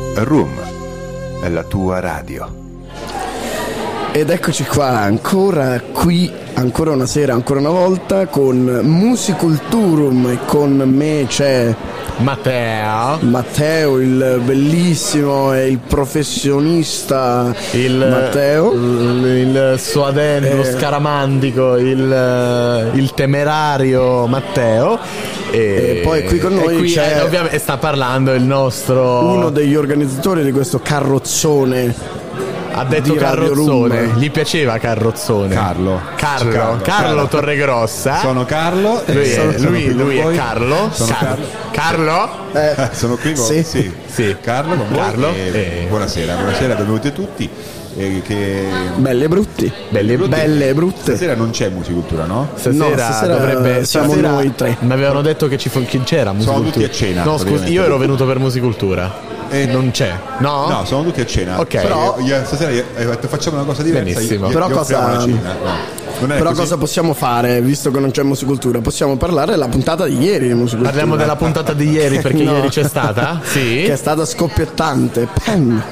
Room, la tua radio. Ed eccoci qua, ancora una sera, ancora una volta con Musiculturum, e con me c'è Matteo, il bellissimo e il professionista Matteo, il suadente, lo scaramandico, il temerario Matteo. E poi qui con noi c'è ovviamente sta parlando il nostro, uno degli organizzatori di questo carrozzone. Ha detto Carrozzone, gli piaceva Carrozzone. Carlo Torregrossa. Sono Carlo. Lui è Carlo. Carlo? Sono qui con sì. Carlo con Carlo. Buonasera, benvenuti tutti. Belle e brutti. Belle e brutte. Stasera non c'è Musicultura, no? Stasera dovrebbe. Siamo noi tre. Mi avevano detto che chi c'era Musicultura. Sono tutti a cena. No, scusi, io ero venuto per Musicultura. Non c'è. No, sono tutti a cena. Ok. Però stasera facciamo una cosa diversa. Benissimo. Però cosa possiamo fare, visto che non c'è Musicultura? Possiamo parlare della puntata di ieri di Musicultura. Parliamo della puntata di ieri, perché ieri c'è stata? Sì. Che è stata scoppiettante. Pam.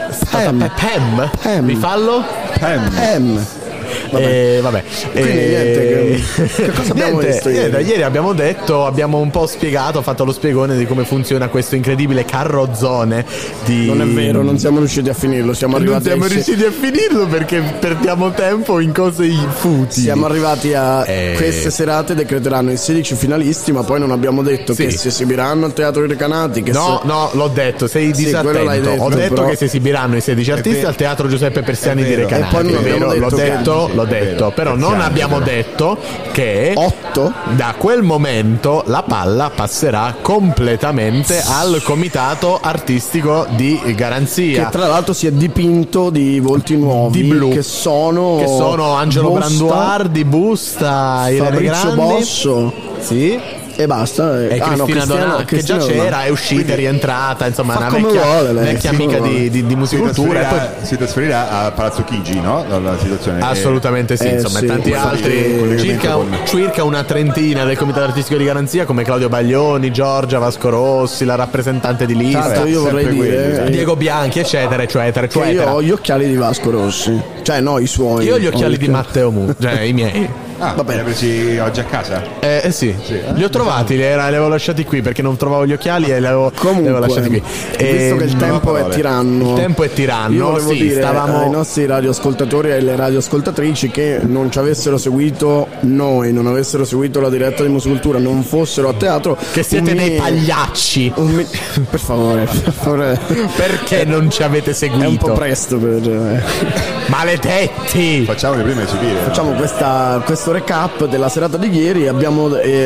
Rifallo? Pam. Vabbè. Quindi niente, che cosa abbiamo visto ieri? Ieri abbiamo un po' spiegato, fatto lo spiegone di come funziona questo incredibile carrozzone Non è vero, non siamo riusciti a finirlo, non siamo riusciti a finirlo perché perdiamo tempo in cose futili. Siamo arrivati a queste serate decreteranno i 16 finalisti, ma poi non abbiamo detto che si esibiranno al Teatro dei Recanati. No, l'ho detto, sei disattento. Ho detto che si esibiranno i 16 artisti al Teatro Giuseppe Persiani di Recanati. E poi non abbiamo l'ho detto, però non abbiamo detto che 8 da quel momento la palla passerà completamente al comitato artistico di garanzia, che tra l'altro si è dipinto di volti nuovi, di blu, che sono Angelo Branduardi, Busta, Fabrizio Bosso, sì, e basta. E Cristina Donà, che già c'era, è uscita, è rientrata, insomma, una vecchia amica di Musicultura. Si trasferirà a Palazzo Chigi, no? La situazione assolutamente sì, insomma, sì, tanti altri, circa una trentina del comitato artistico di garanzia, come Claudio Baglioni, Giorgia Vasco Rossi, la rappresentante di lista, io vorrei dire Diego Bianchi, eccetera. Io ho gli occhiali di Vasco Rossi, cioè no, i suoi. Io ho gli occhiali di Matteo cioè i miei. Va bene, li hai presi oggi a casa? Sì. Li ho trovati, li avevo lasciati qui perché non trovavo gli occhiali e li avevo lasciati qui. Visto che il tempo è tiranno. Io volevo dire ai nostri radioascoltatori e alle radioascoltatrici che non ci avessero seguito noi, non avessero seguito la diretta di Musicultura, non fossero a teatro, che siete dei pagliacci. Per favore. Perché non ci avete seguito? È un po' presto per maledetti. Facciamo le prime esibire. Facciamo questo recap della serata di ieri. Abbiamo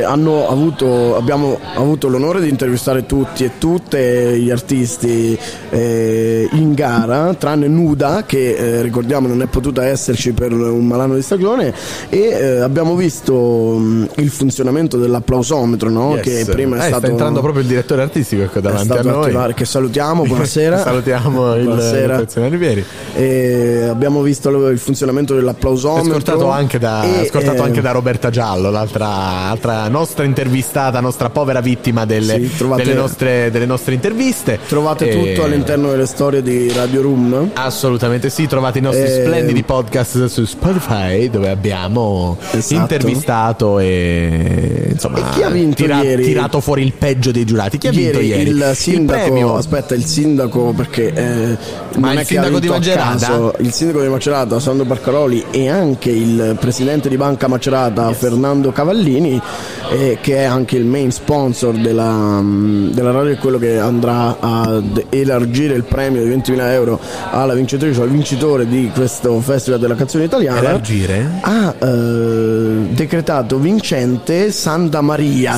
avuto l'onore di intervistare tutti e tutte gli artisti in gara, tranne Nuda, che ricordiamo non è potuta esserci per un malanno di stagione, e abbiamo visto il funzionamento dell'applausometro, no? Che prima è stato, sta entrando proprio il direttore artistico davanti a noi, che salutiamo, buonasera. Salutiamo il Prezzemolo Rivieri. Abbiamo visto il funzionamento dell'applausometro, scortato anche da Roberta Giallo, l'altra nostra intervistata, nostra povera vittima delle nostre interviste. Trovate tutto all'interno delle storie di Radio Room. Assolutamente sì, trovate i nostri splendidi podcast su Spotify, dove abbiamo intervistato e insomma chi ha vinto ieri? Tirato fuori il peggio dei giurati. Chi ha vinto ieri? Il sindaco, il sindaco, perché ma il sindaco di Macerata? Il sindaco di Macerata, Sandro Barcaroli, e anche il presidente di Banca Macerata, Fernando Cavallini, che è anche il main sponsor della radio, è quello che andrà ad elargire il premio di 20.000 euro alla vincitrice o al vincitore di questo Festival della Canzone Italiana. Elargire? Ha decretato vincente Santa Maria.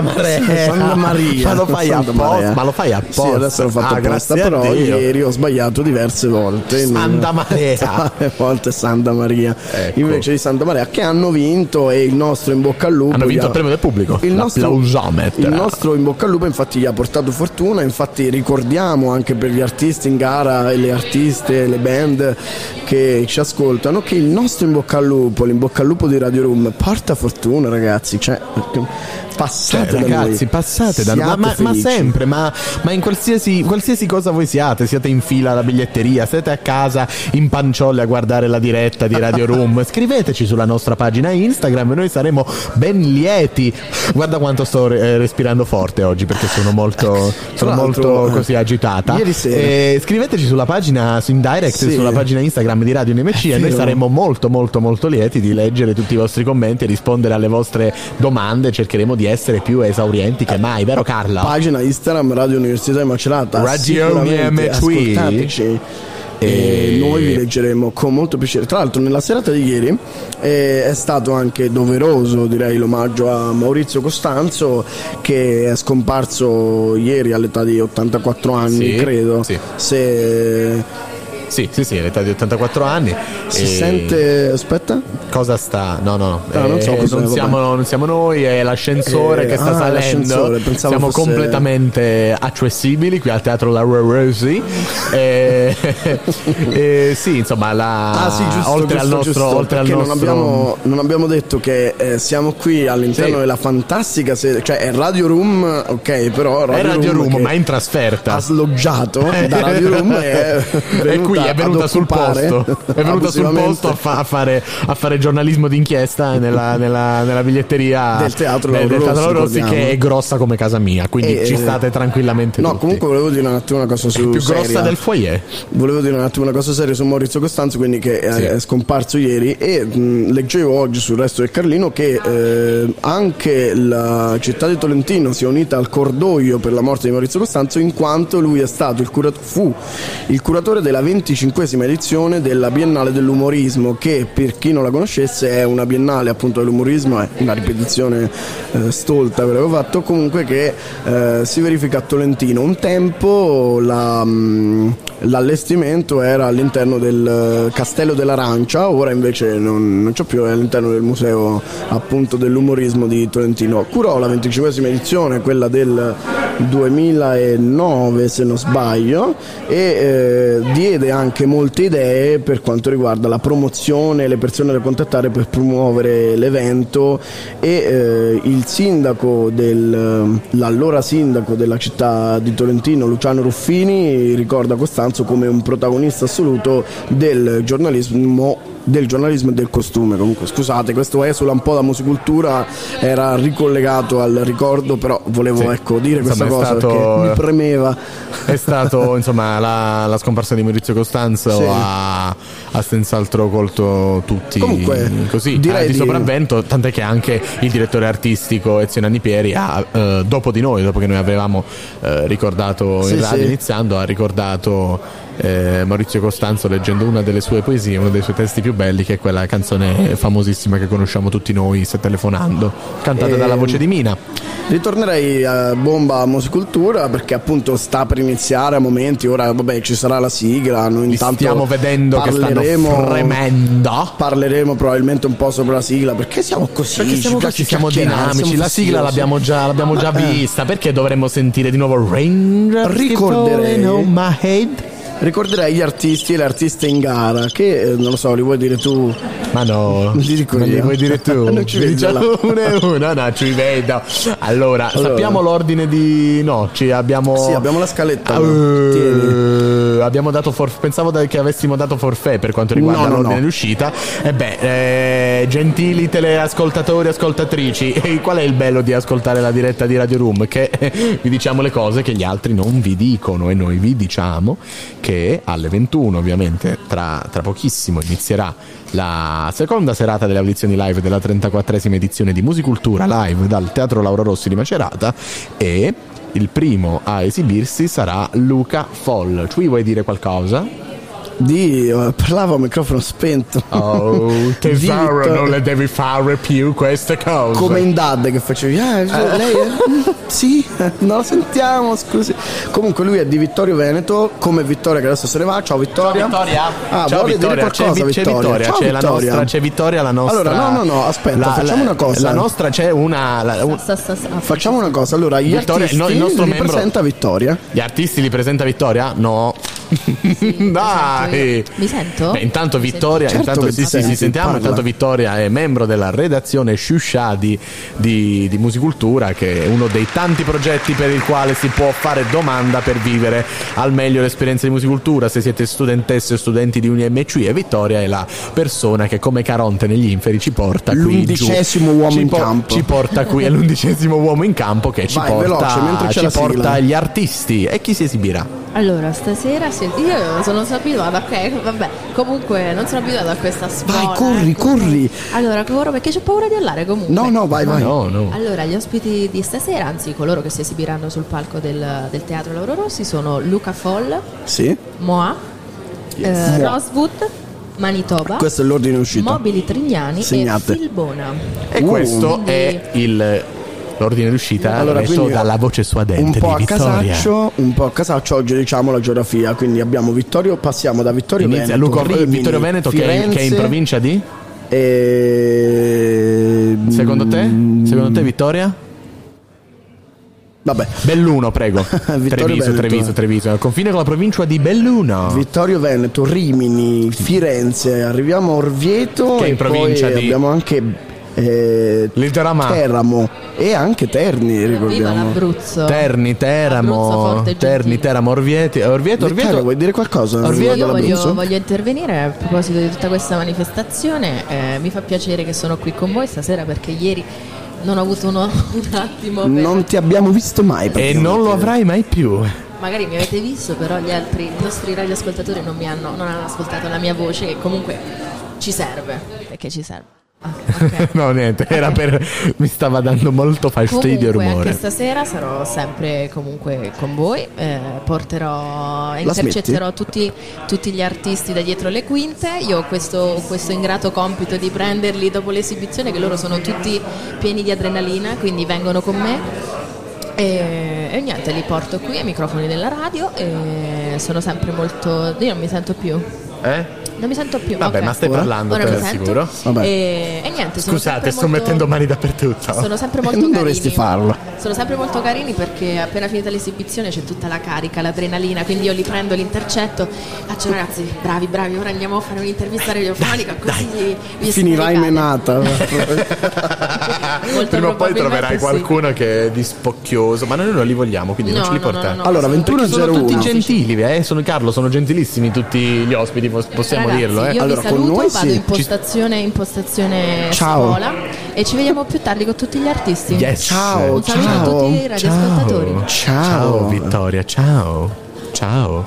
Ma lo fai apposta? Sì, adesso l'ho fatto apposta, però ieri ho sbagliato diverse volte. Santa Maria. Ecco. Invece di Santa Maria, che hanno vinto, e il nostro in bocca al lupo. Hanno vinto il premio del pubblico. Il nostro in bocca al lupo infatti gli ha portato fortuna. Infatti ricordiamo anche per gli artisti in gara e le artiste, le band che ci ascoltano, che il nostro in bocca al lupo, l'in bocca al lupo di Radio Room, porta fortuna, ragazzi. Cioè, Passate da ragazzi, noi. passate da noi, ma sempre, ma in qualsiasi cosa voi siate in fila alla biglietteria, siete a casa in panciolle a guardare la diretta di Radio Room, scriveteci sulla nostra pagina Instagram, noi saremo ben lieti. Guarda quanto sto respirando forte oggi, perché sono molto così agitata. Ieri sera. Scriveteci sulla pagina, in direct, sulla pagina Instagram di Radio NMC, e noi saremo molto lieti di leggere tutti i vostri commenti e rispondere alle vostre domande. Cercheremo di essere più esaurienti che mai, vero Carla? Pagina Instagram Radio Università di Macerata, Radio NMC, ascoltateci e noi vi leggeremo con molto piacere. Tra l'altro nella serata di ieri è stato anche doveroso, direi, l'omaggio a Maurizio Costanzo, che è scomparso ieri all'età di 84 anni, credo. Sì, all'età di 84 anni. Si sente. Aspetta. Cosa sta? No. Non so cosa non siamo noi, è l'ascensore che sta salendo. Siamo completamente accessibili qui al Teatro La Rosi. Sì, insomma, oltre al nostro. Non abbiamo detto che siamo qui all'interno della fantastica sede, cioè è Radio Room, ok, però Radio Room ma in trasferta. Ha sloggiato da Radio Room e è venuta sul posto. È venuta sul posto a fare giornalismo d'inchiesta nella biglietteria del Teatro Rossi, che è grossa come casa mia, quindi ci state tranquillamente. No, tutti. comunque volevo dire un attimo una cosa su più seria. Grossa del foyer. Volevo dire un attimo una cosa seria su Maurizio Costanzo, quindi che è scomparso ieri, e leggevo oggi sul Resto del Carlino che anche la città di Tolentino si è unita al cordoglio per la morte di Maurizio Costanzo, in quanto lui è stato fu il curatore della 25esima edizione della Biennale dell'Umorismo, che per chi non la conoscesse è una biennale appunto dell'umorismo, è una ripetizione stolta che avevo fatto, comunque, che si verifica a Tolentino. Un tempo l'allestimento era all'interno del Castello dell'Arancia, ora invece non c'è più, è all'interno del Museo appunto dell'Umorismo di Tolentino. Curò la 25esima edizione, quella del 2009 se non sbaglio, e diede anche molte idee per quanto riguarda la promozione, le persone da contattare per promuovere l'evento, e il sindaco l'allora sindaco della città di Tolentino, Luciano Ruffini, ricorda Costanzo come un protagonista assoluto del giornalismo e del costume. Comunque scusate, questo esula un po' da musicultura, era ricollegato al ricordo, però volevo dire questa cosa perché mi premeva. È stato insomma la scomparsa di Maurizio Costanzo ha senz'altro colto tutti. Comunque, così direi di sopravvento, tant'è che anche il direttore artistico Ezio Nannipieri dopo che noi avevamo ricordato in radio iniziando, ha ricordato Maurizio Costanzo leggendo una delle sue poesie, uno dei suoi testi più belli, che è quella canzone famosissima che conosciamo tutti noi, Se telefonando, cantata dalla voce di Mina. Ritornerei a bomba musicultura, perché appunto sta per iniziare a momenti, ora ci sarà la sigla, noi intanto stiamo vedendo che stanno fremendo. Parleremo probabilmente un po' sopra la sigla, perché siamo così, perché siamo dinamici, la sigla l'abbiamo già vista, perché dovremmo sentire di nuovo Rain? Ricorderei gli artisti e le artiste in gara, che non lo so, li vuoi dire tu? Ma no, li vuoi dire tu? Non ci vedo no, ci vedo. Allora, sappiamo l'ordine di... No, abbiamo la scaletta. Abbiamo dato pensavo che avessimo dato forfait per quanto riguarda l'ordine di uscita. Gentili teleascoltatori, ascoltatrici, qual è il bello di ascoltare la diretta di Radio Room? Che vi diciamo le cose che gli altri non vi dicono, e noi vi diciamo che alle 21 ovviamente tra pochissimo inizierà la seconda serata delle audizioni live della 34esima edizione di Musicultura live dal Teatro Lauro Rossi di Macerata, e il primo a esibirsi sarà Luca Foll. Ci vuoi dire qualcosa? Parlavo a microfono spento. Oh tesoro, non le devi fare più queste cose. Come in Dad che facevi lei sì, non la sentiamo, scusi. Comunque lui è di Vittorio Veneto, come Vittoria che adesso se ne va. Ciao Vittoria. Ciao Vittoria. C'è Vittoria. Ciao, Vittoria. C'è Vittoria, la nostra. Allora no, aspetta, facciamo una cosa. La nostra c'è facciamo una cosa. Allora, gli artisti il nostro li membro presenta Vittoria. Gli artisti li presenta Vittoria? No. Sì, Dai! Mi sento? Beh, intanto Vittoria, Certo intanto che ti sì, senti, sentiamo. parla. Intanto Vittoria è membro della redazione Shusha di Musicultura, che è uno dei tanti progetti per il quale si può fare domanda per vivere al meglio l'esperienza di Musicultura. Se siete studentesse o studenti di UniMC, e Vittoria è la persona che come Caronte negli inferi ci porta qui giù. L'11° uomo in campo. Ci porta qui, è l'11° uomo in campo che ci Vai, veloce, mentre c'è ci la sigla. porta gli artisti. E chi si esibirà? Allora, stasera io sono abituata, ok, vabbè, comunque non sono abituata a questa scuola. Vai, corri. Allora, corro perché c'ho paura di parlare comunque. No, vai. No. Allora, gli ospiti di stasera, anzi coloro che si esibiranno sul palco del Teatro Lauro Rossi, sono Luca Foll, Sì. Moa, Moa. Rosewood, Manitoba, Questo è l'ordine uscita. Mobili Trignani Segnate. e Filbona. E questo Quindi- è l'ordine d'uscita Allora, reso quindi, dalla voce suadente un po' di a Vittoria. un po' a casaccio oggi diciamo la geografia, quindi abbiamo Vittorio, passiamo da Vittorio Inizia Veneto, Luca Rimini, Vittorio Veneto, che è in Firenze, provincia di? e... Secondo te Vittoria? Vabbè, Belluno, prego. Vittorio Veneto. Treviso, al confine con la provincia di Belluno. Vittorio Veneto, Rimini, Firenze, arriviamo a Orvieto Che è in e provincia poi di? abbiamo anche Teramo e anche Terni, Viva ricordiamo. l'Abruzzo. Terni, Abruzzo Teramo, forte e gentile. Orvieto. Vittorio, vuoi dire qualcosa? Io riguardo l'Abruzzo? voglio intervenire a proposito di tutta questa manifestazione. Mi fa piacere che sono qui con voi stasera perché ieri non ho avuto un attimo per... Non ti abbiamo visto mai E non lo avrai mai più. Magari mi avete visto, però i nostri radioascoltatori non hanno ascoltato la mia voce, che comunque ci serve. Perché ci serve. Ah, ok. No, niente, era mi stava dando molto fastidio il Comunque rumore. anche stasera sarò sempre comunque con voi, intercetterò tutti gli artisti da dietro le quinte. Io ho questo ingrato compito di prenderli dopo l'esibizione, che loro sono tutti pieni di adrenalina, quindi vengono con me e niente, li porto qui ai microfoni della radio e sono sempre molto... Io non mi sento più. Non mi sento più. Vabbè, ok. ma stai parlando Ora per mi sento. sicuro? Vabbè. E niente, sono Scusate, sempre sto molto- mettendo mani dappertutto. Sono sempre molto Non carini. dovresti farlo. Sono sempre molto carini perché appena finita l'esibizione c'è tutta la carica, l'adrenalina, quindi io li prendo, l'intercetto, faccio ragazzi, bravi, ora andiamo a fare un'intervista radiofonica così vi Finirai scaricate. menata. Molto Prima o poi troverai probabilmente qualcuno che è di spocchioso, ma noi non li vogliamo, quindi non No, ce li no, portiamo. no, no. Allora, Perché sono tutti 21:01. gentili, sono gentilissimi tutti gli ospiti, possiamo Ragazzi, dirlo. io Allora, vi con saluto, noi vado sì. impostazione Ciao. scuola e ci vediamo più tardi con tutti gli artisti. Yes. Ciao, Un saluto a tutti i radioascoltatori. Ciao Vittoria, ciao.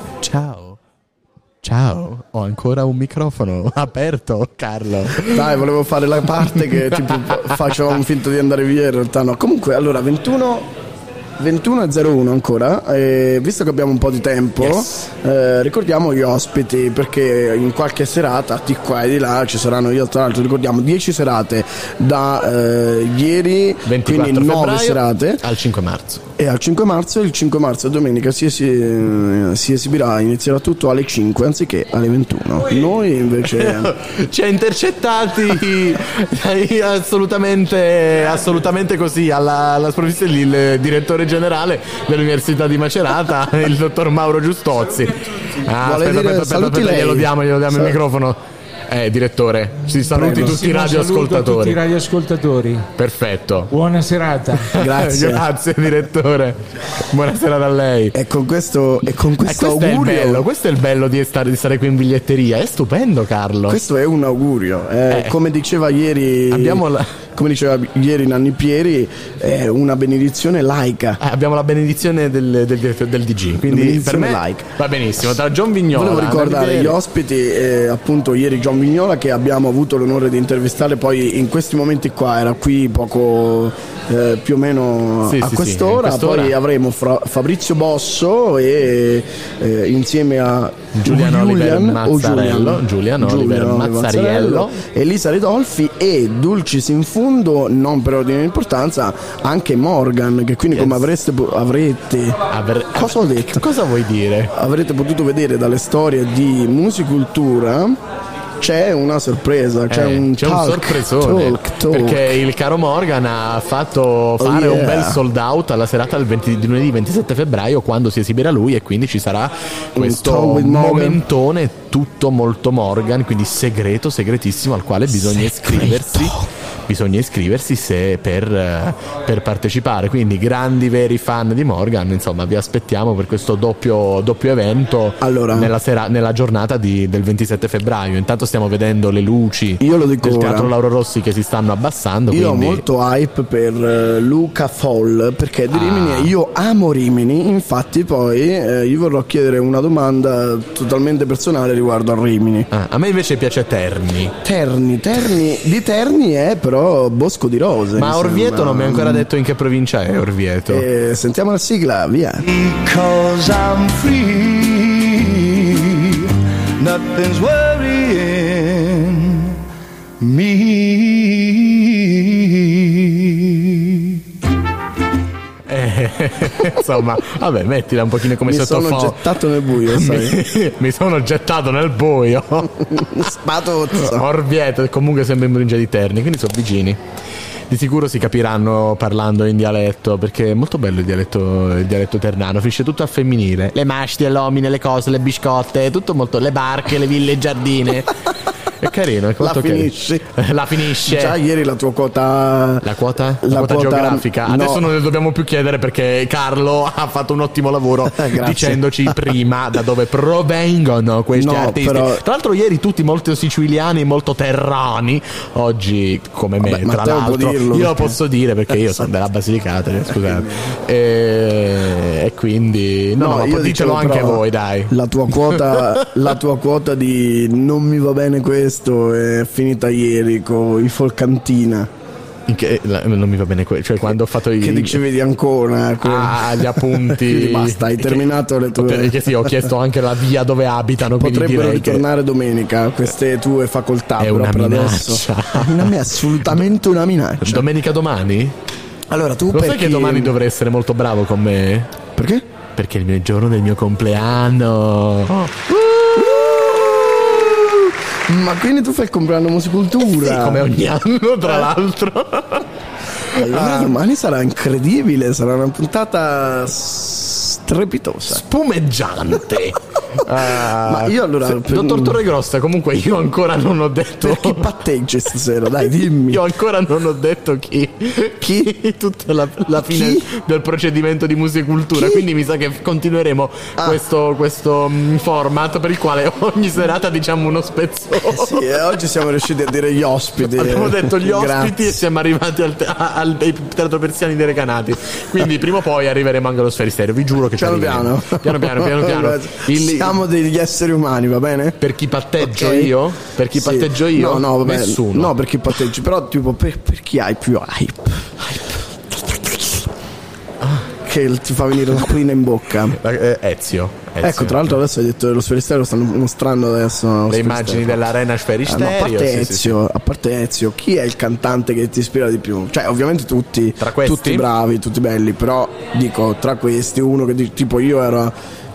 Ho ancora un microfono aperto, Carlo. Dai, volevo fare la parte che tipo facevamo finta di andare via, in realtà no. Comunque, allora 21:01 ancora, visto che abbiamo un po' di tempo, Yes. ricordiamo gli ospiti, perché in qualche serata di qua e di là ci saranno, io tra l'altro ricordiamo 10 serate da ieri, 24 quindi 9 febbraio serate, al 5 marzo. e al 5 marzo, il 5 marzo domenica si esibirà, inizierà tutto alle 5 anziché alle 21. Noi invece Ci ha intercettati assolutamente così alla sprovvista il direttore generale dell'Università di Macerata, il dottor Mauro Giustozzi. Vuole dire saluti lei. glielo diamo il microfono. Direttore, ci saluti tutti i radioascoltatori. Tutti i radioascoltatori. Perfetto. Buona serata. Grazie. Grazie direttore. Buonasera da lei. e con questo Questo è il augurio, bello, questo è il bello di stare qui in biglietteria. È stupendo, Carlo. questo è un augurio, come diceva ieri Nanni Pieri, è una benedizione laica. Abbiamo la benedizione del DG, quindi Benedizione per me laica. va benissimo. Tra John Vignola, Volevo ricordare Nanni gli Pieri- ospiti, appunto ieri John Vignola, che abbiamo avuto l'onore di intervistare poi in questi momenti qua, era qui poco più o meno Sì, a sì, quest'ora. sì, in quest'ora. Poi avremo Fabrizio Bosso e insieme a Giuliano Oliver Mazzarello, Giuliano Oliver Oliver Mazzariello, Elisa Ridolfi e Dulcis in fundo, non per ordine di importanza, anche Morgan, che quindi come avrete cosa ho detto? Cosa vuoi dire? Avrete potuto vedere dalle storie di Musicultura, c'è una sorpresa, c'è un sorpresone, perché il caro Morgan ha fatto fare un bel sold out alla serata di lunedì 27 febbraio, quando si esibirà lui, e quindi ci sarà questo momentone tutto molto Morgan, quindi segretissimo, al quale bisogna iscriversi per partecipare. Quindi grandi veri fan di Morgan, insomma, vi aspettiamo per questo doppio evento nella giornata del 27 febbraio. Intanto stiamo vedendo le luci del Teatro Lauro Rossi che si stanno abbassando. Io ho molto hype per Luca Foll, perché di Rimini, io amo Rimini, infatti poi gli vorrò chiedere una domanda totalmente personale riguardo a Rimini. A me invece piace Terni di Terni è però Bosco di Rose. Ma Orvieto non mi ha ancora detto in che provincia è Orvieto. Sentiamo la sigla, via. Because I'm free, nothing's worrying me. Insomma, vabbè, mettila un pochino come sottofondo. Mi sono gettato nel buio, sai? Mi sono gettato nel buio. Spatozzo. Orvieto, comunque sempre in provincia di Terni, quindi sono vicini. Di sicuro si capiranno parlando in dialetto, perché è molto bello il dialetto ternano, finisce tutto a femminile. Le mastie, l'omine, le cose, le biscotte, tutto molto, le barche, le ville, i giardini. È carino, è molto la finisce. Già ieri la tua quota. La quota geografica. Adesso non ne dobbiamo più chiedere, perché Carlo ha fatto un ottimo lavoro dicendoci prima da dove provengono questi artisti. Però... Tra l'altro ieri tutti molto siciliani, molto terrani. Oggi come me, tra l'altro io lo posso dire perché io sono della Basilicata, scusate. E quindi dicelo anche voi, dai. La tua quota di non mi va bene questo è finita ieri con i Folcantina. Non mi va bene cioè quando ho fatto che dicevi di Ancona gli appunti. Basta, hai terminato le tue. Che sì, ho chiesto anche la via dove abitano. Potrebbero ritornare domenica queste tue facoltà. È una minaccia. È assolutamente una minaccia. Domenica domani? Allora tu sai che domani dovrei essere molto bravo con me? Perché? Perché è il giorno del mio compleanno. Ma quindi tu fai il compleanno Musicultura? Sì, come ogni anno, tra l'altro. Allora domani sarà incredibile, sarà una puntata strepitosa, spumeggiante. Ma io allora dottor Torregrossa, comunque io ancora non ho detto per chi patteggi stasera, dai dimmi. Io ancora non ho detto chi tutta la fine del procedimento di Musicultura, quindi mi sa che continueremo questo format per il quale ogni serata diciamo uno spezzone. Sì, oggi siamo riusciti a dire gli ospiti. Abbiamo detto gli ospiti e siamo arrivati al Teatro Persiani dei Recanati, quindi prima o poi arriveremo anche allo Sferisterio, vi giuro che piano piano. Siamo degli esseri umani, va bene? Per chi patteggio io? Per chi patteggio io? No, vabbè, nessuno. No, per chi patteggi, però tipo per chi hai più hype. Che ti fa venire l'acquolina in bocca. Ezio. Ecco, tra l'altro adesso hai detto dello Sferisterio, stanno mostrando adesso le immagini dell'arena Sferisterio. A parte Ezio, chi è il cantante che ti ispira di più? Cioè, ovviamente tutti bravi, tutti belli, però dico, tra questi uno che tipo io era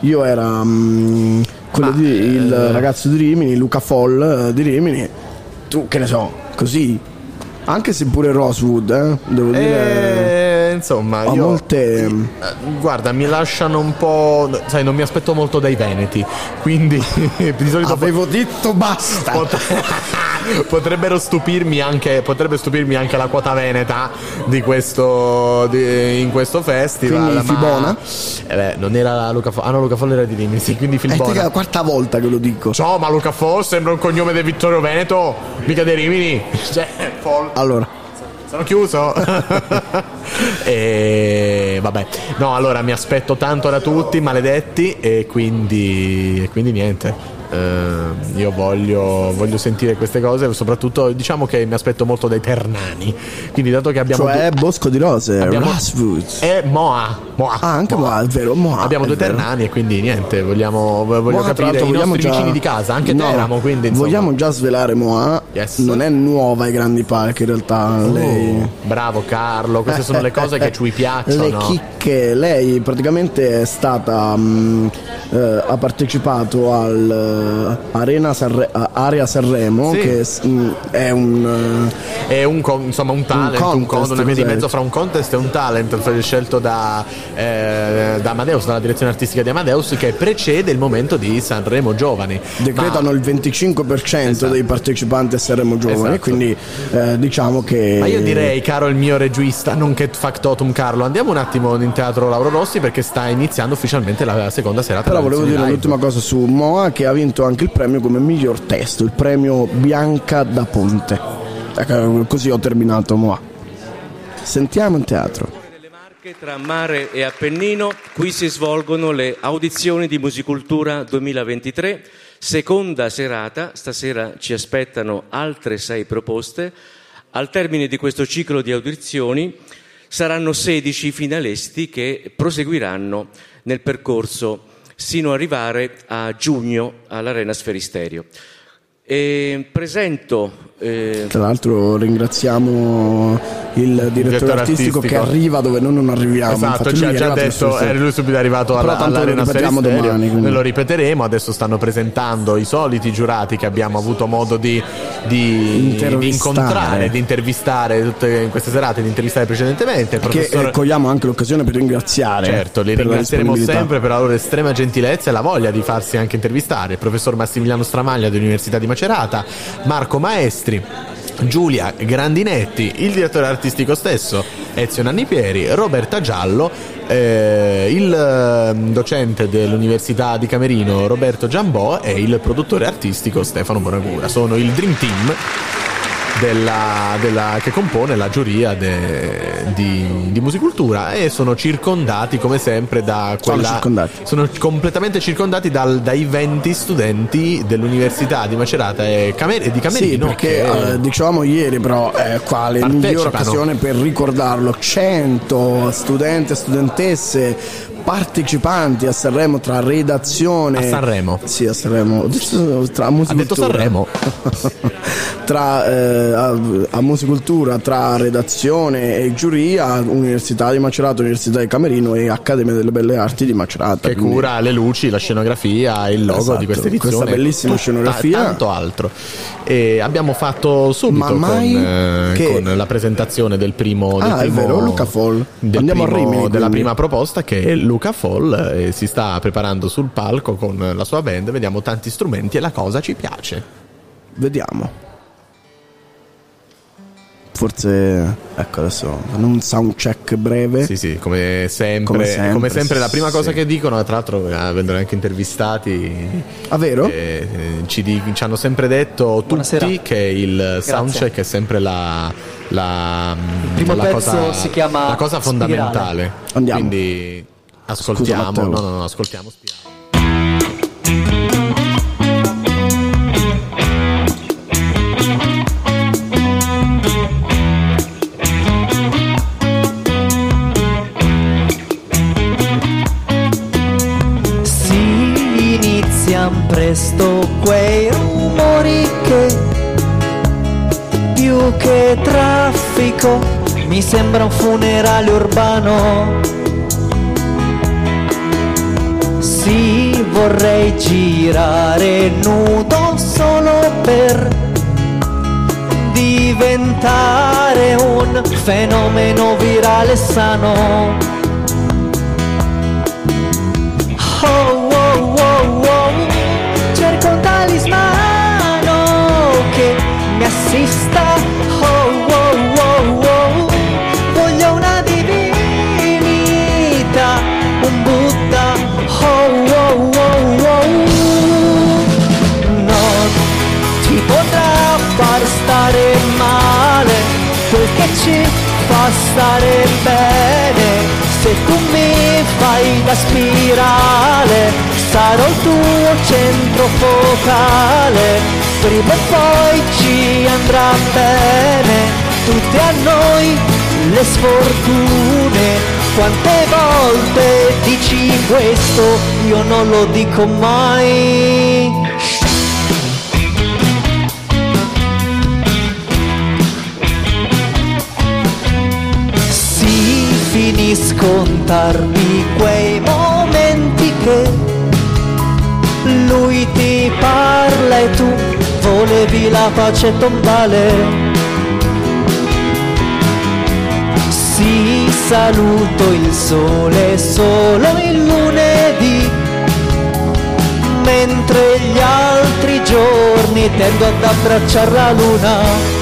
quello il ragazzo di Rimini, Luca Foll di Rimini. Tu che ne so, così. Anche se pure Rosewood, devo dire. Insomma, io molte. Guarda, mi lasciano un po'. Sai, non mi aspetto molto dai veneti. Quindi di solito avevo detto basta. Potrebbe stupirmi anche la quota veneta di questo in questo festival. Quindi Fibona? Non era Luca Foll. Luca Foll era di Rimini, sì, quindi Fibona. È la quarta volta che lo dico. No, ma Luca Foll sembra un cognome di Vittorio Veneto, mica di Rimini. Cioè, Foll. Allora sono chiuso. E vabbè, no, allora mi aspetto tanto da tutti, maledetti, e quindi niente. Io voglio sentire queste cose, soprattutto diciamo che mi aspetto molto dai ternani, quindi dato che abbiamo Bosco di Rose, Rosewood e Moa. Anche Moa, è vero, Moa abbiamo due ternani e quindi niente, voglio capire i nostri vicini di casa, anche Teramo, quindi insomma. Vogliamo già svelare Moa. Yes. Non è nuova ai grandi palchi in realtà. Lei... Bravo Carlo, queste sono le cose che ci piacciono. Le chicche che lei praticamente è stata ha partecipato al Aria Sanremo, sì, che è un talent, una via di mezzo fra un contest e un talent scelto da Amadeus, dalla direzione artistica di Amadeus, che precede il momento di Sanremo Giovani. Decretano il 25% esatto. dei partecipanti a Sanremo Giovani, esatto. Quindi diciamo che... Ma io direi, caro il mio regista, nonché factotum Carlo, andiamo un attimo in Teatro Lauro Rossi, perché sta iniziando ufficialmente la seconda serata. Però volevo dire l'ultima cosa su Moa, che ha vinto anche il premio come miglior testo, il premio Bianca da Ponte. Così ho terminato Moa. Sentiamo in teatro. Tra Mare e Appennino, qui si svolgono le audizioni di Musicultura 2023, seconda serata. Stasera ci aspettano altre 6 proposte. Al termine di questo ciclo di audizioni saranno 16 finalisti che proseguiranno nel percorso sino ad arrivare a giugno all'Arena Sferisterio. E presento... Tra l'altro ringraziamo il direttore artistico che arriva dove noi non arriviamo. Esatto, infatti ci ha già detto, lui subito è arrivato all'Arena Sferisterio, domani, noi lo ripeteremo. Adesso stanno presentando i soliti giurati che abbiamo avuto modo di incontrare, di intervistare tutte in queste serate, di intervistare precedentemente. Che cogliamo anche l'occasione per ringraziare. Certo, li ringrazieremo sempre per la loro estrema gentilezza e la voglia di farsi anche intervistare. Il professor Massimiliano Stramaglia dell'Università di Macerata, Marco Maestri, Giulia Grandinetti, il direttore artistico stesso Ezio Nannipieri, Roberta Giallo, il docente dell'Università di Camerino Roberto Giambò e il produttore artistico Stefano Bonagura. Sono il Dream Team che compone la giuria di Musicultura, e sono circondati come sempre sono completamente circondati dai 20 studenti dell'Università di Macerata e di Camerino. Sì, perché dicevamo ieri, però quale migliore occasione per ricordarlo: 100 studenti e studentesse partecipanti a Sanremo, tra redazione a Sanremo tra Musicultura, ha detto Sanremo a Musicultura, tra redazione e giuria, Università di Macerata, Università di Camerino e Accademia delle Belle Arti di Macerata, che cura le luci, la scenografia, il logo, esatto, di questa edizione, questa bellissima scenografia, tanto altro. E abbiamo fatto subito con la presentazione del primo è vero, Luca Fall. Andiamo al Rimini, della prima proposta, che è Luca Fall, e si sta preparando sul palco con la sua band. Vediamo tanti strumenti e la cosa ci piace. Vediamo. Forse, ecco, adesso un sound check breve. Sì, come sempre la prima cosa che dicono, tra l'altro vengono anche intervistati. Ah, vero? Ci hanno sempre detto tutti che il sound check è sempre il primo pezzo si chiama la cosa fondamentale. Andiamo. Quindi ascoltiamo. Ascoltiamo Spirale. Presto quei rumori che più che traffico mi sembra un funerale urbano. Sì, vorrei girare nudo solo per diventare un fenomeno virale sano. Oh, oh, oh, oh. Cerco un talismano che mi assista. Oh, oh, oh, oh. Voglio una divinità, un Buddha. Oh, oh, oh, oh. Non ti potrà far stare male quel che ci fa stare bene. Se tu mi fai da spirale, sarò il tuo centro focale. Prima o poi ci andrà bene, tutte a noi le sfortune. Quante volte dici questo, io non lo dico mai. di scontarmi quei momenti che lui ti parla e tu volevi la pace tombale. Sì, saluto il sole solo il lunedì, mentre gli altri giorni tendo ad abbracciare la luna.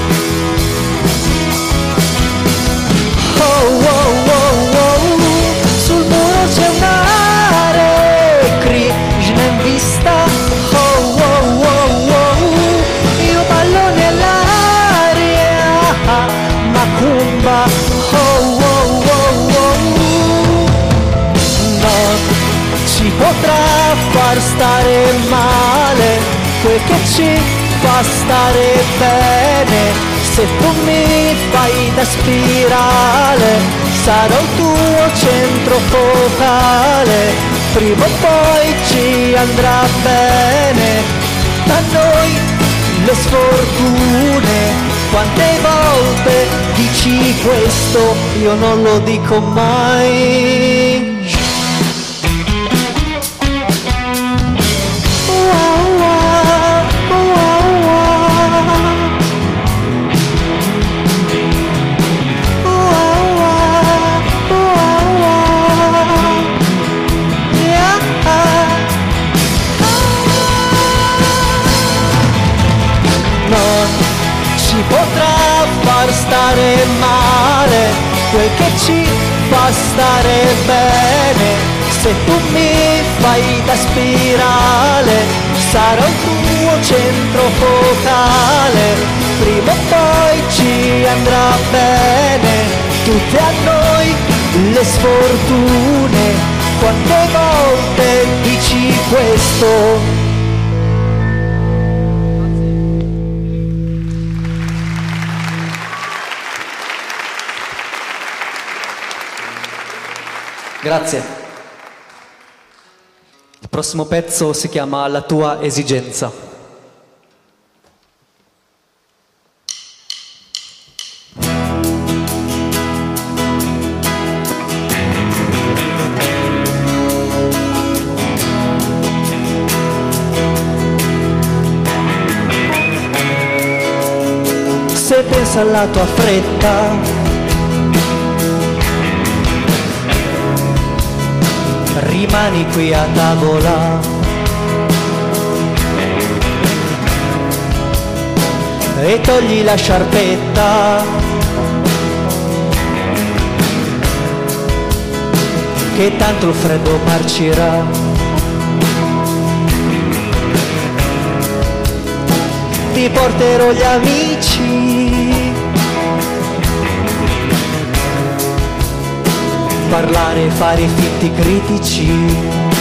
Oh, oh, oh, oh, sul muro c'è un'area Krishna in vista. Oh, oh, oh, oh, io ballo nell'aria macumba. Oh, oh, oh, oh, non ci potrà far stare male quel che ci fa stare bene. Se tu mi fai da spirale sarò il tuo centro focale, prima o poi ci andrà bene. A noi le sfortune, quante volte dici questo, io non lo dico mai. Potrà far stare male quel che ci fa stare bene. Se tu mi fai da spirale sarò il tuo centro focale, prima o poi ci andrà bene. Tutte a noi le sfortune, quante volte dici questo. Grazie. Il prossimo pezzo si chiama La tua esigenza. Se pensa alla tua fretta, rimani qui a tavola e togli la sciarpetta, che tanto il freddo marcirà. Ti porterò gli amici, parlare, fare finti critici.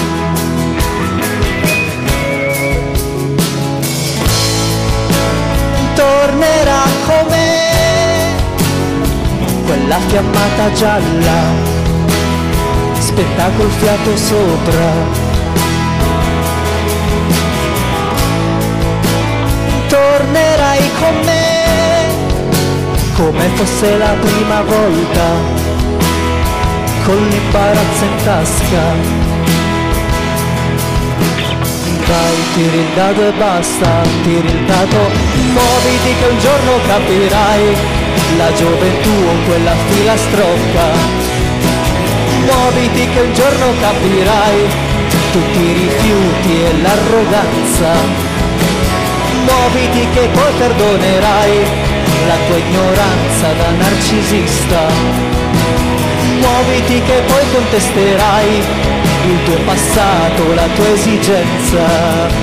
Tornerà come quella fiammata gialla, spetta col fiato sopra. Tornerai con me come fosse la prima volta, con l'imbarazzo in tasca. Dai, tiri il dado e basta, tiri il dado, muoviti che un giorno capirai la gioventù o quella filastrocca. Muoviti che un giorno capirai tutti i rifiuti e l'arroganza. Muoviti che poi perdonerai la tua ignoranza da narcisista. Muoviti che poi contesterai il tuo passato, la tua esigenza.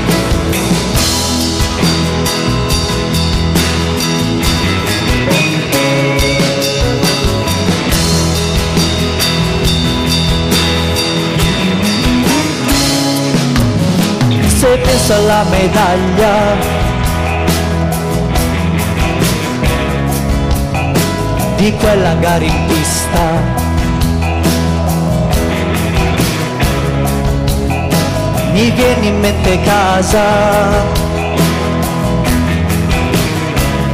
Se penso alla medaglia di quella gara in pista, mi viene in mente casa,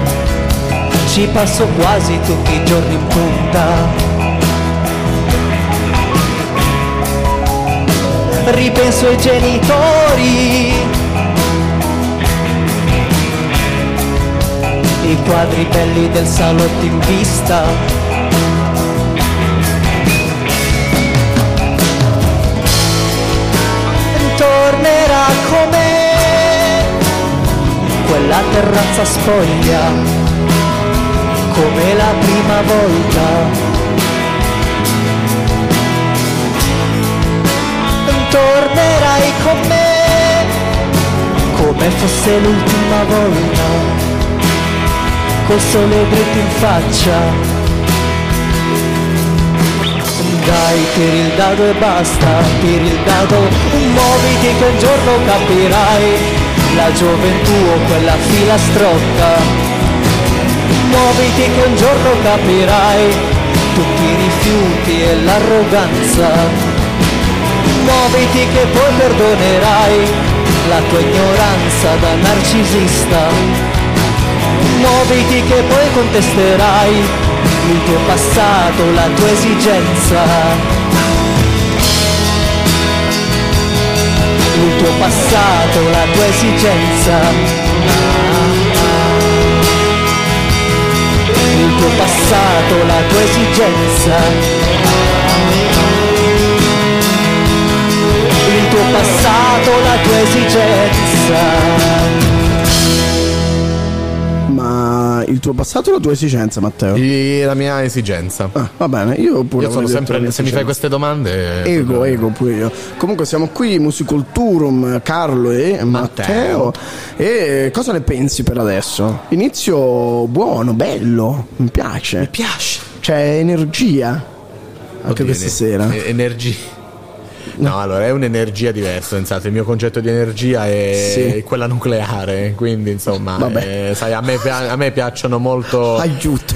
ci passo quasi tutti i giorni in punta. ripenso ai genitori, i quadri belli del salotto in vista, tornerà come quella terrazza spoglia, come la prima volta. Tornerai con me come fosse l'ultima volta, col sole dritto in faccia. Dai, tiri il dado e basta, tiri il dado, muoviti che un giorno capirai la gioventù o quella filastrocca. Muoviti che un giorno capirai tutti i rifiuti e l'arroganza. Muoviti che poi perdonerai la tua ignoranza da narcisista. Muoviti che poi contesterai il tuo passato, la tua esigenza. Il tuo passato, la tua esigenza. Il tuo passato, la tua esigenza. Il tuo passato, la tua esigenza. Ma il tuo passato o la tua esigenza, Matteo? La mia esigenza. Va bene, io pure. Io sono sempre, se mi fai queste domande. Ego pure io. Comunque siamo qui, Musiculturum, Carlo e Matteo. E cosa ne pensi per adesso? Inizio buono, bello, mi piace. Mi piace. C'è energia anche questa sera. Energia. No, allora è un'energia diversa, senz'altro. Il mio concetto di energia è quella nucleare, quindi insomma, sai, a me piacciono molto. Aiuto.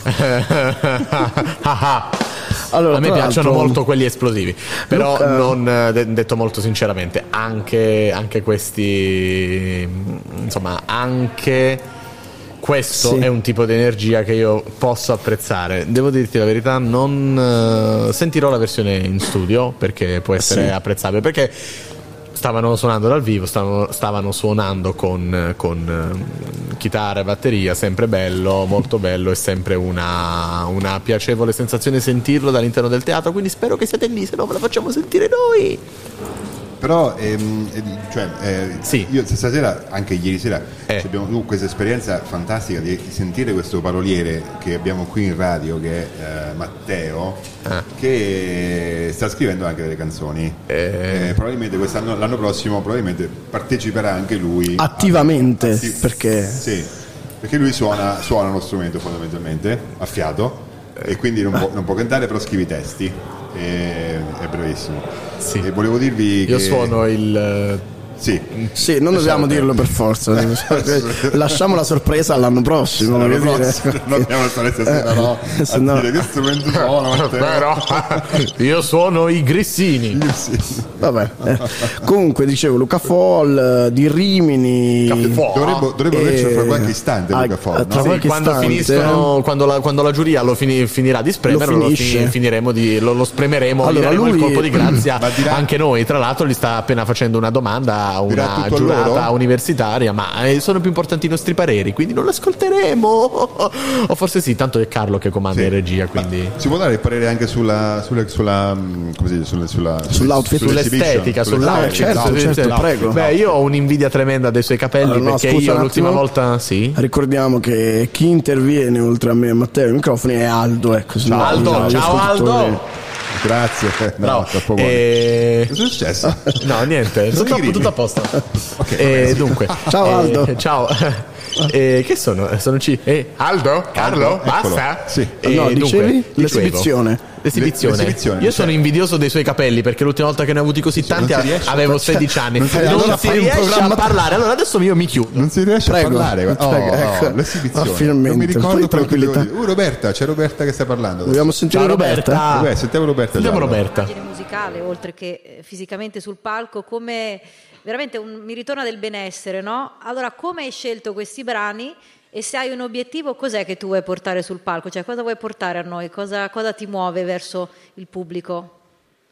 Allora, a me piacciono molto quelli esplosivi, però non detto molto sinceramente, anche questi, insomma, anche questo è un tipo di energia che io posso apprezzare. Devo dirti la verità, non sentirò la versione in studio perché può essere apprezzabile, perché stavano suonando dal vivo, stavano suonando con chitarra e batteria, sempre bello, molto bello, è sempre una piacevole sensazione sentirlo dall'interno del teatro, quindi spero che siate lì, se no ve la facciamo sentire noi. Però io stasera, anche ieri sera, abbiamo avuto questa esperienza fantastica di sentire questo paroliere che abbiamo qui in radio, che è Matteo, che sta scrivendo anche delle canzoni. Probabilmente quest'anno, l'anno prossimo, probabilmente parteciperà anche lui attivamente, perché lui suona uno strumento fondamentalmente a fiato, e quindi non può cantare, però scrive i testi. È bravissimo. E volevo dirvi che io suono il Sì, non dobbiamo dirlo per forza. Lasciamo la sorpresa all'anno prossimo. Non abbiamo stare stasera, no? Dire che strumento suono, però io suono i grissini. Vabbè. Comunque dicevo, Luca Fall di Rimini. Dovrebbe averci fra qualche istante Luca Fall, no? Quando finiscono, quando la giuria lo finirà di spremere, lo spremeremo, allora, gli daremo il colpo di grazia anche noi. Tra l'altro gli sta appena facendo una domanda a una giurata universitaria, ma sono più importanti i nostri pareri, quindi non l'ascolteremo. O forse sì, tanto è Carlo che comanda in regia, quindi si può dare il parere anche sull'outfit, sull'estetica, sull'outfit. Certo, prego. Beh, io ho un'invidia tremenda dei suoi capelli, perché io l'ultima volta ricordiamo che chi interviene oltre a me e Matteo ai microfoni è Aldo, ecco. Ciao Aldo. Grazie. Bravo. Che è successo? No, niente, tutto a posto. Dunque, ciao Aldo. Ciao. Che sono? Sono Aldo? Carlo? Basta? Sì. No, dicevi? L'esibizione. Io sono invidioso dei suoi capelli, perché l'ultima volta che ne ho avuti così tanti avevo 16 anni. Non si riesce a parlare. Allora adesso io mi chiudo. Non si riesce a parlare. L'esibizione. Finalmente. Non mi ricordo tranquillità. Roberta, c'è Roberta che sta parlando. Dobbiamo sentire Roberta. Sentiamo Roberta. Musicale, oltre che fisicamente sul palco, come veramente mi ritorna del benessere, no? Allora, come hai scelto questi brani? E se hai un obiettivo, cos'è che tu vuoi portare sul palco? Cioè, cosa vuoi portare a noi? Cosa ti muove verso il pubblico?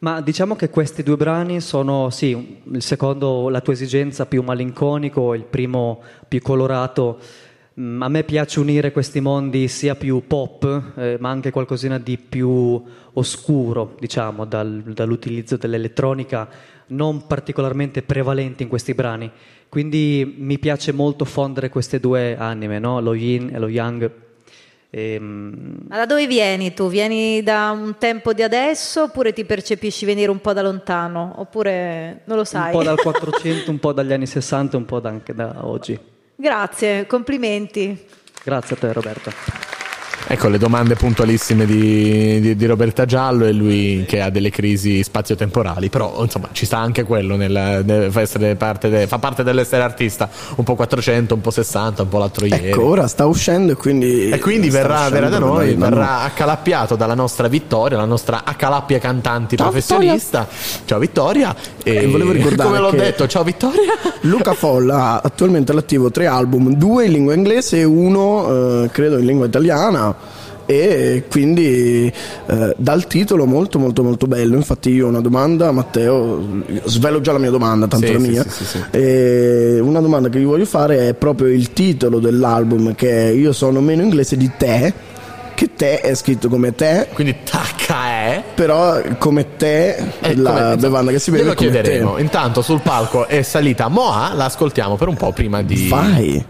Ma diciamo che questi 2 brani sono, sì, il secondo, la tua esigenza, più malinconico, il primo più colorato. A me piace unire questi mondi sia più pop, ma anche qualcosina di più oscuro, diciamo, dall'utilizzo dell'elettronica non particolarmente prevalente in questi brani. Quindi mi piace molto fondere queste 2 anime, no? Lo yin e lo yang. Ma da dove vieni tu? Vieni da un tempo di adesso oppure ti percepisci venire un po' da lontano? Oppure non lo sai? Un po' dal 400, un po' dagli anni 60, un po' anche da oggi. Grazie, complimenti. Grazie a te, Roberta. Ecco le domande puntualissime di Roberta Giallo, e lui che ha delle crisi spazio-temporali, però insomma ci sta anche quello nel essere fa parte dell'essere artista, un po' 400, un po' 60, un po' l'altro ieri. Ecco, ora sta uscendo e quindi verrà da noi, verrà accalappiato dalla nostra Vittoria, la nostra accalappia cantanti professionista. Ciao Vittoria. E volevo ricordare come l'ho detto, ciao Vittoria. Luca Folla ha attualmente all'attivo 3 album, 2 in lingua inglese e 1 credo in lingua italiana, e quindi dal titolo molto molto molto bello. Infatti io ho una domanda a Matteo, svelo già la mia domanda, tanto la mia. Sì. E una domanda che vi voglio fare è proprio il titolo dell'album, che è Io sono meno inglese di te, che te è scritto come te, quindi tacca però come te la bevanda che si beve. Lo chiederemo. Intanto sul palco è salita Moa, la ascoltiamo per un po' prima di... Vai.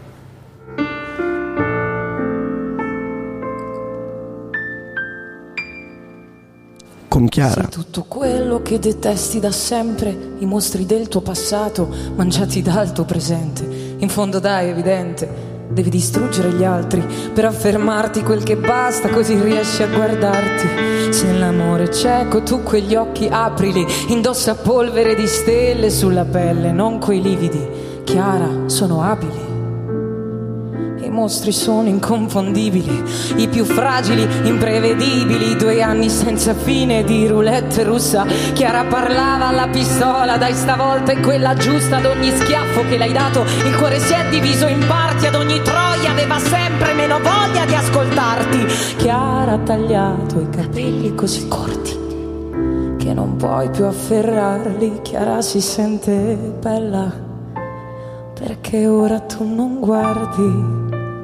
Con Chiara. Sei tutto quello che detesti da sempre, i mostri del tuo passato mangiati dal tuo presente. In fondo dai, è evidente, devi distruggere gli altri per affermarti quel che basta, così riesci a guardarti. Se l'amore è cieco tu quegli occhi aprili, indossa polvere di stelle sulla pelle, non quei lividi. Chiara, sono abili. I mostri sono inconfondibili, i più fragili, imprevedibili. 2 anni senza fine di roulette russa. Chiara parlava alla pistola, dai stavolta è quella giusta. Ad ogni schiaffo che l'hai dato il cuore si è diviso in parti. Ad ogni troia aveva sempre meno voglia di ascoltarti. Chiara ha tagliato i capelli così corti che non puoi più afferrarli. Chiara si sente bella perché ora tu non guardi.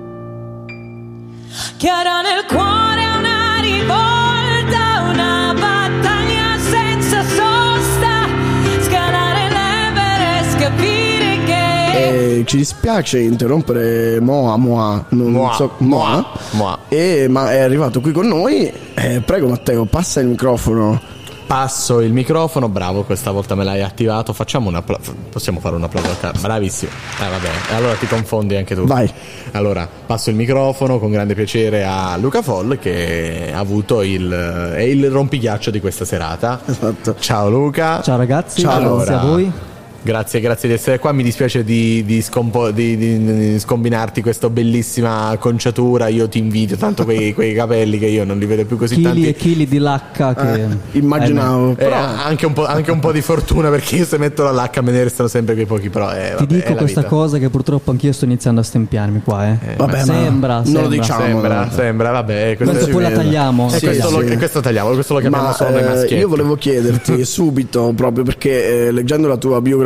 Chiara nel cuore una rivolta, una battaglia senza sosta, scalare l'Everest, capire che... ci dispiace interrompere Moa, ma è arrivato qui con noi. Prego Matteo, passa il microfono. Passo il microfono, bravo, questa volta me l'hai attivato. Facciamo possiamo fare un applauso al caro, bravissimo. Vabbè, allora ti confondi anche tu. Vai. Allora, passo il microfono con grande piacere a Luca Foll, che ha avuto il rompighiaccio di questa serata. Esatto. Ciao Luca. Ciao ragazzi, ciao. Grazie a voi. Grazie di essere qua. Mi dispiace di scombinarti questa bellissima conciatura. Io ti invidio tanto quei capelli che io non li vedo più così tanti. Chili e chili di lacca che immaginavo. Però anche un po' di fortuna, perché io se metto la lacca me ne restano sempre quei pochi. Però ti dico questa cosa che purtroppo anch'io sto iniziando a stempiarmi qua. Vabbè, sembra. Non lo diciamo. Sembra. Vabbè, questo poi la tagliamo. Questo tagliamo. Questo lo capiamo solo noi maschietti. Io volevo chiederti subito, proprio perché leggendo la tua biografia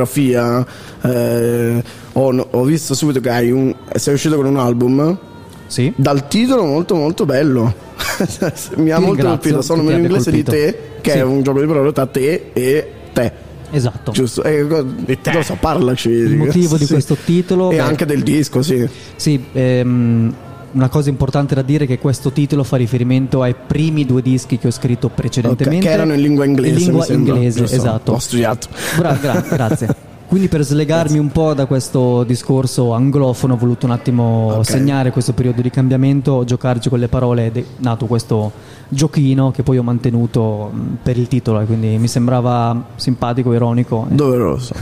ho visto subito che sei uscito con un album. Sì. Dal titolo molto molto bello. Mi ha molto colpito. Sono meno inglese di te, che è un gioco di parole tra te e te. Esatto. Giusto. Cosa parlaci? Il motivo di questo titolo e anche del disco, sì. Sì, una cosa importante da dire è che questo titolo fa riferimento ai primi 2 dischi che ho scritto precedentemente, che erano in lingua inglese. In lingua inglese, giusto? esatto. Ho studiato. Grazie. Quindi per slegarmi un po' da questo discorso anglofono ho voluto un attimo segnare questo periodo di cambiamento, giocarci con le parole ed è nato questo giochino che poi ho mantenuto per il titolo, e quindi mi sembrava simpatico, ironico. Doveroso.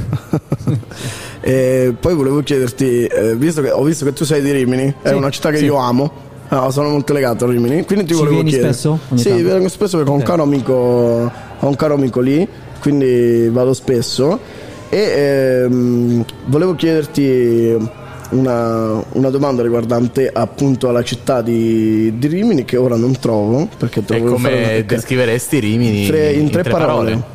E poi volevo chiederti, visto che ho visto che tu sei di Rimini, è una città che io amo. Sono molto legato a Rimini, quindi ti volevo chiedere. Spesso? Sì, vengo spesso perché ho un caro amico lì, quindi vado spesso. E volevo chiederti una domanda riguardante appunto alla città di Rimini, che ora non trovo, perché e come descriveresti Rimini in tre parole?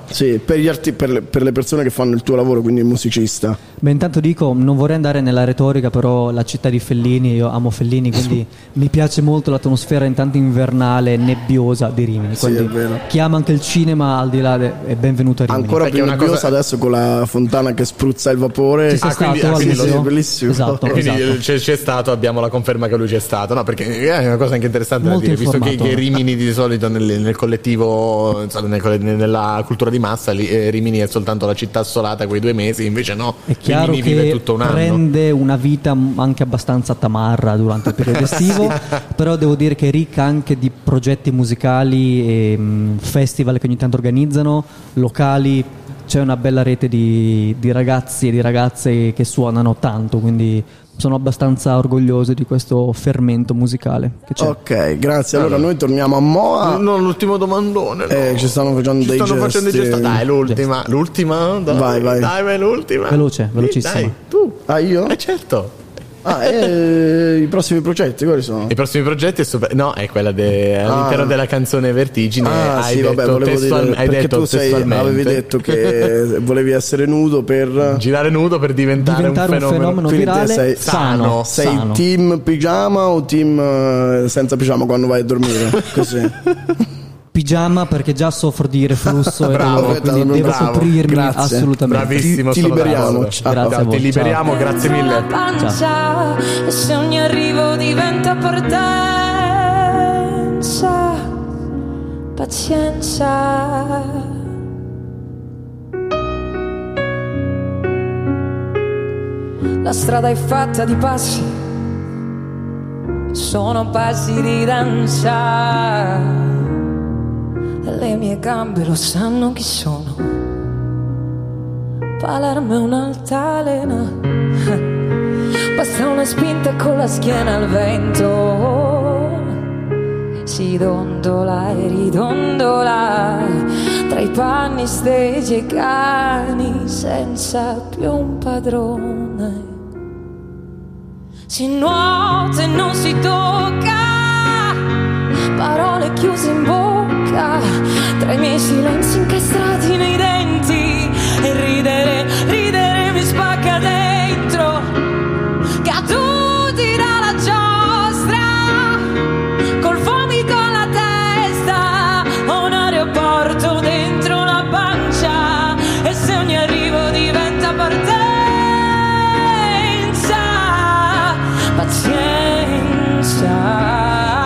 Sì, per le persone che fanno il tuo lavoro, quindi il musicista. Beh, intanto dico, non vorrei andare nella retorica, però la città di Fellini, io amo Fellini, quindi mi piace molto l'atmosfera intanto invernale, nebbiosa di Rimini. Sì, è vero. Chi ama anche il cinema al di là è benvenuto a Rimini. Ancora più nebbiosa adesso con la fontana che spruzza il vapore. Ci sei stato, è bellissimo. Esatto, quindi c'è stato, abbiamo la conferma che lui c'è stato, no? Perché è una cosa anche interessante molto da dire, visto che Rimini di solito nel collettivo, nella cultura di massa, Rimini è soltanto la città assolata quei 2 mesi, invece no, è chiaro Rimini vive tutto un anno. Prende una vita anche abbastanza tamarra durante il periodo estivo, però devo dire che è ricca anche di progetti musicali e festival che ogni tanto organizzano, locali. C'è una bella rete di ragazzi e di ragazze che suonano tanto, quindi sono abbastanza orgoglioso di questo fermento musicale che c'è. Ok, grazie. Allora noi torniamo a Moa. No, l'ultimo domandone. No. Ci stanno facendo dei gesti. Dai, l'ultima. Dai. Vai. Dai, l'ultima. Velocissima. Dai, tu. Io? Certo. I prossimi progetti quali sono? I prossimi progetti è quella all'interno della canzone Vertigine. Perché tu avevi detto che volevi essere nudo per girare nudo per diventare un fenomeno virale. Sei sano. Sei team pigiama o team senza pigiama quando vai a dormire? Così. Pigiama, perché già soffro di reflusso quindi devo coprirmi. Grazie. Assolutamente. Bravissimo. Ti liberiamo. Grazie a voi. Ti liberiamo, ciao. Grazie mille. Ciao. E se ogni arrivo diventa partenza, pazienza. La strada è fatta di passi, sono passi di danza. Le mie gambe lo sanno chi sono. Palermo è un'altalena. Basta una spinta con la schiena al vento. Si dondola e ridondola tra i panni stesi e cani, senza più un padrone. Si nuota e non si tocca, parole chiuse in bocca, tra i miei silenzi incastrati nei denti, e ridere mi spacca dentro, caduti dalla giostra, col vomito alla testa, ho un aeroporto dentro la pancia, e se ogni arrivo diventa partenza, pazienza.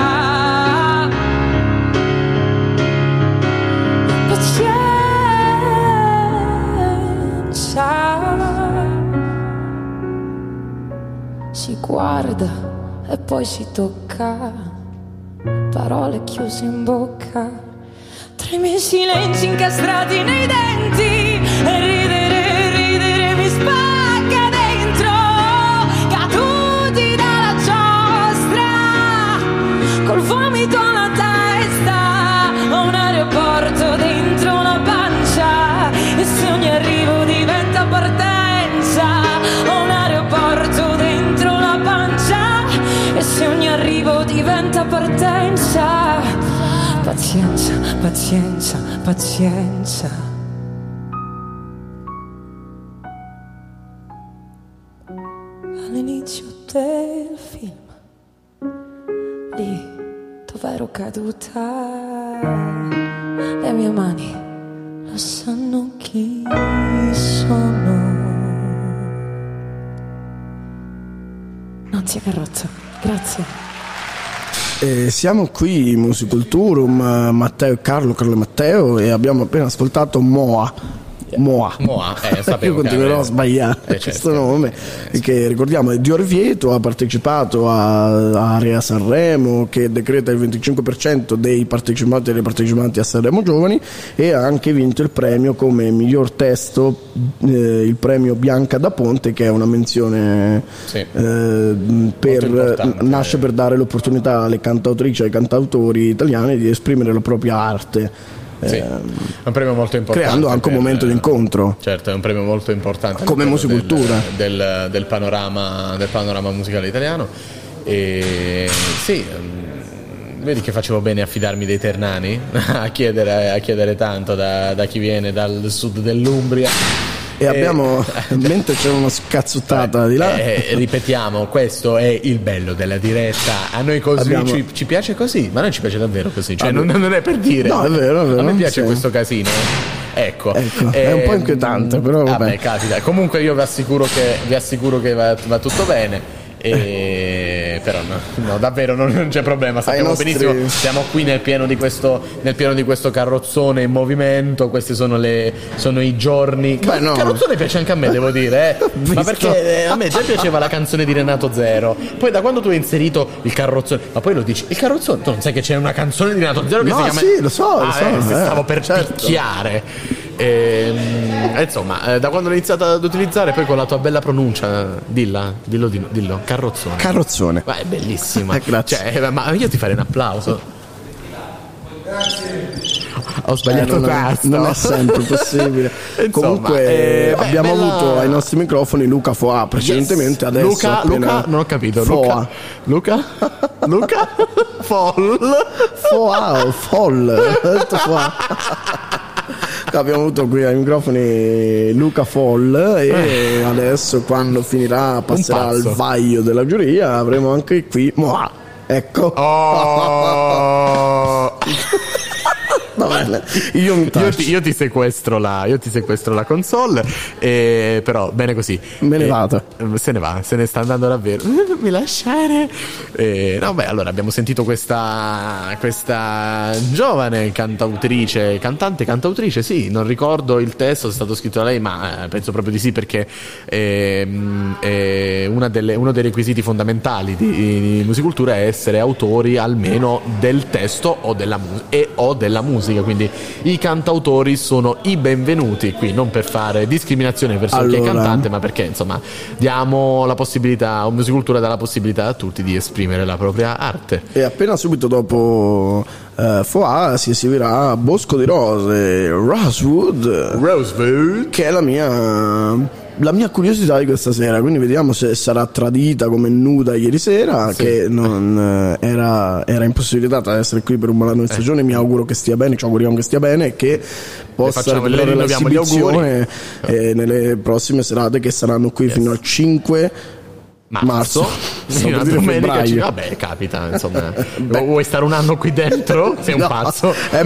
Si guarda e poi si tocca, parole chiuse in bocca, tra i miei silenzi incastrati nei denti, e ridere mi spacca dentro, caduti dalla giostra, col vomito alla testa, ho un aeroporto dentro la pancia, e se ogni arrivo diventa partenza, ho un aeroporto dentro la pancia, e se ogni arrivo diventa partenza, pazienza, pazienza, pazienza. All'inizio del film, lì dove ero caduta, le mie mani lo sanno chi sono. Non sia carrozza, grazie. Siamo qui in Musiculturum, Matteo e Carlo e Matteo, e abbiamo appena ascoltato Moa. Io continuerò a sbagliare questo nome, che ricordiamo è di Orvieto, ha partecipato a Area Sanremo, che decreta il 25% dei partecipanti e delle partecipanti a Sanremo Giovani, e ha anche vinto il premio come miglior testo, il premio Bianca da Ponte, che è una menzione nasce per dare l'opportunità alle cantautrici e ai cantautori italiani di esprimere la propria arte. Sì, è un premio molto importante, creando anche un momento di incontro. Certo, è un premio molto importante come musicultura del panorama musicale italiano. E sì, Vedi che facevo bene a fidarmi dei ternani? a chiedere tanto da chi viene dal sud dell'Umbria. E abbiamo, mentre c'è una scazzottata di là, ripetiamo, questo è il bello della diretta. A noi così ci piace così, ma a noi ci piace davvero così, cioè non è per dire. No, è vero. A me piace questo casino. Ecco. È un po' inquietante, però vabbè. Capita. Comunque io vi assicuro che va tutto bene. Però no, davvero non c'è problema, sappiamo benissimo, siamo qui nel pieno di questo carrozzone in movimento. Questi sono i giorni. Il carrozzone piace anche a me, devo dire, ma perché a me già piaceva la canzone di Renato Zero. Poi da quando tu hai inserito il carrozzone, ma poi lo dici, il carrozzone, tu non sai che c'è una canzone di Renato Zero che si chiama? Sì, lo so. Stavo per picchiare. Insomma, da quando l'ho iniziato ad utilizzare, poi con la tua bella pronuncia, dillo. Carrozzone. Ma è bellissima. Grazie. Cioè, ma io ti farei un applauso. Grazie. Ho sbagliato tasto. Non è sempre possibile. Comunque abbiamo avuto ai nostri microfoni Luca Foà precedentemente. Adesso Luca non ho capito. Foà. Luca Foll. Abbiamo avuto qui ai microfoni Luca Foll e adesso, quando finirà, passerà al vaglio della giuria, avremo anche qui ecco. Va bene. Io ti sequestro la console, però bene così. Me ne vado. Se ne sta andando davvero. Mi lasciare. Allora abbiamo sentito questa giovane cantautrice, sì, non ricordo il testo se è stato scritto da lei, ma penso proprio di sì, perché uno dei requisiti fondamentali di musicultura è essere autori almeno del testo o della musica. Quindi i cantautori sono i benvenuti qui, non per fare discriminazione verso chi è cantante, ma perché insomma diamo la possibilità, o Musicultura dà la possibilità a tutti di esprimere la propria arte. E appena subito dopo Foà si esibirà Bosco di Rose, Rosewood, che è la mia curiosità di questa sera, quindi vediamo se sarà tradita come Nuda ieri sera, sì, che non era impossibilitata ad essere qui per un malanno di stagione. Mi auguro che stia bene, ci auguriamo che stia bene e che possa recuperare l'esibizione nelle prossime serate, che saranno qui fino al 5 marzo. Sì, una domenica vabbè, capita, insomma. Vuoi stare un anno qui dentro? Sei un pazzo. È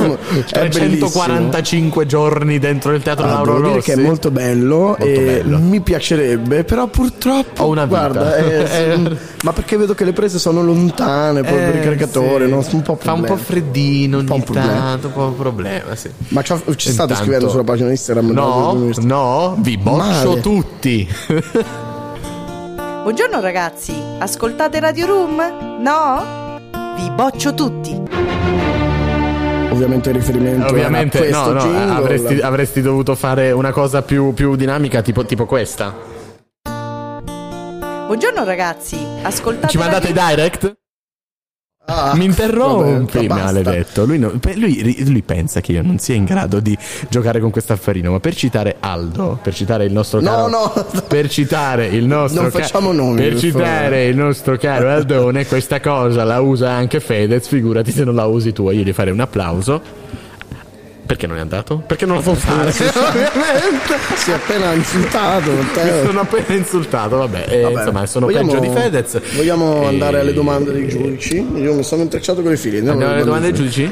345 giorni dentro il teatro Lauro Rossi. Devo dire che è molto bello, bello. Mi piacerebbe, però purtroppo ho una vita. Guarda, ma perché vedo che le prese sono lontane poi per il caricatore, sì. No? Un po' fa un po' freddino ogni tanto, un po' problema, sì. Ma ci state scrivendo sulla pagina Instagram? No, vi boccio tutti. Buongiorno ragazzi, ascoltate Radio Room? No? Vi boccio tutti. Ovviamente riferimento a questo jingle. Avresti dovuto fare una cosa più dinamica, tipo questa. Buongiorno ragazzi, ascoltate. Ci mandate direct? Mi interrompi, maledetto. Lui pensa che io non sia in grado di giocare con questo affarino, ma per citare Aldo, per citare il nostro caro, per citare il nostro non facciamo nomi, per citare il nostro caro Aldone, questa cosa la usa anche Fedez, figurati se non la usi tu. Io gli farei un applauso. Perché non è andato? Perché non la so fare? Ovviamente. Si è appena insultato. Mi sono appena insultato, vabbè. Insomma, sono peggio di Fedez. Vogliamo andare alle domande dei giudici? Io mi sono intrecciato con i fili. Andiamo alle domande dei giudici?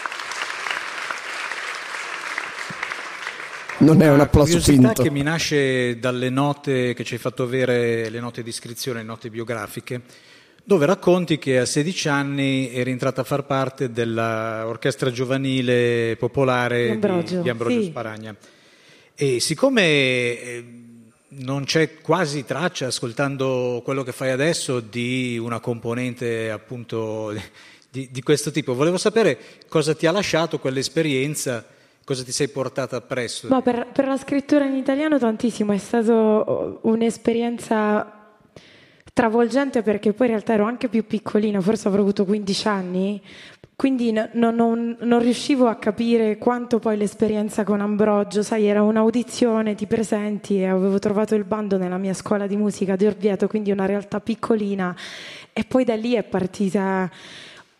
Non è un applauso finto. Che mi nasce dalle note che ci hai fatto avere, le note di iscrizione, le note biografiche, dove racconti che a 16 anni eri entrata a far parte dell'orchestra giovanile popolare di Ambrogio Sparagna. E siccome non c'è quasi traccia, ascoltando quello che fai adesso, di una componente appunto di questo tipo, volevo sapere cosa ti ha lasciato quell'esperienza, cosa ti sei portata appresso. Ma per la scrittura in italiano tantissimo, è stata un'esperienza travolgente, perché poi in realtà ero anche più piccolina, forse avrò avuto 15 anni, quindi non riuscivo a capire quanto poi l'esperienza con Ambrogio, sai, era un'audizione, ti presenti, e avevo trovato il bando nella mia scuola di musica di Orvieto, quindi una realtà piccolina, e poi da lì è partita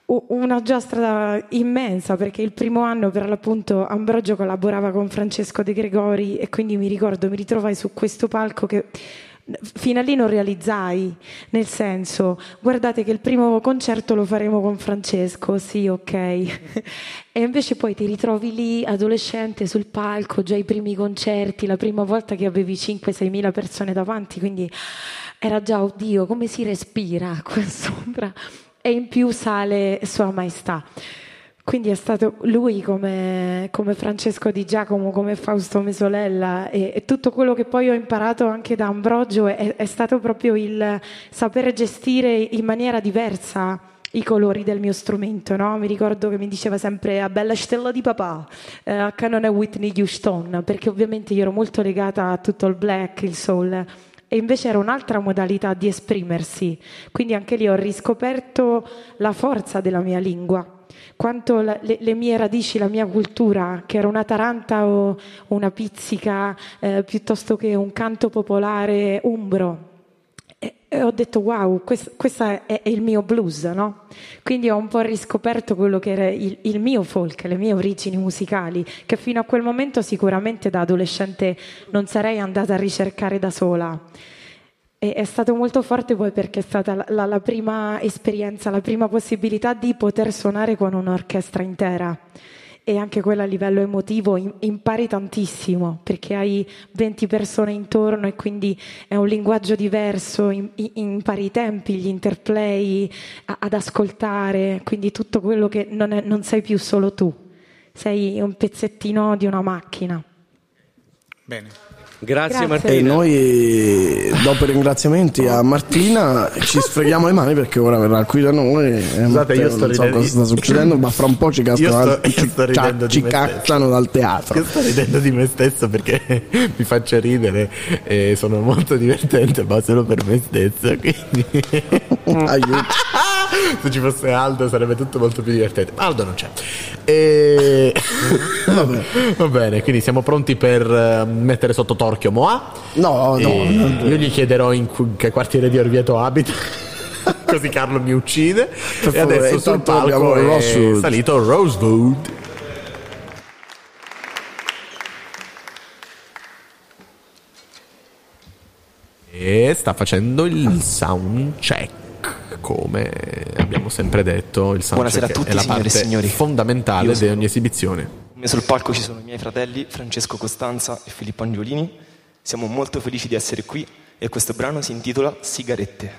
una giostra immensa, perché il primo anno per l'appunto Ambrogio collaborava con Francesco De Gregori e quindi mi ritrovai su questo palco che fino a lì non realizzai, nel senso, guardate che il primo concerto lo faremo con Francesco, sì, ok. E invece poi ti ritrovi lì adolescente sul palco, già i primi concerti, la prima volta che avevi 5-6 mila persone davanti, quindi era già, oddio, come si respira qua sopra, e in più sale Sua Maestà. Quindi è stato lui come Francesco Di Giacomo, come Fausto Mesolella, e tutto quello che poi ho imparato anche da Ambrogio è stato proprio il sapere gestire in maniera diversa i colori del mio strumento, no? Mi ricordo che mi diceva sempre a bella stella di papà, a canone Whitney Houston, perché ovviamente io ero molto legata a tutto il black, il soul, e invece era un'altra modalità di esprimersi. Quindi anche lì ho riscoperto la forza della mia lingua, quanto le mie radici, la mia cultura, che era una taranta o una pizzica, piuttosto che un canto popolare umbro. E ho detto wow, questo è il mio blues, no? Quindi ho un po' riscoperto quello che era il mio folk, le mie origini musicali, che fino a quel momento sicuramente da adolescente non sarei andata a ricercare da sola. E è stato molto forte poi perché è stata la prima esperienza, la prima possibilità di poter suonare con un'orchestra intera. E anche quella a livello emotivo impari tantissimo, perché hai 20 persone intorno e quindi è un linguaggio diverso, impari i tempi, gli interplay, ad ascoltare, quindi tutto quello che non sei più solo tu, sei un pezzettino di una macchina. Bene. Grazie Martina. E noi dopo i ringraziamenti a Martina ci sfreghiamo le mani perché ora verrà qui da noi. Scusate, io sto non so cosa sta succedendo, ma fra un po' ci cacciano dal teatro. Io sto ridendo di me stesso perché mi faccio ridere e sono molto divertente, ma solo per me stesso, quindi aiuto. Se ci fosse Aldo sarebbe tutto molto più divertente. Aldo non c'è. Va bene, quindi siamo pronti per mettere sotto torchio Moà? No. Io gli chiederò in che quartiere di Orvieto abita. Così Carlo mi uccide. E adesso sul palco è salito Rosewood. E sta facendo il sound check. Come abbiamo sempre detto, il soundcheck a tutti, è la parte fondamentale di ogni esibizione. Sul palco ci sono i miei fratelli Francesco Costanza e Filippo Angiolini. Siamo molto felici di essere qui e questo brano si intitola Sigarette.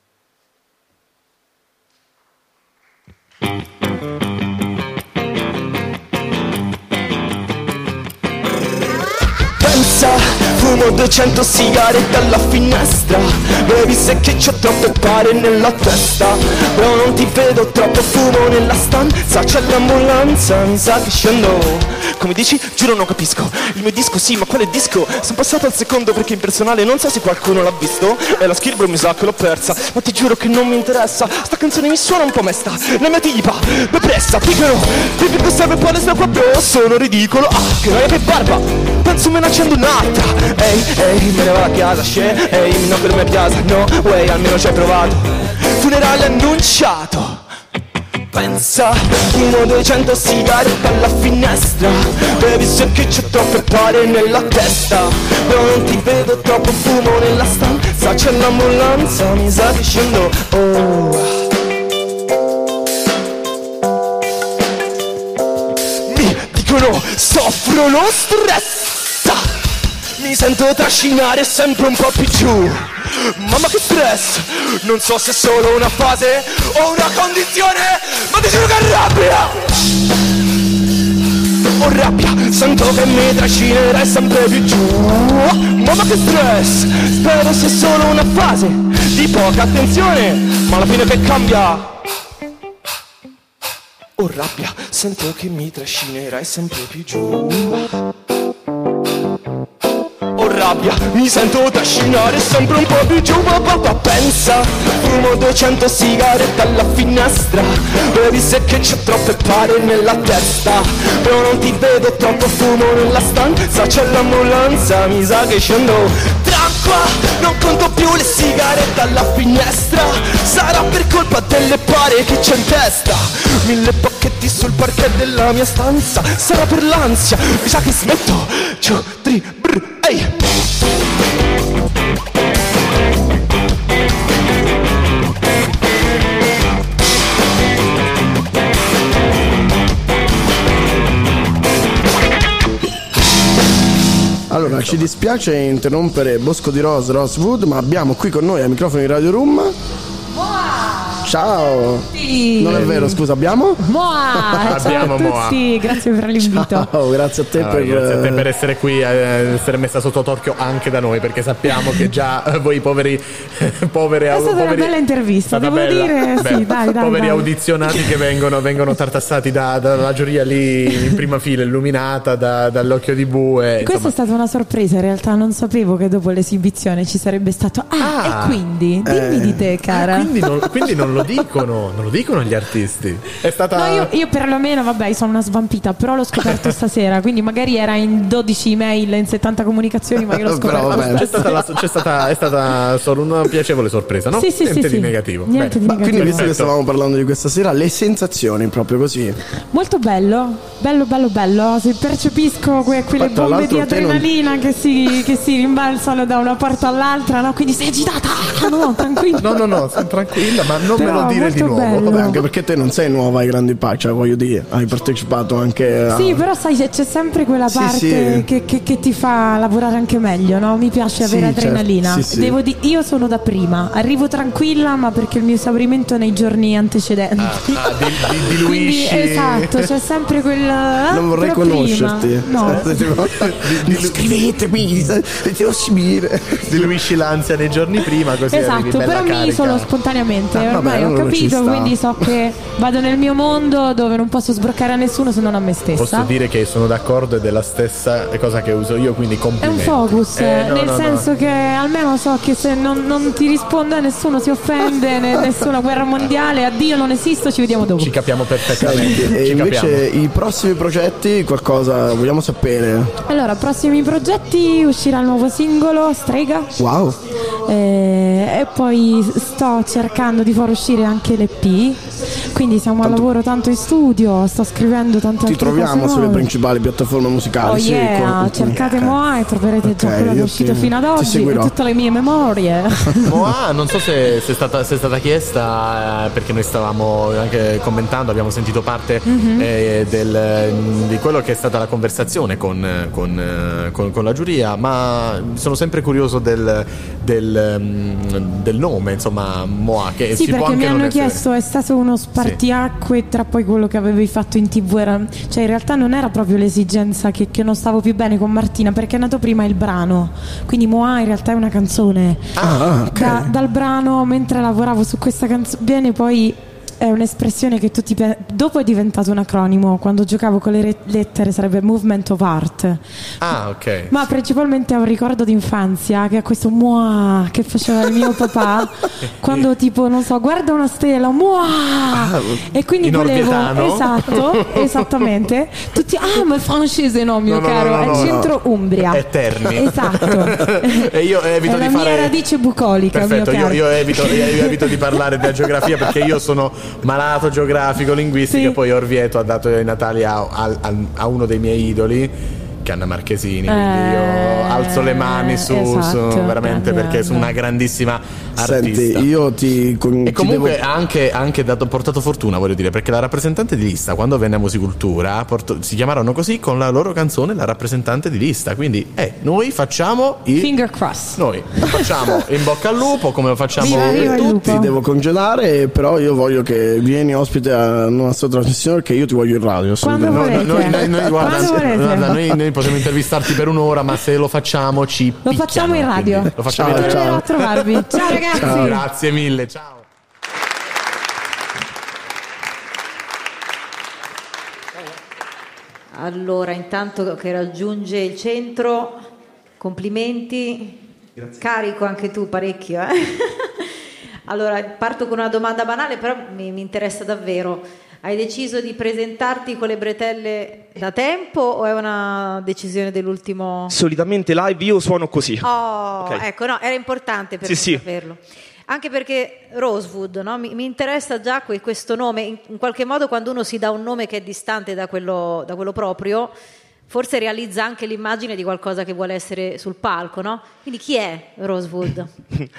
Fumo 200 sigarette alla finestra. Bevi se che c'ho troppe pare nella testa. Però non ti vedo, troppo fumo nella stanza. C'è l'ambulanza, mi sa che scendo. Come dici? Giuro non capisco. Il mio disco sì, ma quale disco? Sono passato al secondo perché in personale non so se qualcuno l'ha visto. E la Skillbro mi sa che l'ho persa. Ma ti giuro che non mi interessa. Sta canzone mi suona un po' mesta. La mia tipa, depressa, piccolo. Pipi che serve poi sta proprio. Sono ridicolo. Ah, che noia, che barba. Penso me ne accendo un'altra. Ehi, me ne vado a casa, ehi, no per me piace, no way, almeno ci hai provato. Funerale annunciato. Pensa, fumo 200 sigarette alla finestra. Bevi se che c'è troppe pare nella testa. Però non ti vedo, troppo fumo nella stanza. C'è l'ambulanza, mi sa che scendo. Mi dicono, soffro lo stress. Mi sento trascinare sempre un po' più giù. Mamma che stress. Non so se è solo una fase o una condizione, ma ti giuro che rabbia. Ho rabbia, sento che mi trascinerai sempre più giù. Mamma che stress. Spero sia solo una fase di poca attenzione, ma alla fine che cambia. Ho rabbia, sento che mi trascinerai sempre più giù. Rabbia, mi sento trascinare sempre un po' più giù. Pensa, fumo 200 sigarette alla finestra. Bevi se che c'è troppe pare nella testa. Però non ti vedo, troppo fumo nella stanza. C'è l'ambulanza, mi sa che scendo. Tranquillo. qua, non conto più le sigarette alla finestra. Sarà per colpa delle pare che c'è in testa. 1000 pacchetti sul parquet della mia stanza. Sarà per l'ansia, mi sa che smetto. 2, 3, brr, ehi. Allora, ci dispiace interrompere Bosco di Rose, Rosewood, ma abbiamo qui con noi ai microfoni di Radio Room. Ciao! Sì. Non è vero, scusa, abbiamo? Moa! Ciao a tutti, grazie per l'invito. Ciao, grazie a te grazie a te per essere qui, essere messa sotto torchio anche da noi, perché sappiamo che già voi poveri è stata una bella intervista, devo dire. Beh, sì, dai, poveri audizionati che vengono tartassati dalla giuria lì in prima fila, illuminata dall'occhio di bue. Questa è stata una sorpresa, in realtà non sapevo che dopo l'esibizione ci sarebbe stato e quindi dimmi di te, cara. Quindi non lo dicono gli artisti. È stata... No, io perlomeno, vabbè, sono una svampita, però l'ho scoperto stasera, quindi magari era in 12 email, in 70 comunicazioni, ma io l'ho scoperto è stata solo una piacevole sorpresa, no? Sì, Niente di negativo. Niente di negativo. Quindi, visto che stavamo parlando di questa sera, le sensazioni proprio così. Molto bello. Se percepisco quelle bombe di adrenalina che si rimbalzano da una parte all'altra, no? Quindi sei agitata. No, tranquilla. No, sei tranquilla, ma non me lo dire di nuovo. Vabbè, anche perché te non sei nuova ai grandi palchi, cioè voglio dire, hai partecipato anche a... Sì, però sai, c'è sempre quella parte che ti fa lavorare anche meglio, no? Mi piace avere adrenalina. Certo. Sì. Devo dire, io sono da prima, arrivo tranquilla, ma perché il mio esaurimento è nei giorni antecedenti. Diluisci. Quindi, esatto, c'è sempre quel... non vorrei conoscerti. No. Scrivetemi, devo subire. Diluisci l'ansia nei giorni prima, così esatto, però mi isolo spontaneamente. Ormai ho capito, quindi so che vado nel mio mondo dove non posso sbroccare a nessuno se non a me stessa. Posso dire che sono d'accordo ed è la stessa cosa che uso io, quindi complimenti. È un focus, nel senso che almeno so che se non ti risponde nessuno si offende, nessuna guerra mondiale, addio, non esisto, ci vediamo dopo. Ci capiamo perfettamente. E invece i prossimi progetti, qualcosa vogliamo sapere? Allora, prossimi progetti, uscirà il nuovo singolo Strega. Wow. E poi sto cercando di far uscire anche l'EP, quindi siamo a lavoro tanto in studio, sto scrivendo tante altre cose. Ti troviamo sulle principali piattaforme musicali. Cercate Moa e troverete già quello che è uscito fino ad oggi e tutte le mie memorie. Moa, non so se è stata chiesta, perché noi stavamo anche commentando, abbiamo sentito parte di quello che è stata la conversazione con la giuria, ma sono sempre curioso del nome, insomma, Moa, che sì, si può perché anche mi hanno non essere... chiesto, è stato uno spartiacque tra poi quello che avevi fatto in TV, cioè in realtà non era proprio l'esigenza che non stavo più bene con Martina, perché è nato prima il brano, quindi Moa in realtà è una canzone. Okay. Dal brano, mentre lavoravo su questa canzone, poi è un'espressione che tutti dopo è diventato un acronimo. Quando giocavo con le lettere sarebbe Movement of Art. Ok. Ma principalmente è un ricordo d'infanzia, che è questo muah che faceva il mio papà quando tipo, non so, guarda una stella, muah, e quindi volevo esattamente tutti, ma francese no mio caro, è centro Umbria, Eterni. Esatto. E io evito è di la fare mia radice bucolica. Perfetto, mio caro. io evito di parlare della geografia, perché io sono malato geografico linguistico. Poi Orvieto ha dato i Natali a uno dei miei idoli, che è Anna Marchesini, quindi io alzo le mani su veramente, perché sono una grandissima artista. Senti, io e comunque ha anche portato fortuna, voglio dire, perché la rappresentante di lista, quando venne a Musicultura, si chiamarono così con la loro canzone, la rappresentante di lista. Quindi noi facciamo finger cross, noi facciamo in bocca al lupo, come lo facciamo tutti. Ti devo congelare, però io voglio che vieni ospite a nostra trasmissione, perché io ti voglio in radio. Quando volete. Noi possiamo intervistarti per un'ora, ma se lo facciamo lo facciamo in radio. Lo facciamo in radio. A trovarvi. Ciao ragazzi. Ciao. Grazie mille, ciao. Allora, intanto che raggiunge il centro, complimenti. Grazie. Carico anche tu parecchio. Allora, parto con una domanda banale, però mi interessa davvero. Hai deciso di presentarti con le bretelle da tempo o è una decisione dell'ultimo? Solitamente live io suono così. Oh, okay. Ecco, no, era importante per me saperlo. Anche perché Rosewood, no? mi interessa già questo nome, in qualche modo quando uno si dà un nome che è distante da quello proprio, forse realizza anche l'immagine di qualcosa che vuole essere sul palco, no? Quindi chi è Rosewood?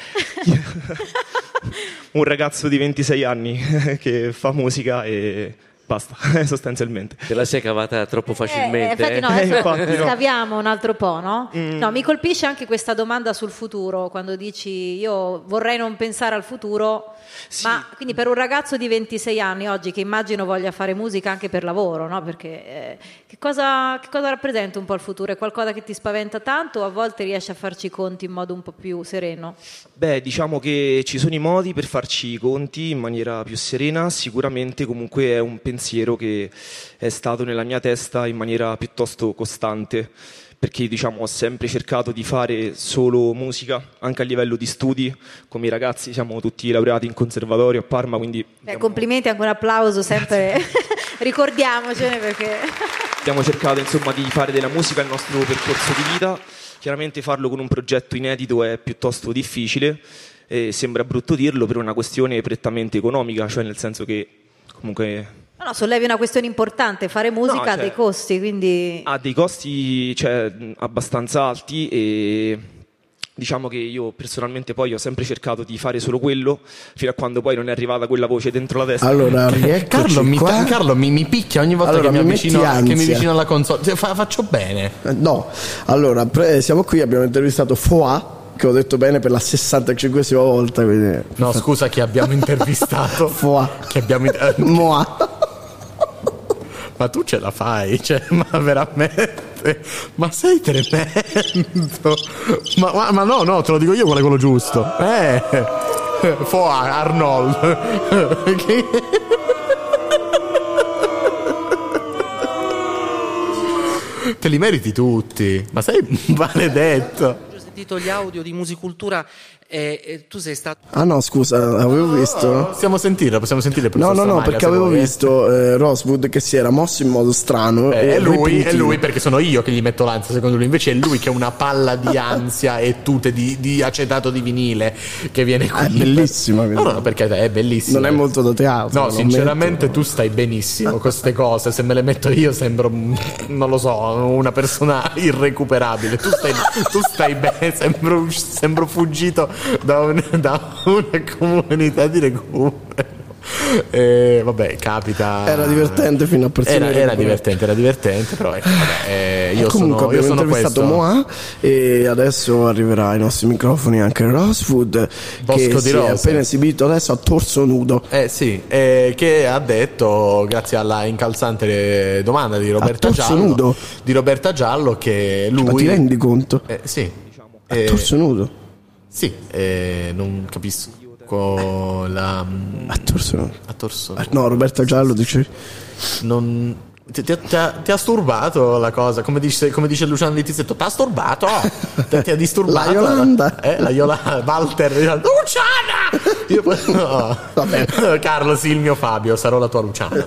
Un ragazzo di 26 anni che fa musica e basta, sostanzialmente. Te la sei cavata troppo facilmente. Infatti no, adesso scaviamo un altro po', no? No, mi colpisce anche questa domanda sul futuro, quando dici io vorrei non pensare al futuro, ma quindi per un ragazzo di 26 anni oggi, che immagino voglia fare musica anche per lavoro, no? Perché che cosa rappresenta un po' il futuro? È qualcosa che ti spaventa tanto o a volte riesci a farci i conti in modo un po' più sereno? Beh, diciamo che ci sono i modi per farci i conti in maniera più serena, sicuramente comunque è un pensiero che è stato nella mia testa in maniera piuttosto costante, perché diciamo ho sempre cercato di fare solo musica, anche a livello di studi. Come i ragazzi siamo tutti laureati in conservatorio a Parma, quindi complimenti, anche un applauso sempre. Ricordiamocene, perché abbiamo cercato insomma di fare della musica il nostro percorso di vita. Chiaramente farlo con un progetto inedito è piuttosto difficile e sembra brutto dirlo per una questione prettamente economica, cioè nel senso che comunque no, sollevi una questione importante. Fare musica ha dei costi, quindi ha dei costi abbastanza alti e diciamo che io personalmente poi ho sempre cercato di fare solo quello fino a quando poi non è arrivata quella voce dentro la testa. Allora, Carlo mi picchia ogni volta che mi avvicino alla console. Faccio bene. No, allora siamo qui, abbiamo intervistato Foà, che ho detto bene per la 65esima volta, quindi... No, scusa, chi abbiamo intervistato? Foà. Moà. Ma tu ce la fai, cioè, ma veramente, ma sei tremendo. Ma no, te lo dico io qual è quello giusto. Foà, Arnold. Te li meriti tutti, ma sei maledetto. Gli audio di Musicultura tu sei stato... Ah no, scusa, avevo visto... Possiamo sentire No, perché avevo visto Rosewood che si era mosso in modo strano. È lui, perché sono io che gli metto l'ansia, secondo lui. Invece è lui che è una palla di ansia e tute di acetato di vinile che viene qui. È bellissima. No, perché è bellissima. Non è molto da teatro. No, sinceramente tu stai benissimo con queste cose. Se me le metto io sembro, non lo so, una persona irrecuperabile. Tu stai bene, sembro fuggito da una comunità di recupero. Vabbè, capita. Era divertente fino a persone. Era divertente, però ecco, io comunque abbiamo intervistato Moà e adesso arriverà ai nostri microfoni anche Rosewood, che si è appena esibito adesso a torso nudo. Che ha detto, grazie alla incalzante domanda di Roberta Giallo, che lui... Ma ti rendi conto? Sì. A torso nudo? Sì, non capisco la... A torso. No, Roberta Giallo dice... Non... Ti ha sturbato la cosa, come dice Luciano Littizzetto, ti ha sturbato? Ti ha disturbato? La Yolanda. La Yolanda, Walter, Luciana! Io poi, no. Vabbè. Carlo, sì, il mio Fabio, sarò la tua Luciana.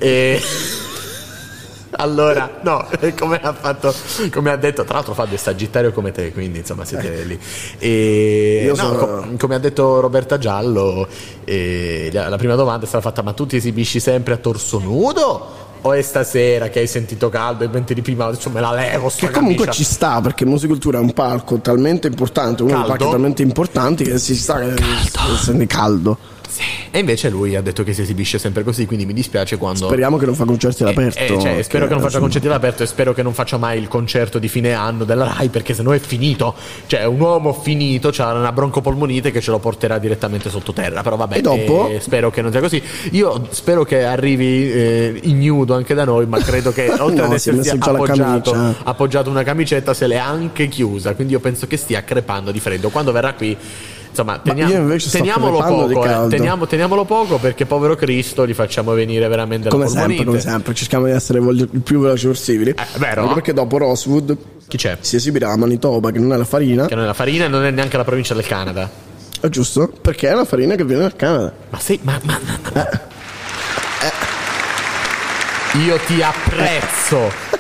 Allora, no, come ha detto, tra l'altro Fabio è sagittario come te, quindi insomma siete lì. Come ha detto Roberta Giallo, la prima domanda è stata fatta: ma tu ti esibisci sempre a torso nudo? O è stasera che hai sentito caldo e mentre di prima me la levo sta che comunque camicia. Ci sta, perché Musicultura è un palco talmente importante, uno dei palchi talmente importanti che si sta sente caldo. Sì. E invece lui ha detto che si esibisce sempre così, quindi mi dispiace quando... Speriamo che non fa concerti all'aperto. Spero che non faccia concerti all'aperto e spero che non faccia mai il concerto di fine anno della Rai, perché sennò è finito. Cioè è un uomo finito, c'ha una broncopolmonite che ce lo porterà direttamente sottoterra. Però vabbè, e dopo? Spero che non sia così. Io spero che arrivi ignudo anche da noi, ma credo che oltre ad essersi appoggiato una camicetta se l'è anche chiusa, quindi io penso che stia crepando di freddo. Quando verrà qui, insomma, teniamolo poco, perché povero Cristo gli facciamo venire veramente come la polmonite. Come sempre cerchiamo di essere il più veloci possibili, vero? Perché dopo Rosewood chi c'è? Si esibirà a Manitoba, che non è la farina e non è neanche la provincia del Canada. È giusto, perché è la farina che viene dal Canada. Ma sì, ma Io ti apprezzo.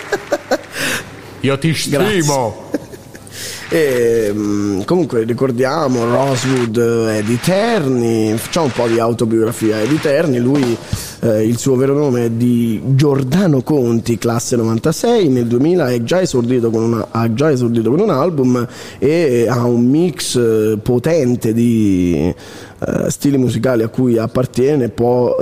Io ti stimo. E comunque ricordiamo Rosewood, Eddie Terni, facciamo un po' di autobiografia. Eddie Terni, lui il suo vero nome è di Giordano Conti, classe 96, nel 2000 ha già esordito con un album e ha un mix potente di stili musicali a cui appartiene, pop,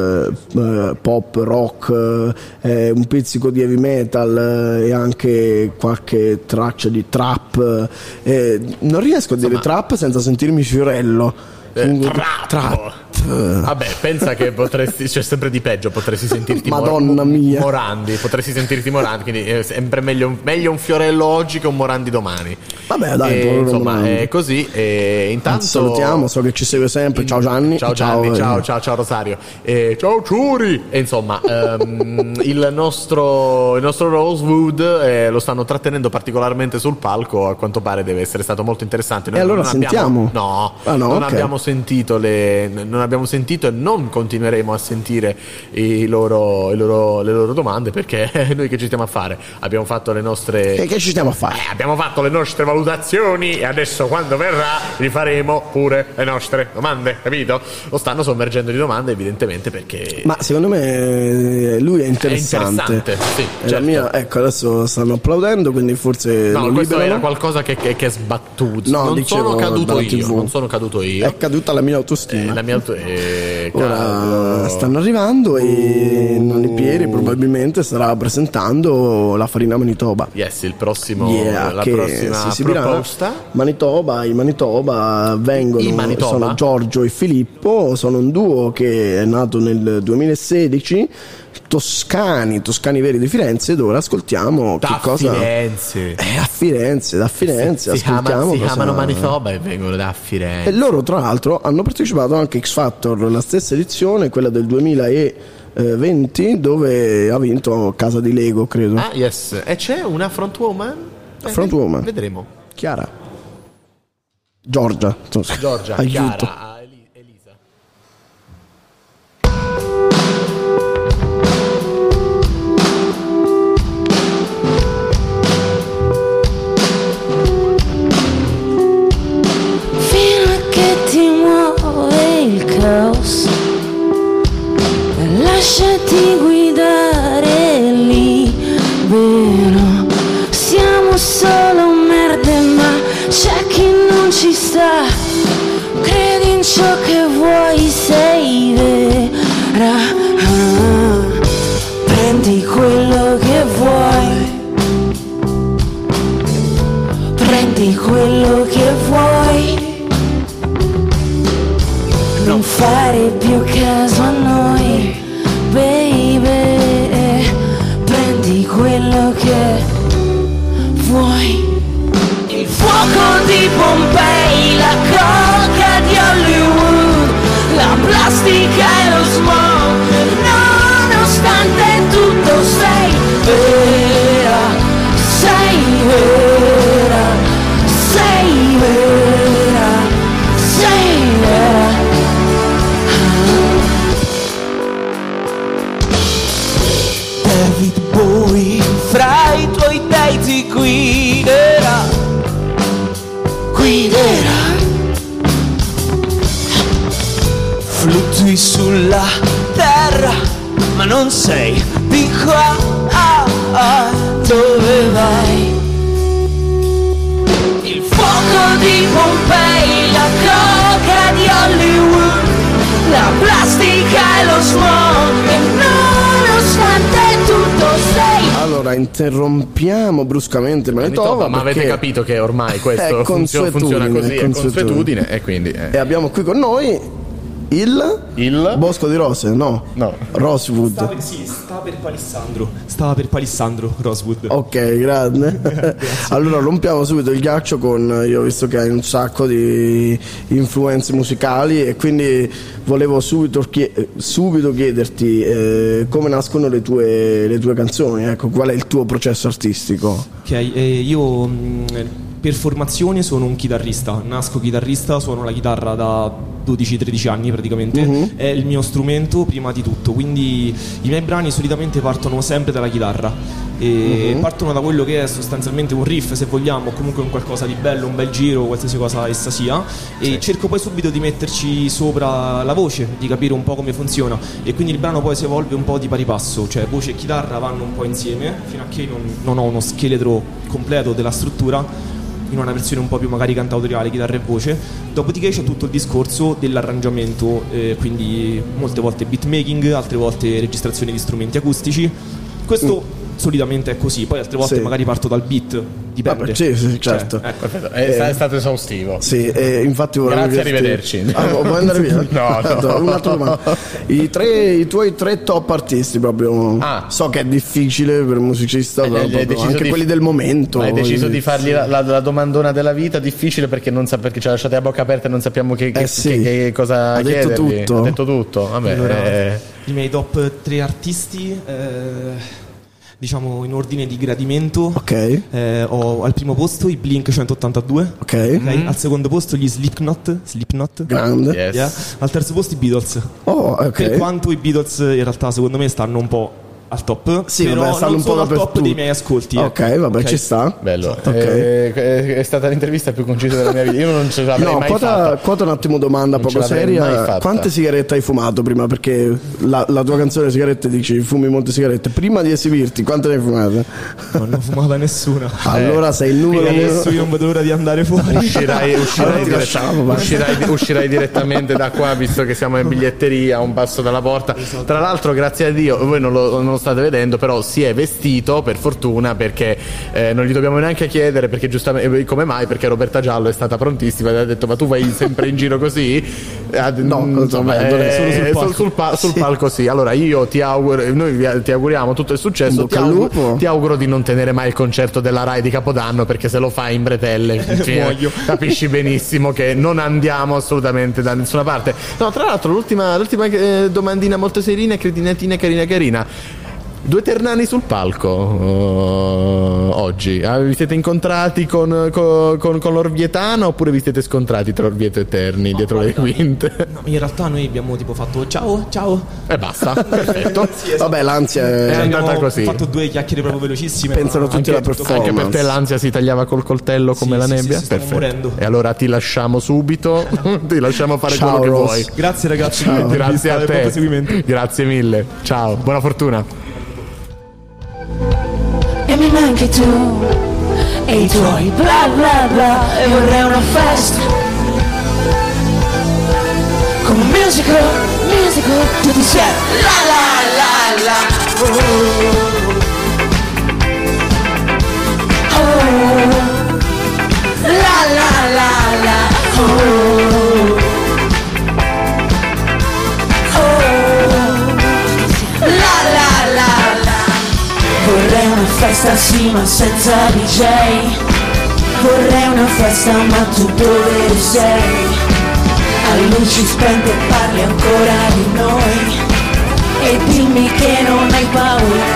rock, un pizzico di heavy metal e anche qualche traccia di trap. Non riesco a dire trap senza sentirmi Fiorello. Trap. Vabbè, pensa che c'è sempre di peggio, potresti sentirti Madonna mia. Morandi, quindi è sempre meglio un Fiorello oggi che un Morandi domani. Vabbè, dai, insomma, è così. E intanto salutiamo, so che ci segue sempre. Ciao Gianni. Ciao Gianni, ciao Rosario. Ciao Ciuri. E insomma, il nostro Rosewood lo stanno trattenendo particolarmente sul palco. A quanto pare deve essere stato molto interessante. Noi allora sentiamo. Non abbiamo sentito e non continueremo a sentire le loro domande, perché noi che ci stiamo a fare? Abbiamo fatto le nostre abbiamo fatto le nostre valutazioni e adesso quando verrà rifaremo pure le nostre domande, capito? Lo stanno sommergendo di domande evidentemente, perché ma secondo me lui è interessante, sì, certo. Ecco, adesso stanno applaudendo, quindi forse questo era qualcosa che è sbattuto. Non sono caduto io. È caduta la mia autostima. Ora stanno arrivando e Nani Pieri probabilmente starà presentando la Farina Manitoba. Yes, la prossima proposta. I Manitoba vengono, sono Giorgio e Filippo, sono un duo che è nato nel 2016. Toscani veri di Firenze, ed ora ascoltiamo da Firenze. Da Firenze si chiamano Manitoba e vengono da Firenze. E loro tra l'altro hanno partecipato anche a X Factor, la stessa edizione, quella del 2020, dove ha vinto Casa di Lego, credo. Ah, yes. E c'è una frontwoman? Frontwoman. Vedremo. Chiara. Giorgia, aiuto. Chiara. Lasciati guidare libero, siamo solo merde, ma c'è chi non ci sta. Credi in ciò che vuoi, sei vera. Prendi quello che vuoi, prendi quello che vuoi. Non fare più caso a noi, baby, prendi quello che vuoi. Il fuoco di Pompei, la coca di Hollywood, la plastica e lo smog, nonostante tutto sei vera, sei vera, sei vera, sei vera. David Bowie fra i tuoi dei ti guiderà. Fluttui sulla terra, ma non sei di qua. Dove vai? Il fuoco di Pompei, la coca di Hollywood, la plastica e lo smog, e nonostante tutto sei. Allora interrompiamo bruscamente Manitoba, ma avete capito che ormai questo funziona così, è consuetudine, e quindi E abbiamo qui con noi il Bosco di Rose, no? Rosewood. Stava per Palissandro Rosewood. Ok, grande. Allora rompiamo subito il ghiaccio con, io ho visto che hai un sacco di influenze musicali e quindi volevo subito chiederti come nascono le tue canzoni, ecco, qual è il tuo processo artistico? Ok, io per formazione sono un chitarrista, nasco chitarrista, suono la chitarra da 12-13 anni praticamente, è il mio strumento prima di tutto, quindi i miei brani solitamente partono sempre dalla chitarra e partono da quello che è sostanzialmente un riff, se vogliamo, o comunque un qualcosa di bello, un bel giro, qualsiasi cosa essa sia, e cerco poi subito di metterci sopra la voce, di capire un po' come funziona, e quindi il brano poi si evolve un po' di pari passo, cioè voce e chitarra vanno un po' insieme fino a che non ho uno scheletro completo della struttura in una versione un po' più magari cantautoriale, chitarra e voce. Dopodiché c'è tutto il discorso dell'arrangiamento, quindi molte volte beatmaking, altre volte registrazione di strumenti acustici. Questo solitamente è così, poi altre volte magari parto dal beat, dipende. Sì, certo. Perfetto. È stato esaustivo. Sì, infatti grazie, arrivederci. Vuoi andare via? No. Un'altra domanda. I tuoi 3 top artisti proprio. So che è difficile per un musicista, anche quelli del momento. Hai deciso di fargli la domandona della vita, difficile perché non sa, perché ci ha lasciato a bocca aperta e non sappiamo che cosa ha detto chiedergli. tutto. Ha detto tutto. Vabbè, allora, i miei top 3 artisti, diciamo in ordine di gradimento, ho al primo posto i Blink 182, al secondo posto gli Slipknot, grande, yes. Al terzo posto i Beatles, per per quanto i Beatles in realtà secondo me stanno un po' al top, però stanno un po' al top dei miei ascolti. Ci sta. Bello. È stata l'intervista più concisa della mia vita. Io non ce l'avrei mai fatta. Quota un attimo domanda poco seria. Quante sigarette hai fumato prima? Perché la tua canzone Sigarette dici fumi molte sigarette. Prima di esibirti, quante ne hai fumate? Non ne ho fumata nessuna. Allora sei il numero uno. Adesso io non vedo l'ora di andare fuori. Uscirai direttamente da qua, visto che siamo in biglietteria a un passo dalla porta. Tra l'altro, grazie a Dio, voi non lo state vedendo, però si è vestito per fortuna, perché non gli dobbiamo neanche chiedere, perché giustamente come mai, perché Roberta Giallo è stata prontissima e ha detto: ma tu vai sempre in giro così? Sul palco sì. Allora io ti auguro, noi ti auguriamo tutto il successo, ti auguro di non tenere mai il concerto della Rai di Capodanno, perché se lo fai in bretelle capisci benissimo che non andiamo assolutamente da nessuna parte. No, tra l'altro l'ultima domandina molto serina, cretinatina, carina. 2 ternani sul palco oggi. Vi siete incontrati con l'Orvietana, oppure vi siete scontrati tra Orvieto e Terni dietro le quinte? No, in realtà noi abbiamo tipo fatto ciao e basta. Perfetto. Vabbè, l'ansia è andata così. Abbiamo fatto 2 chiacchiere proprio velocissime. Pensano tutti alla performance. Anche per te l'ansia si tagliava col coltello come la nebbia? Perfetto. E allora ti lasciamo subito. Ti lasciamo fare quello che vuoi. Grazie ragazzi. Grazie a te. Grazie mille. Ciao, buona fortuna. E mi manchi tu e i tuoi bla bla bla, e vorrei una festa con musical, tutti insieme, la la la la, la la la la, vorrei una festa sì ma senza DJ, vorrei una festa ma tu dove sei? A luci spente parli ancora di noi e dimmi che non hai paura.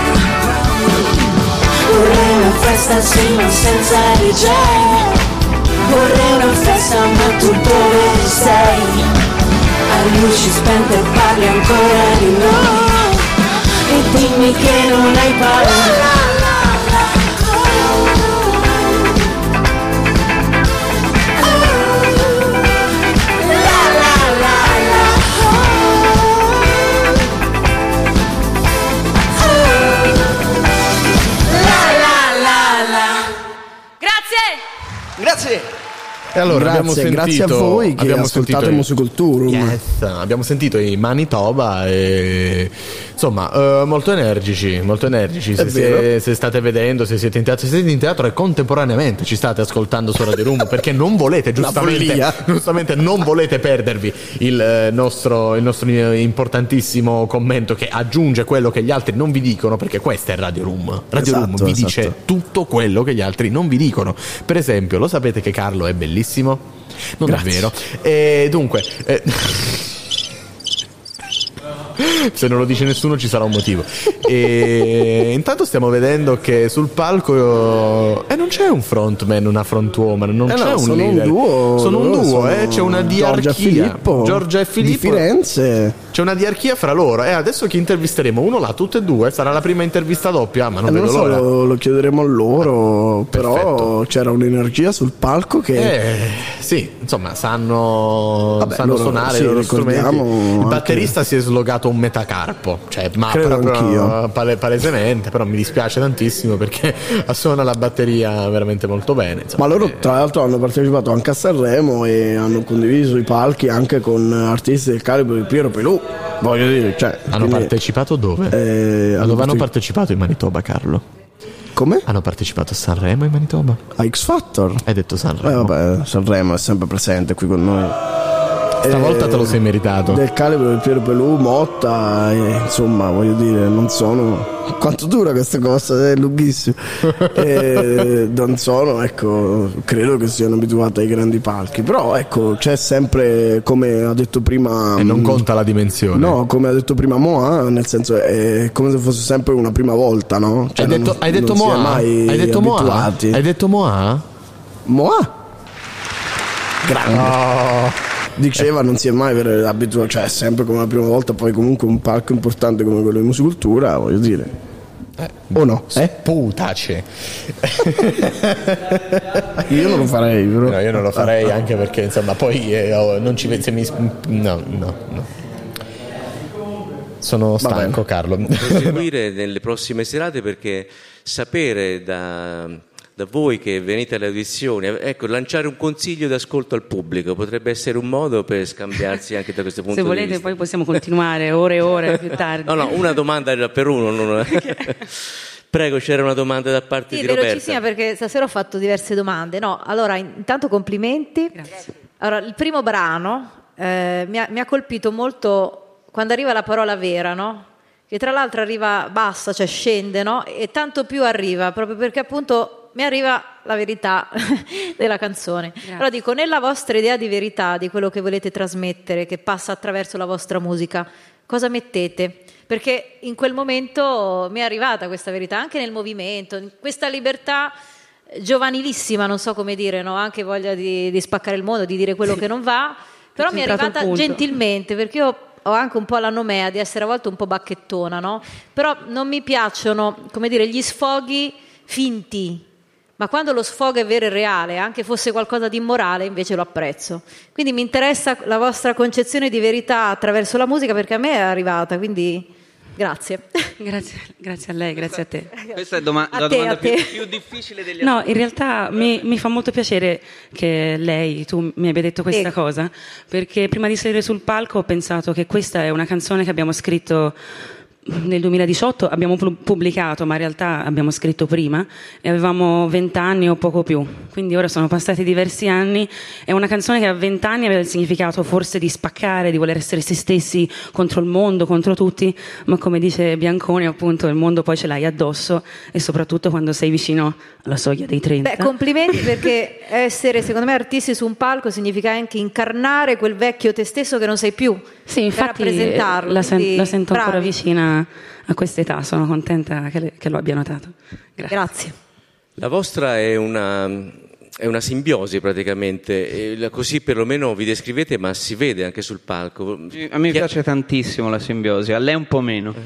Vorrei una festa sì ma senza DJ, vorrei una festa ma tu dove sei? A luci spente parli ancora di noi e dimmi che non hai paura. Grazie. E allora grazie a voi che ascoltate Musiculturum. Yes, abbiamo sentito i Manitoba e insomma molto energici. Se state vedendo, se siete in teatro e contemporaneamente ci state ascoltando su Radio Room, perché non volete giustamente non volete perdervi il nostro importantissimo commento che aggiunge quello che gli altri non vi dicono, perché questa è Radio Room. Room vi dice tutto quello che gli altri non vi dicono. Per esempio, lo sapete che Carlo è bellissimo? Non Grazie. È vero. Dunque Se non lo dice nessuno ci sarà un motivo. E intanto stiamo vedendo che sul palco non c'è un frontman, una frontwoman, non c'è un leader. Sono un duo, c'è una diarchia. Giorgia e Filippo di Firenze. C'è una diarchia fra loro. Adesso chi intervisteremo? Uno là, tutte e due. Sarà la prima intervista doppia, ma non vedo l'ora. Lo chiederemo a loro. Però c'era un'energia sul palco che sì, insomma, sanno suonare sì, i loro strumenti. Il anche... batterista si è slogato un metacarpo, cioè, ma credo anch'io. Palesemente, però mi dispiace tantissimo perché suona la batteria veramente molto bene, insomma. Ma loro tra l'altro hanno partecipato anche a Sanremo e hanno condiviso i palchi anche con artisti del calibro di Piero Pelù, voglio dire, cioè, hanno partecipato dove? Dove hanno partecipato in Manitoba, Carlo? Come? Hanno partecipato a Sanremo in Manitoba? A X Factor? Hai detto Sanremo? Vabbè, Sanremo è sempre presente qui con noi. Stavolta te lo sei meritato. Del calibro di Piero Pelù, Motta, insomma, voglio dire, non sono... Quanto dura questa cosa? È lunghissimo. Non sono, ecco, credo che siano abituati ai grandi palchi. Però, ecco, c'è sempre, come ha detto prima... E non conta la dimensione. No, come ha detto prima Moa, nel senso è come se fosse sempre una prima volta, no? Cioè, hai detto Moa? Hai detto Moa? Hai detto Moa? Moa? Grande. Diceva non si è mai abituato, cioè sempre come la prima volta, poi comunque un palco importante come quello di Musicultura, voglio dire. O no? Putace. Io non lo farei, però. No, io non lo farei anche perché insomma poi non ci vedi. No. Sono stanco, Carlo. Proseguire nelle prossime serate, perché sapere da voi che venite alle audizioni, ecco, lanciare un consiglio d'ascolto al pubblico potrebbe essere un modo per scambiarsi anche da questo punto di vista. Se volete poi possiamo continuare ore e ore più tardi. No, una domanda era per uno. Prego, c'era una domanda da parte di Roberta. Velocissima, perché stasera ho fatto diverse domande. No, allora, intanto complimenti. Grazie. Allora, il primo brano mi ha colpito molto quando arriva la parola vera, no? Che tra l'altro arriva bassa, cioè scende, no? E tanto più arriva, proprio perché appunto mi arriva la verità della canzone. Grazie. Però dico, nella vostra idea di verità, di quello che volete trasmettere, che passa attraverso la vostra musica, cosa mettete? Perché in quel momento mi è arrivata questa verità, anche nel movimento, in questa libertà giovanilissima, non so come dire, no? Anche voglia di spaccare il mondo, di dire quello che non va, però mi è arrivata gentilmente, perché io ho anche un po' la nomea di essere a volte un po' bacchettona, no? Però non mi piacciono, come dire, gli sfoghi finti. Ma quando lo sfogo è vero e reale, anche fosse qualcosa di immorale, invece lo apprezzo. Quindi mi interessa la vostra concezione di verità attraverso la musica, perché a me è arrivata, quindi grazie. Grazie a lei, grazie a te. Questa è la domanda più difficile degli altri. No, in realtà mi fa molto piacere che tu mi abbia detto questa cosa, perché prima di salire sul palco ho pensato che questa è una canzone che abbiamo scritto nel 2018, abbiamo pubblicato, ma in realtà abbiamo scritto prima e avevamo 20 anni o poco più, quindi ora sono passati diversi anni. È una canzone che a 20 anni aveva il significato forse di spaccare, di voler essere se stessi contro il mondo, contro tutti, ma come dice Bianconi, appunto, il mondo poi ce l'hai addosso, e soprattutto quando sei vicino alla soglia dei 30. Beh, complimenti, perché essere, secondo me, artisti su un palco significa anche incarnare quel vecchio te stesso che non sei più. Sì, infatti rappresentarlo, la sento bravi. ancora vicina a quest'età, sono contenta che lo abbia notato. Grazie. La vostra è una simbiosi praticamente, così perlomeno vi descrivete, ma si vede anche sul palco. A me piace tantissimo la simbiosi, a lei un po' meno.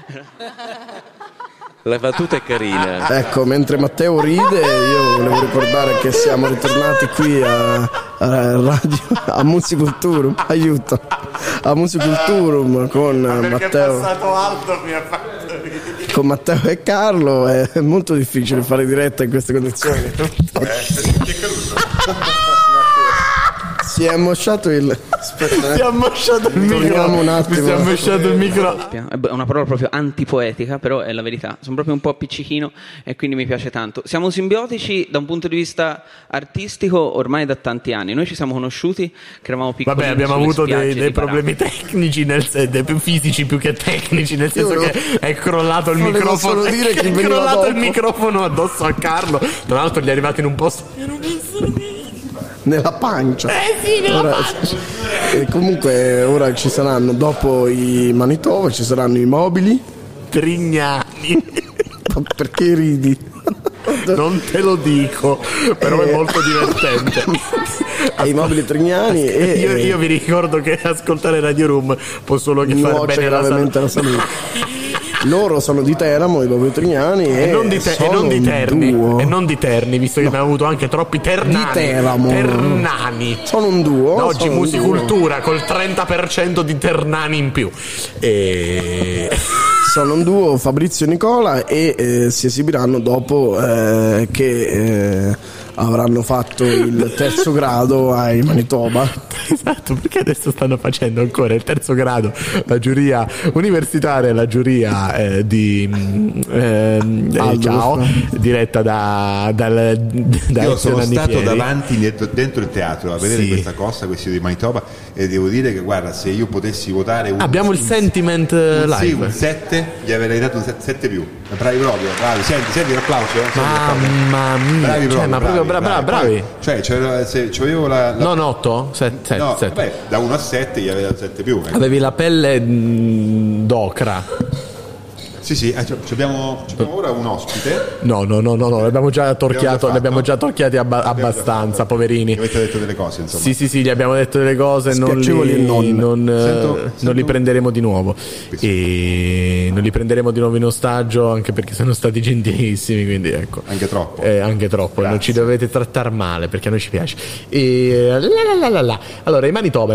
La battuta è carina. Ecco, mentre Matteo ride, io volevo ricordare che siamo ritornati qui a radio, a Musiculturum, aiuto, a Musiculturum con Matteo. È passato alto, mi ha fatto ridere. Con Matteo e Carlo è molto difficile fare diretta in queste condizioni. Si è ammosciato il... Aspetta, si è ammosciato il micro. Un attimo. Si è ammosciato il micro. È una parola proprio antipoetica, però è la verità. Sono proprio un po' appiccichino e quindi mi piace tanto. Siamo simbiotici da un punto di vista artistico ormai da tanti anni. Noi ci siamo conosciuti che eravamo piccoli. Vabbè, abbiamo avuto dei problemi tecnici, più fisici più che tecnici, nel senso che è crollato il microfono. Dire che è crollato il microfono addosso a Carlo. Tra l'altro gli è arrivato in un posto. nella pancia. Sì, nella pancia. E comunque ora ci saranno, dopo i Manitoba, ci saranno i mobili Trignani. Perché ridi? Non te lo dico, però è molto divertente. I mobili Trignani io vi ricordo che ascoltare Radio Room può solo che fare bene gravemente la salute. Loro sono di Teramo, i mobili Trignani, e non di Terni, visto che abbiamo avuto anche troppi ternani. Di Teramo. Ternani. Sono un duo. Oggi Musicultura col 30% di ternani in più. Sono un duo, Fabrizio e Nicola, e si esibiranno dopo che avranno fatto il terzo grado ai Manitoba. Esatto, perché adesso stanno facendo ancora il terzo grado, la giuria universitaria, la giuria ciao, diretta da io sono stato davanti dentro il teatro a vedere questa cosa, questi di Manitoba, e devo dire che guarda, se io potessi votare abbiamo il sentiment live, sì, un 7, gli avrei dato un 7 più. Bravi proprio, bravi, senti l'applauso, mamma mia, bravi proprio, ma proprio bravi. Cioè c'avevo la... Non 8? 7. No, vabbè, da 1 a 7 gli avevi dato 7 più. Avevi la pelle d'ocra. Sì, abbiamo ora un ospite. No, l'abbiamo già torchiati abbastanza, poverini. Gli avete detto delle cose, insomma. Sì, gli abbiamo detto delle cose, non li prenderemo di nuovo. E non li prenderemo di nuovo in ostaggio, anche perché sono stati gentilissimi, quindi ecco. Anche troppo. Non ci dovete trattare male, perché a noi ci piace. Allora, i Manitoba,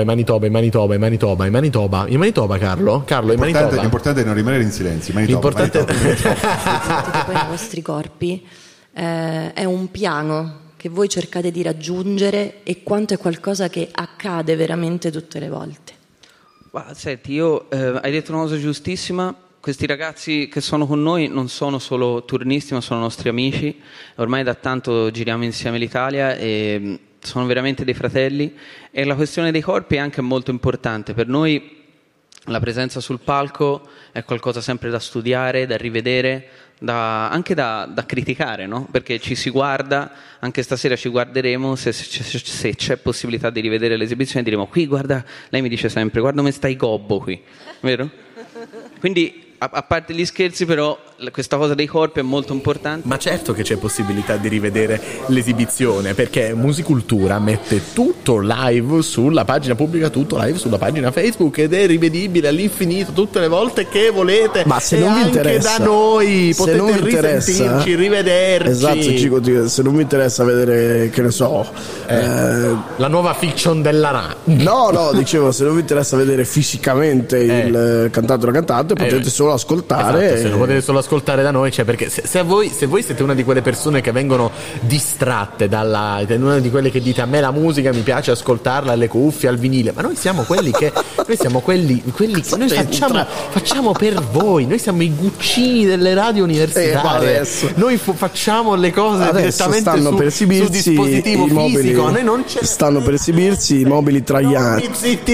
Carlo, i Manitoba. L'importante è non rimanere in silenzio. L'importante poi nei vostri corpi è un piano che voi cercate di raggiungere, e quanto è qualcosa che accade veramente tutte le volte. Senti, hai detto una cosa giustissima. Questi ragazzi che sono con noi non sono solo turnisti, ma sono nostri amici. Ormai da tanto giriamo insieme l'Italia e sono veramente dei fratelli, e la questione dei corpi è anche molto importante per noi. La presenza sul palco è qualcosa sempre da studiare, da rivedere, anche da criticare, no? Perché ci si guarda, anche stasera ci guarderemo, se c'è possibilità di rivedere l'esibizione diremo: qui guarda, lei mi dice sempre, guarda come stai gobbo qui, vero? Quindi a parte gli scherzi, però questa cosa dei corpi è molto importante. Ma certo che c'è possibilità di rivedere l'esibizione, perché Musicultura mette tutto live sulla pagina pubblica, tutto live sulla pagina Facebook, ed è rivedibile all'infinito tutte le volte che volete. Ma se non vi interessa, da noi potete risentirci, rivederci. Esatto, Cico, se non vi interessa vedere, che ne so, la nuova fiction della RAI. No, dicevo, se non vi interessa vedere fisicamente il cantante o la cantante, potete solo ascoltare. Esatto, se lo potete solo ascoltare da noi, cioè, perché se voi siete una di quelle persone che vengono distratte una di quelle che dite: a me la musica mi piace ascoltarla alle cuffie, al vinile, ma noi siamo quelli che noi facciamo per voi, noi siamo i Guccini delle radio universitarie, noi facciamo le cose direttamente su dispositivo fisico, a noi non c'è, stanno per esibirsi i mobili Trignani.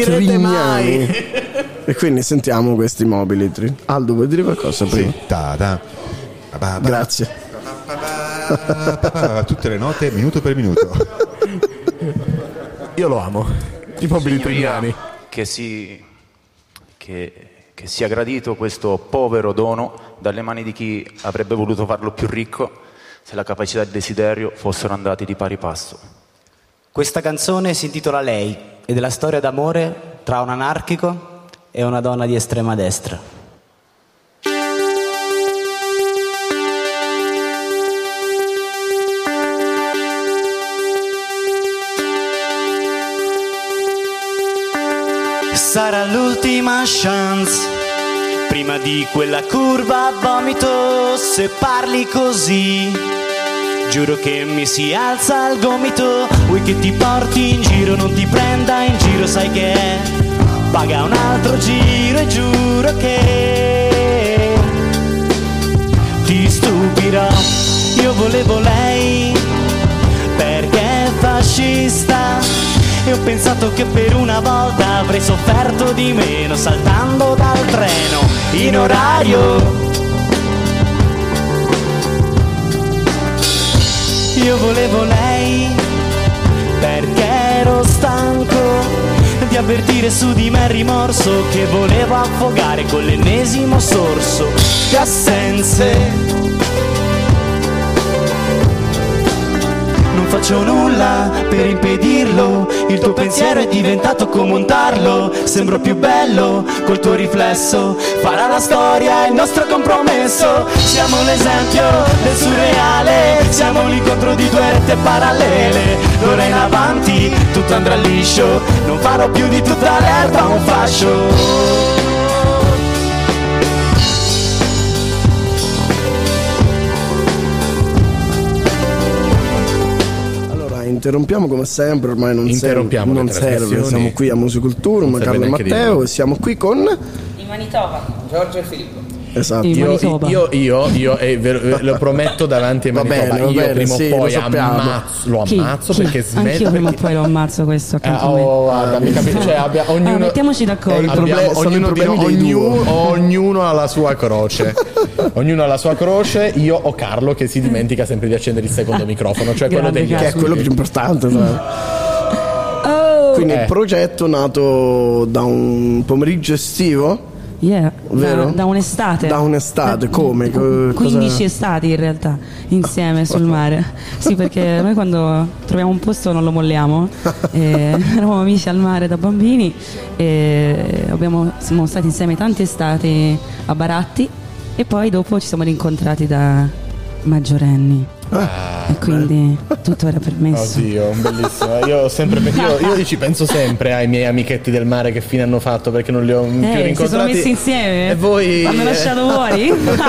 E quindi sentiamo questi mobili. Aldo, vuoi dire qualcosa prima? Grazie. Tutte le note, minuto per minuto. Io lo amo. I mobili Trignani. Che sia gradito questo povero dono dalle mani di chi avrebbe voluto farlo più ricco, se la capacità e il desiderio fossero andati di pari passo. Questa canzone si intitola Lei ed è la storia d'amore tra un anarchico e una donna di estrema destra. Sarà l'ultima chance, prima di quella curva a vomito, se parli così giuro che mi si alza il gomito. Vuoi che ti porti in giro, non ti prenda in giro, sai che è, paga un altro giro e giuro che ti stupirò. Io volevo lei perché è fascista e ho pensato che per una volta avrei sofferto di meno saltando dal treno in orario. Io volevo lei perché ero stanco di avvertire su di me il rimorso che volevo affogare con l'ennesimo sorso di assenze. Non faccio nulla per impedirlo, il tuo pensiero è diventato come un tarlo. Sembro più bello col tuo riflesso, farà la storia il nostro compromesso. Siamo l'esempio del surreale, siamo l'incontro di due rette parallele. D'ora in avanti tutto andrà liscio, non farò più di tutta l'erba un fascio. Interrompiamo come sempre, ormai non serve, siamo qui a Musicultura, Carlo e Matteo, e siamo qui con di Manitoba, Giorgio e Filippo. Esatto. Io lo prometto davanti a Manitoba. Io prima o poi lo ammazzo perché smette. Anch'io prima o poi lo ammazzo questo accanto a me. Mettiamoci d'accordo. Ognuno ha la sua croce. Ognuno ha la sua croce. Io ho Carlo che si dimentica sempre di accendere il secondo microfono, cioè quello degli che è quello più importante. Quindi il progetto nato da un pomeriggio estivo. Vero? Da un'estate. Da un'estate, come? 15 estati in realtà, insieme sul mare. Sì, perché noi quando troviamo un posto non lo molliamo. Eravamo amici al mare da bambini e siamo stati insieme tante estati a Baratti e poi dopo ci siamo rincontrati da maggiorenni. E quindi tutto era permesso. Oddio, bellissimo. Io ci penso sempre ai miei amichetti del mare che fine hanno fatto perché non li ho più rincontrati. Si sono messi insieme e voi hanno lasciato fuori.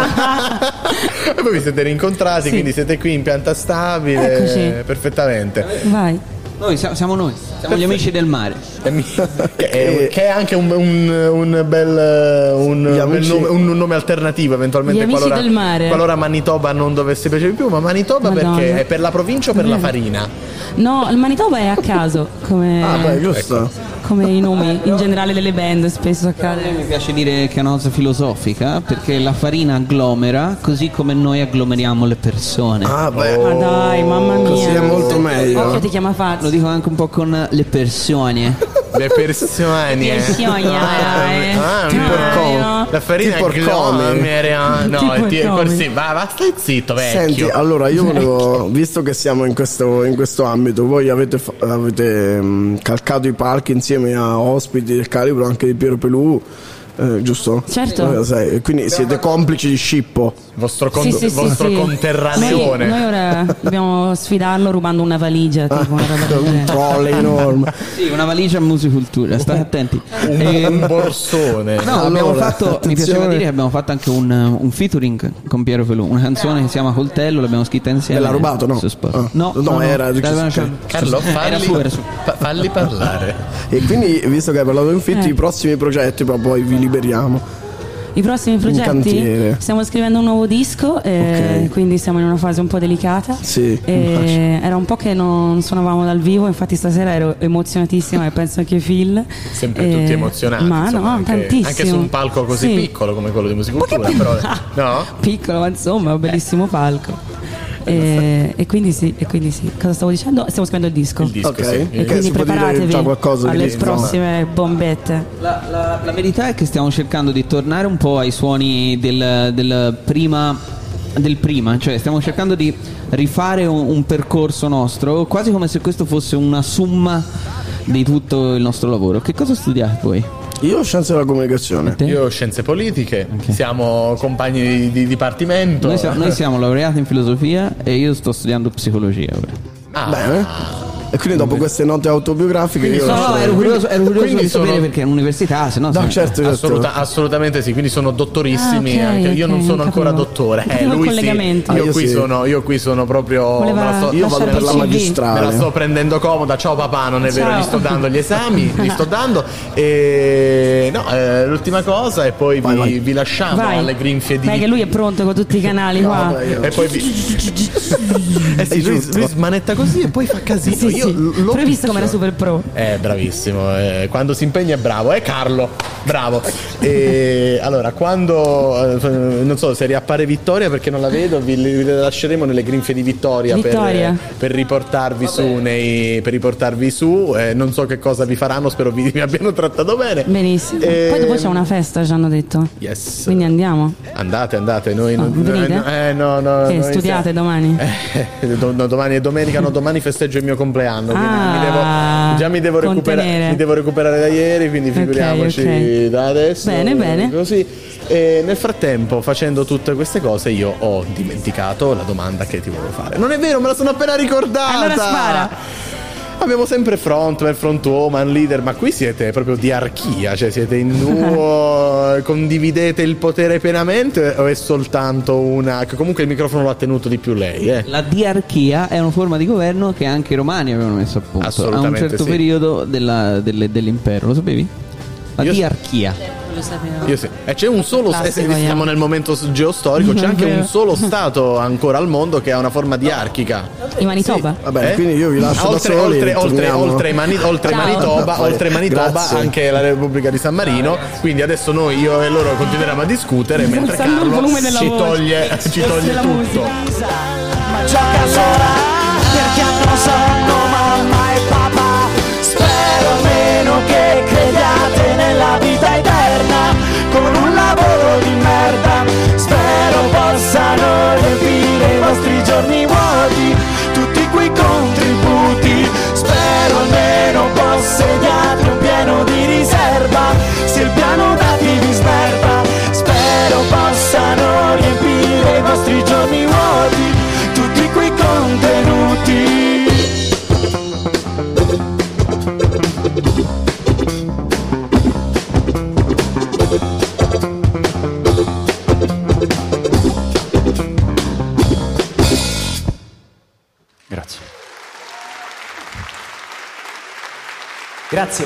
E voi vi siete rincontrati, quindi siete qui in pianta stabile. Eccoci. Perfettamente. Vai. Noi siamo gli amici del mare. Che è anche un bel nome alternativo eventualmente qualora Manitoba non dovesse piacere più. Ma Manitoba perché è per la provincia o per la farina? No, il Manitoba è a caso come, giusto. Come i nomi in generale delle band spesso accade. A me mi piace dire che è una cosa filosofica perché la farina agglomera così come noi agglomeriamo le persone. Ma dai, mamma mia, così è molto meglio. Occhio ti chiama Fazio. Lo dico anche un po' con le persone. Le persone. La farina agglomera. Va, stai zitto, vecchio. Senti, allora io volevo, visto che siamo in questo ambito, voi avete calcato i palchi insieme a ospiti del calibro anche di Piero Pelù. Giusto? Certo. Quindi siete complici di Scippo. Vostro conterraneone. Noi ora dobbiamo sfidarlo rubando una valigia, tipo una roba un trolley enorme. Sì, una valigia a Musicultura, state attenti. Un borsone. No, mi piaceva dire che abbiamo fatto anche un featuring con Piero Pelù, una canzone che si chiama Coltello, l'abbiamo scritta insieme. E l'ha rubato, no? No, era Carlo, falli parlare. E quindi, visto che hai parlato di un feat, i prossimi progetti poi vi liberiamo. I prossimi progetti? Stiamo scrivendo un nuovo disco, quindi siamo in una fase un po' delicata. Sì, era un po' che non suonavamo dal vivo, infatti stasera ero emozionatissima e penso anche Phil. Sempre tutti emozionati. Ma no, tantissimo. Anche su un palco così piccolo come quello di Musicultura. Però, no? Piccolo, ma insomma, un bellissimo palco. E quindi sì, cosa stavo dicendo? Stiamo scrivendo il disco. Sì. E quindi preparatevi alle prossime bombette. La verità è che stiamo cercando di tornare un po' ai suoni del prima, cioè stiamo cercando di rifare un percorso nostro, quasi come se questo fosse una somma di tutto il nostro lavoro. Che cosa studiate voi? Io scienze della comunicazione. Io scienze politiche. Siamo compagni di dipartimento. Noi siamo laureati in filosofia e io sto studiando psicologia ora. Bene. E quindi dopo queste note autobiografiche ero curioso di sapere perché è un'università, se no certo. Assolutamente sì, quindi sono dottorissimi. Io non sono ancora dottore. Lui sì. Io qui sono proprio io vado per la magistrale. Me la sto prendendo comoda. Ciao papà, non è vero, gli sto dando gli esami, li sto dando. L'ultima cosa e poi vi lasciamo alle grinfie di. Vai che lui è pronto con tutti i canali qua. E poi lui smanetta così e poi fa casino. Però hai visto come era super pro. Bravissimo, quando si impegna è bravo, Carlo, bravo. Allora, quando non so se riappare Vittoria, perché non la vedo, vi lasceremo nelle grinfie di Vittoria. Per riportarvi su, non so che cosa vi faranno, spero vi abbiano trattato bene. Benissimo. Poi dopo c'è una festa, ci hanno detto. Yes. Quindi andiamo. Andate, noi venite? No, che studiate domani? Domani è domenica, domani festeggio il mio compleanno, quindi mi devo recuperare da ieri, quindi figuriamoci da adesso. Bene. Così. E nel frattempo, facendo tutte queste cose, io ho dimenticato la domanda che ti volevo fare. Non è vero, me la sono appena ricordata. Allora spara. Abbiamo sempre front woman, leader, ma qui siete proprio di archia, cioè siete in duo, condividete il potere pienamente, o è soltanto una, che comunque il microfono l'ha tenuto di più lei? La diarchia è una forma di governo che anche i romani avevano messo a punto a un certo periodo dell'impero, lo sapevi? La diarchia. Lo sapevo. Io sì. E c'è un solo siamo nel momento geostorico, c'è anche un solo stato ancora al mondo che ha una forma diarchica. In Manitoba? Sì. Vabbè, quindi io vi lascio oltre Manitoba anche la Repubblica di San Marino. Quindi adesso io e loro continueremo a discutere mentre Carlo ci toglie tutto. Ma gioca sola perché non sanno mamma e papà. Spero almeno che crediate nella vita eterna con un lavoro di merda. Spero possano riempire i vostri giorni vuoti tutti quei contributi. Spero almeno possediate un piano di riserva se il piano dati vi smerda. Spero possano riempire i vostri giorni vuoti tutti quei contenuti. Grazie.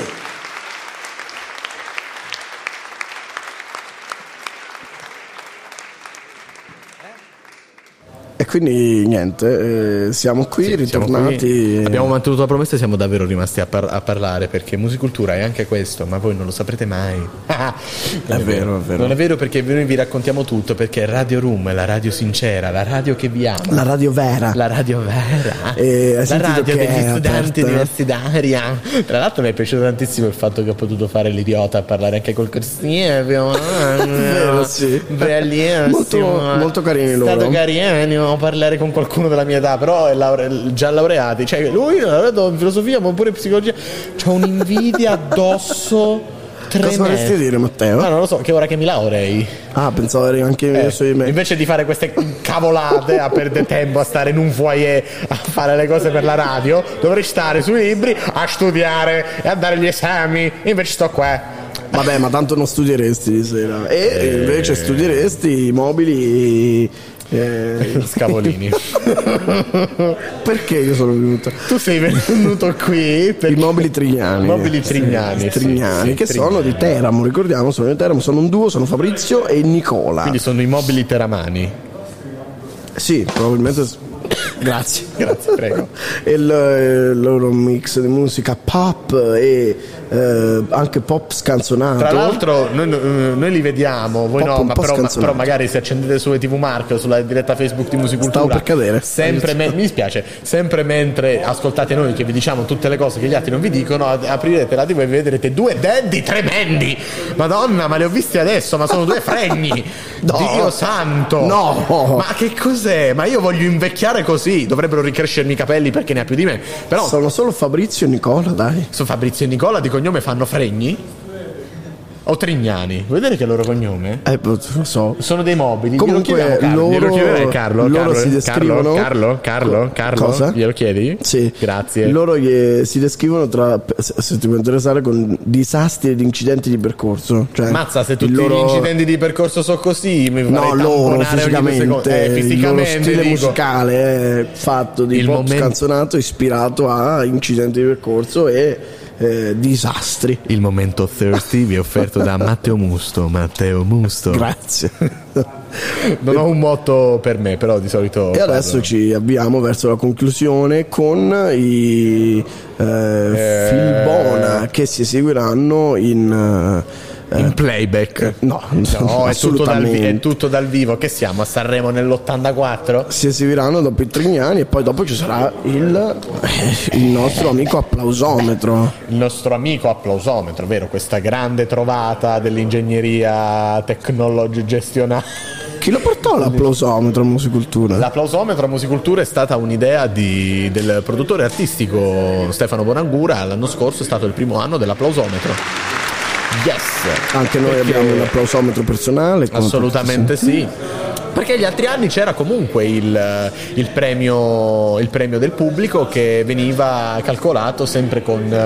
E quindi niente, siamo qui, ritornati. Abbiamo mantenuto la promessa e siamo davvero rimasti a parlare, perché Musicultura è anche questo, ma voi non lo saprete mai. È vero. Non è vero, perché noi vi raccontiamo tutto, perché Radio Room è la radio sincera, la radio che vi ama. La radio vera. La radio degli studenti universitari. Tra l'altro mi è piaciuto tantissimo il fatto che ho potuto fare l'idiota a parlare anche col corsiere. Vero, sì. Bellissimo. Molto carini loro. È stato carino parlare con qualcuno della mia età, però è già laureati, cioè lui è laureato in filosofia ma pure in psicologia. C'ho un'invidia addosso tremenda. Cosa vorresti dire, Matteo? Ma non lo so, che ora che mi laurei. Pensavo eri anche verso di me. Invece di fare queste cavolate a perdere tempo a stare in un foyer a fare le cose per la radio, dovrei stare sui libri a studiare e a dare gli esami. Invece sto qua. Vabbè, ma tanto non studieresti di sera. E invece studieresti i mobili Scavolini. Perché io sono venuto? Tu sei venuto qui per i mobili Trignani. Trignani, che sono di Teramo, ricordiamo, sono di Teramo, sono un duo, sono Fabrizio e Nicola. Quindi sono i mobili teramani. Sì, probabilmente. Grazie, prego. E il loro mix di musica pop e anche pop scanzonato. Tra l'altro noi li vediamo, voi pop no, però magari se accendete su TV Mark o sulla diretta Facebook di Musicultura, stavo per cadere. Mi dispiace, sempre mentre ascoltate noi che vi diciamo tutte le cose che gli altri non vi dicono, aprirete la TV e vedrete due daddy tremendi. Madonna, ma li ho visti adesso, ma sono due fregni. No. Dio santo. No. Ma che cos'è? Ma io voglio invecchiare così, dovrebbero ricrescermi i capelli perché ne ha più di me. Però sono solo Fabrizio e Nicola, dai. Sono Fabrizio e Nicola, di cognome fanno Fregni? O Trignani? Vuoi vedere che è il loro cognome? Lo so. Sono dei mobili. Comunque loro si descrivono. Carlo? Cosa? Glielo chiedi? Sì. Grazie. Loro si descrivono se ti può interessare, con disastri ed incidenti di percorso. Cioè, mazza, se tutti gli incidenti di percorso sono così, mi no, loro fisicamente, fisicamente il loro stile musicale è fatto di pop scanzonato ispirato a incidenti di percorso e disastri. Il momento thirsty vi è offerto da Matteo Musto. Grazie. Non ho un motto per me, però di solito. E adesso ci avviamo verso la conclusione con i Filbona che si eseguiranno in playback. No, è tutto dal vivo. Che siamo a Sanremo nell'84? Si esibiranno dopo i Trignani e poi dopo ci sarà il nostro amico applausometro. Il nostro amico applausometro, vero? Questa grande trovata dell'ingegneria tecnologico-gestionale. Chi lo portò l'applausometro a Musicultura? L'applausometro a Musicultura è stata un'idea del produttore artistico Stefano Bonangura. L'anno scorso è stato il primo anno dell'applausometro. Yes. Anche noi abbiamo un applausometro personale. Assolutamente sì. Perché gli altri anni c'era comunque il premio del pubblico che veniva calcolato sempre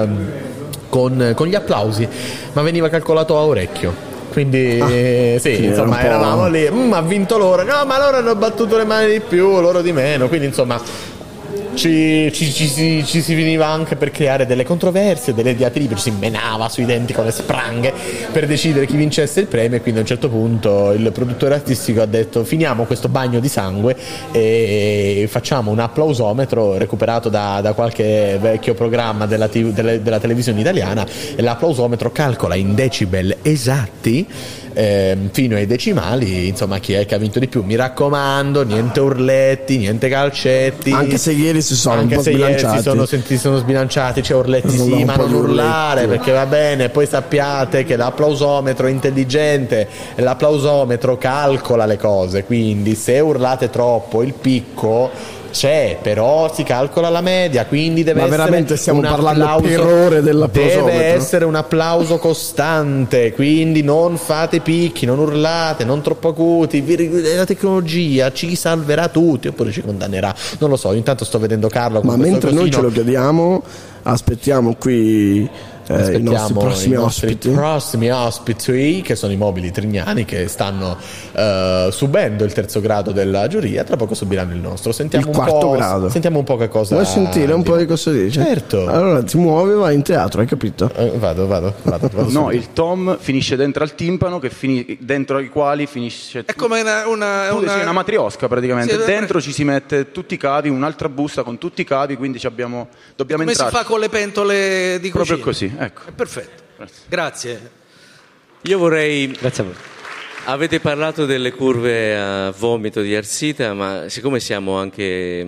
con gli applausi, ma veniva calcolato a orecchio. Quindi sì, insomma, eravamo lì, ha vinto loro, no, ma loro hanno battuto le mani di più, loro di meno, quindi insomma ci si finiva anche per creare delle controversie, delle diatribe, ci si menava sui denti con le spranghe per decidere chi vincesse il premio, e quindi a un certo punto il produttore artistico ha detto: finiamo questo bagno di sangue e facciamo un applausometro recuperato da qualche vecchio programma della televisione italiana, e l'applausometro calcola in decibel esatti fino ai decimali, insomma, chi è che ha vinto di più. Mi raccomando, niente urletti, niente calcetti, anche se ieri si sono si sono sbilanciati, c'è urletti sì, ma non urlare, perché va bene. Poi sappiate che l'applausometro è intelligente, l'applausometro calcola le cose, quindi se urlate troppo il picco c'è, però si calcola la media, quindi deve essere veramente stiamo parlando per ore dell'applausometro. Deve essere un applauso costante, quindi non fate picchi, non urlate, non troppo acuti. La tecnologia ci salverà tutti, oppure ci condannerà, non lo so. Intanto sto vedendo Carlo, ma mentre noi ce lo chiediamo, aspettiamo qui i nostri prossimi ospiti, che sono i Mobili Trignani, che stanno subendo il terzo grado della giuria. Tra poco subiranno il nostro. Sentiamo il quarto grado. Sentiamo un po' che cosa. Vuoi sentire un po' di cosa dice? Certo. Allora ti muovi, vai in teatro, hai capito? Vado. No, il tom finisce dentro al timpano, dentro ai quali finisce. È come una matriosca praticamente. Sì, dentro ci si mette tutti i cavi, un'altra busta con tutti i cavi, quindi dobbiamo come entrare. Si fa con le pentole di cucina. Proprio così. Ecco. È perfetto. Grazie. Io vorrei. Grazie a voi. Avete parlato delle curve a vomito di Arsita, ma siccome siamo anche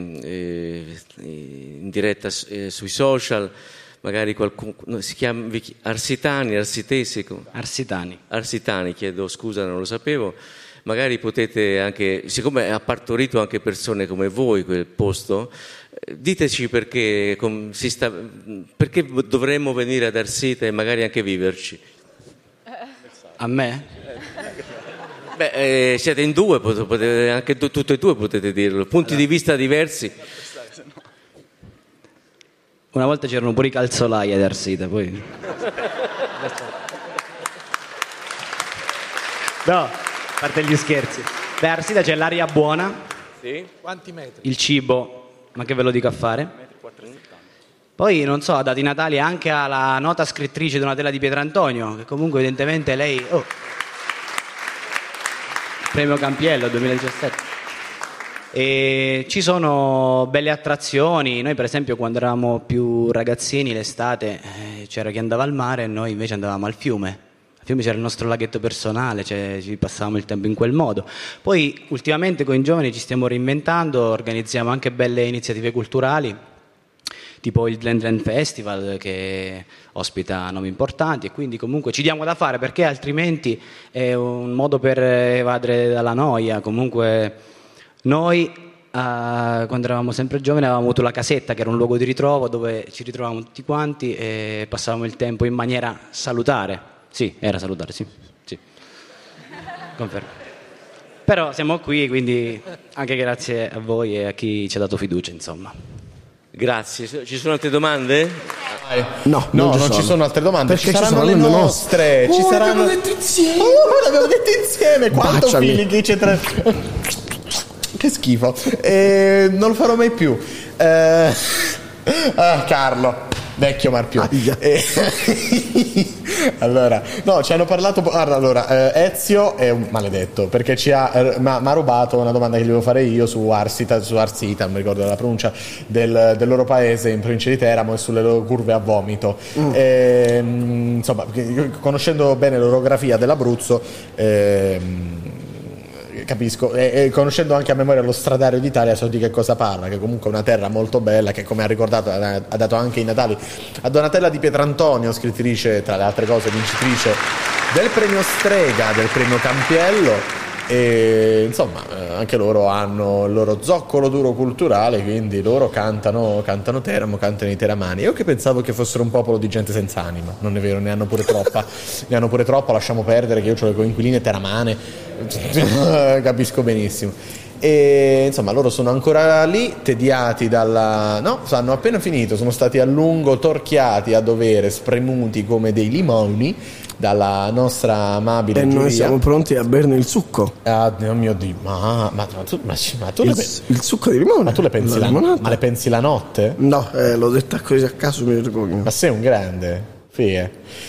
in diretta sui social, magari qualcuno si chiama Arsitani, Arsitani, chiedo scusa, non lo sapevo. Magari potete anche, siccome ha partorito anche persone come voi quel posto, diteci perché dovremmo venire ad Arsita e magari anche viverci. A me? Beh, siete in due, potete, anche tutte e due potete dirlo, punti di vista diversi. Una volta c'erano pure i calzolai ad Arsita, poi. No, a parte gli scherzi. Beh, a Arsita c'è l'aria buona. Sì. Quanti metri? Il cibo, ma che ve lo dico a fare? Poi, non so, ha dato i natali anche alla nota scrittrice Donatella Di Pietrantonio, che comunque evidentemente lei... Premio Campiello 2017. E ci sono belle attrazioni. Noi per esempio quando eravamo più ragazzini l'estate c'era chi andava al mare e noi invece andavamo al fiume. Al fiume c'era il nostro laghetto personale, ci passavamo il tempo in quel modo. Poi ultimamente con i giovani ci stiamo reinventando, organizziamo anche belle iniziative culturali, tipo il Glen Festival che ospita nomi importanti, e quindi comunque ci diamo da fare, perché altrimenti è un modo per evadere dalla noia. Comunque noi quando eravamo sempre giovani avevamo avuto la casetta, che era un luogo di ritrovo dove ci ritrovavamo tutti quanti e passavamo il tempo in maniera salutare. Sì, era salutare, sì. Confermo. Però siamo qui, quindi anche grazie a voi e a chi ci ha dato fiducia, insomma. Grazie. Ci sono altre domande? No, non ci sono altre domande. Perché ci saranno le nostre. Ci saranno... l'abbiamo detto insieme. L'abbiamo detto insieme. Quanto feeling c'è tra... Che schifo. Non lo farò mai più. Carlo, vecchio Marpione. Allora, no, ci hanno parlato. Allora, Ezio è un maledetto perché ci ha rubato una domanda che gli volevo fare io su Arsita, non mi ricordo la pronuncia del loro paese in provincia di Teramo e sulle loro curve a vomito. Insomma, conoscendo bene l'orografia dell'Abruzzo, capisco, e conoscendo anche a memoria lo stradario d'Italia, so di che cosa parla, che comunque è una terra molto bella, che come ha ricordato ha dato anche i natali a Donatella Di Pietrantonio, scrittrice, tra le altre cose vincitrice del premio Strega, del premio Campiello, e insomma anche loro hanno il loro zoccolo duro culturale, quindi loro cantano Teramo, cantano i teramani. Io che pensavo che fossero un popolo di gente senza anima, non è vero, ne hanno pure troppa, lasciamo perdere che io ho le coinquiline teramane, capisco benissimo. E insomma loro sono ancora lì, tediati hanno appena finito, sono stati a lungo torchiati a dovere, spremuti come dei limoni dalla nostra amabile e giuria. Noi siamo pronti a berne il succo. Oh mio Dio, ma tu il succo di limone? Ma tu le pensi ma le pensi la notte? No, l'ho detta così a caso, mi ricordo. Ma sei un grande, fie.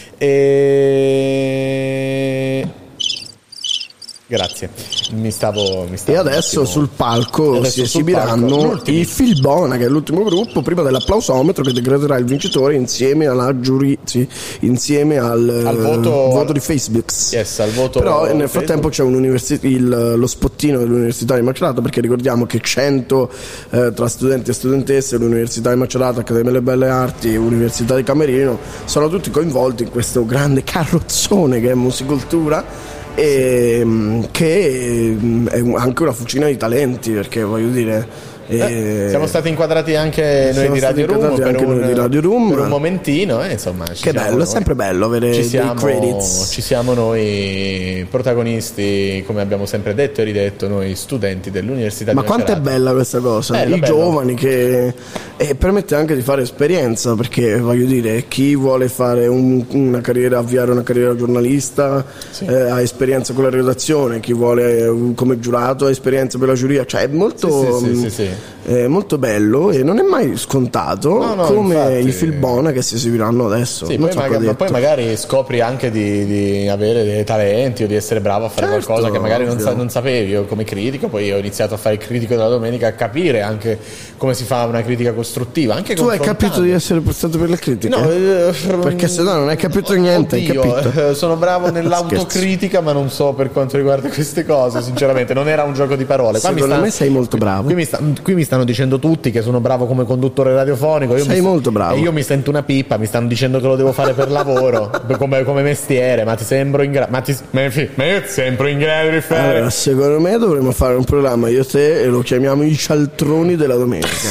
Grazie, mi stavo e adesso sul palco si esibiranno i Filbona, che è l'ultimo gruppo, prima dell'applausometro che decreterà il vincitore insieme alla insieme al voto di Facebook. Yes, al voto. Però nel frattempo c'è lo spottino dell'Università di Macerata, perché ricordiamo che 100 tra studenti e studentesse dell'Università di Macerata, Accademia delle Belle Arti, Università di Camerino, sono tutti coinvolti in questo grande carrozzone che è musicultura, e che è anche una fucina di talenti, perché voglio dire siamo stati inquadrati anche noi di Radio Room per un momentino, insomma, che bello, è sempre bello avere dei credits. Ci siamo noi protagonisti, come abbiamo sempre detto e ridetto, noi studenti dell'Università di Macerata. Ma quanto è bella questa cosa, i giovani che permette anche di fare esperienza, perché voglio dire, chi vuole fare avviare una carriera giornalista ha esperienza con la redazione, chi vuole come giurato ha esperienza per la giuria, cioè è molto è molto bello e non è mai scontato, come infatti, i Filbona che si esibiranno adesso. Poi magari scopri anche di avere dei talenti o di essere bravo a fare qualcosa che magari non sapevi. Io come critico poi ho iniziato a fare il critico della domenica, a capire anche come si fa una critica costruttiva, anche tu hai capito di essere portato per le critiche? No, perché se no non hai capito niente. Oddio, hai capito? Sono bravo nell'autocritica, ma non so per quanto riguarda queste cose, sinceramente non era un gioco di parole. Secondo me sei molto bravo. Qui mi stanno dicendo tutti che sono bravo come conduttore radiofonico. Sei molto bravo. E io mi sento una pippa, mi stanno dicendo che lo devo fare per lavoro, come mestiere, ma ti sembro in grado? Ma io sembro in grado di fare? Allora, secondo me dovremmo fare un programma io e te e lo chiamiamo i cialtroni della domenica.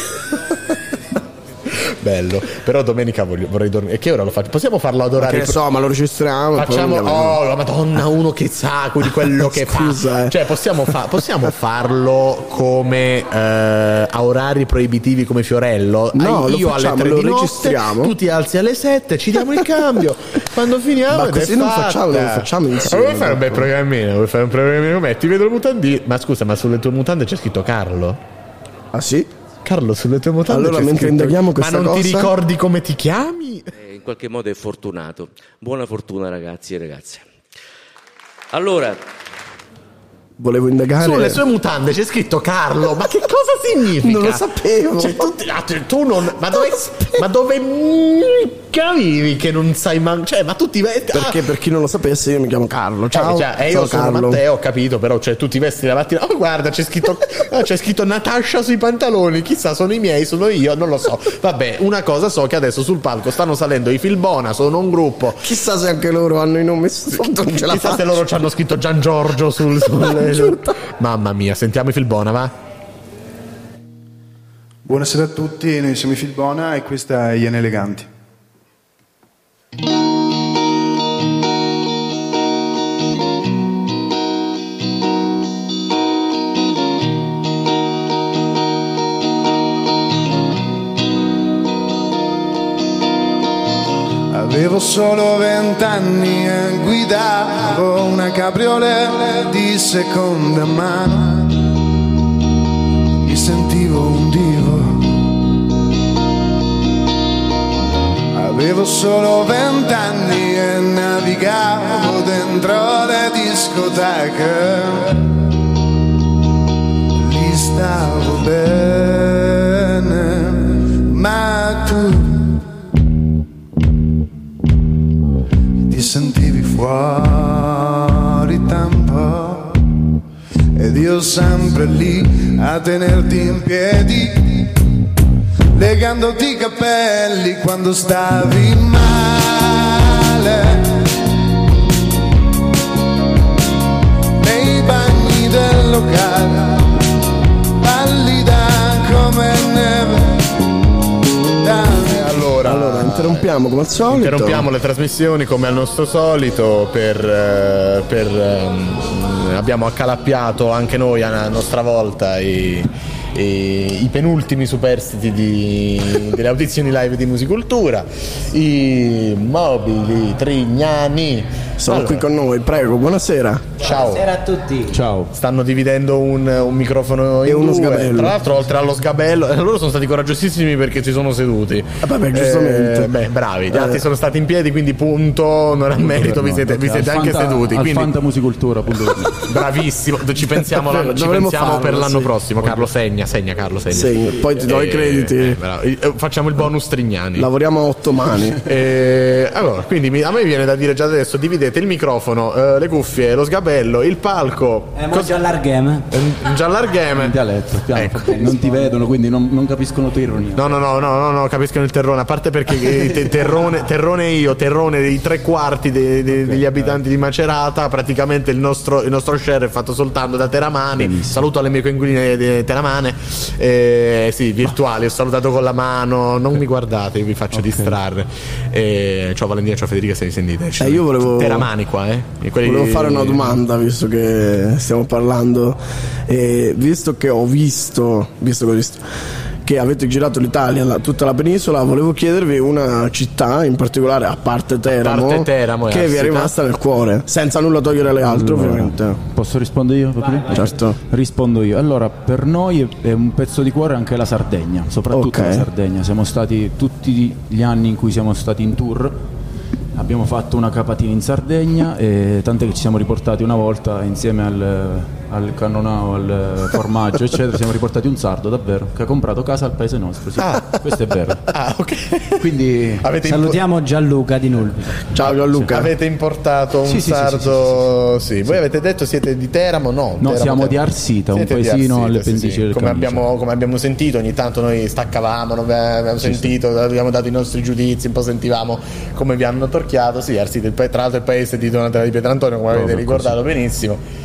Bello, però domenica vorrei dormire. E che ora lo faccio? Possiamo farlo ad orari? Ma lo registriamo. Facciamo. Oh, la Madonna, uno che sa di quello che fa. Cioè, possiamo farlo come a orari proibitivi come Fiorello. No, io alle 3 di notte, registriamo. Tu ti alzi alle 7, ci diamo il cambio. Quando finiamo, ma così non facciamo insieme. Vuoi fare un bel programmino? Vuoi fare un programmino con me? Ti vedo le mutande. Ma scusa, ma sulle tue mutande c'è scritto Carlo? Ah sì? Carlo, sulle tue mutande allora mentre indaghiamo questa cosa, ma non ti ricordi come ti chiami? In qualche modo è fortunato. Buona fortuna ragazzi e ragazze. Allora, volevo indagare sulle sue mutande c'è scritto Carlo, ma che cosa significa? Non lo sapevo. Cioè, tu non, ma dove vivi che non sai perché per chi non lo sapesse io mi chiamo Carlo. Ciao. Io sono Carlo. Matteo, ho capito, però tu ti vesti la mattina. Oh, guarda, c'è scritto Natascia sui pantaloni. Chissà, sono i miei, sono io, non lo so. Vabbè, una cosa so, che adesso sul palco stanno salendo i Filbona, sono un gruppo. Chissà se anche loro hanno i nomi sotto. Chissà se loro ci hanno scritto Gian Giorgio sul mamma mia, sentiamo i Filbona, va? Buonasera a tutti, noi siamo i Filbona e questa è Iene Eleganti. Avevo solo 20 anni e guidavo una cabriolet di seconda mano. Mi sentivo un divo. Avevo solo 20 anni e navigavo dentro le discoteche, lì stavo bene, ma tu ti sentivi fuori tempo ed io sempre lì a tenerti in piedi, legandoti i capelli quando stavi male, nei bagni del locale, pallida come neve. Allora, interrompiamo come al solito. Interrompiamo le trasmissioni come al nostro solito abbiamo accalappiato anche noi a nostra volta i penultimi superstiti delle audizioni live di Musicultura, i mobili Trignani sono qui con noi, prego, buonasera. Ciao. Buonasera a tutti. Ciao. Stanno dividendo un microfono e uno sgabello. Tra l'altro, oltre allo sgabello, loro sono stati coraggiosissimi perché si sono seduti. Vabbè, giustamente. Bravi. Gli altri sono stati in piedi, quindi punto, non ha merito, vi siete anche seduti. Al Fanta Musicultura. Bravissimo, ci pensiamo per l'anno prossimo. Carlo segna Carlo. Segna. Poi ti do i crediti. Facciamo il bonus Trignani. Lavoriamo a 8 mani. Allora, quindi a me viene da dire già adesso: dividete il microfono, le cuffie, lo sgabello, il palco. Già allargame. In dialetto. Ecco. Non ti vedono, quindi non capiscono tua ironia. No, capiscono il terrone. A parte perché terrone io, terrone dei 3/4 degli abitanti di Macerata. Praticamente il nostro share è fatto soltanto da Teramani. Benissimo. Saluto alle mie coinquiline di Teramane. Sì, virtuali, ho salutato con la mano. Non mi guardate, io vi faccio distrarre. Ciao Valentina, ciao Federica, se mi sentite. Io volevo Teramani qua, volevo fare una domanda, visto che stiamo parlando, visto che ho visto che avete girato l'Italia, tutta la penisola, volevo chiedervi una città in particolare, a parte Teramo che vi è rimasta nel cuore, senza nulla togliere alle altre, ovviamente. Posso rispondere io? Certo. Rispondo io. Allora, per noi è un pezzo di cuore anche la Sardegna, soprattutto la Sardegna. Siamo stati tutti gli anni in cui siamo stati in tour. Abbiamo fatto una capatina in Sardegna, tant'è che ci siamo riportati una volta insieme al cannonao, al formaggio eccetera, ci siamo riportati un sardo davvero che ha comprato casa al paese nostro, sì. Questo è vero. Ok. Quindi salutiamo Gianluca di Nulvi. Ciao Gianluca. Avete importato un sardo? Sì. Voi avete detto siete di Teramo? No, Teramo, siamo di Arsita, un paesino alle pendici del Camice. Come abbiamo sentito, ogni tanto noi staccavamo, abbiamo sentito, abbiamo dato i nostri giudizi, un po' sentivamo come vi hanno torchiato. Sì, Arsita, tra l'altro il paese di Donatella di Pietrantonio, come avete ricordato benissimo.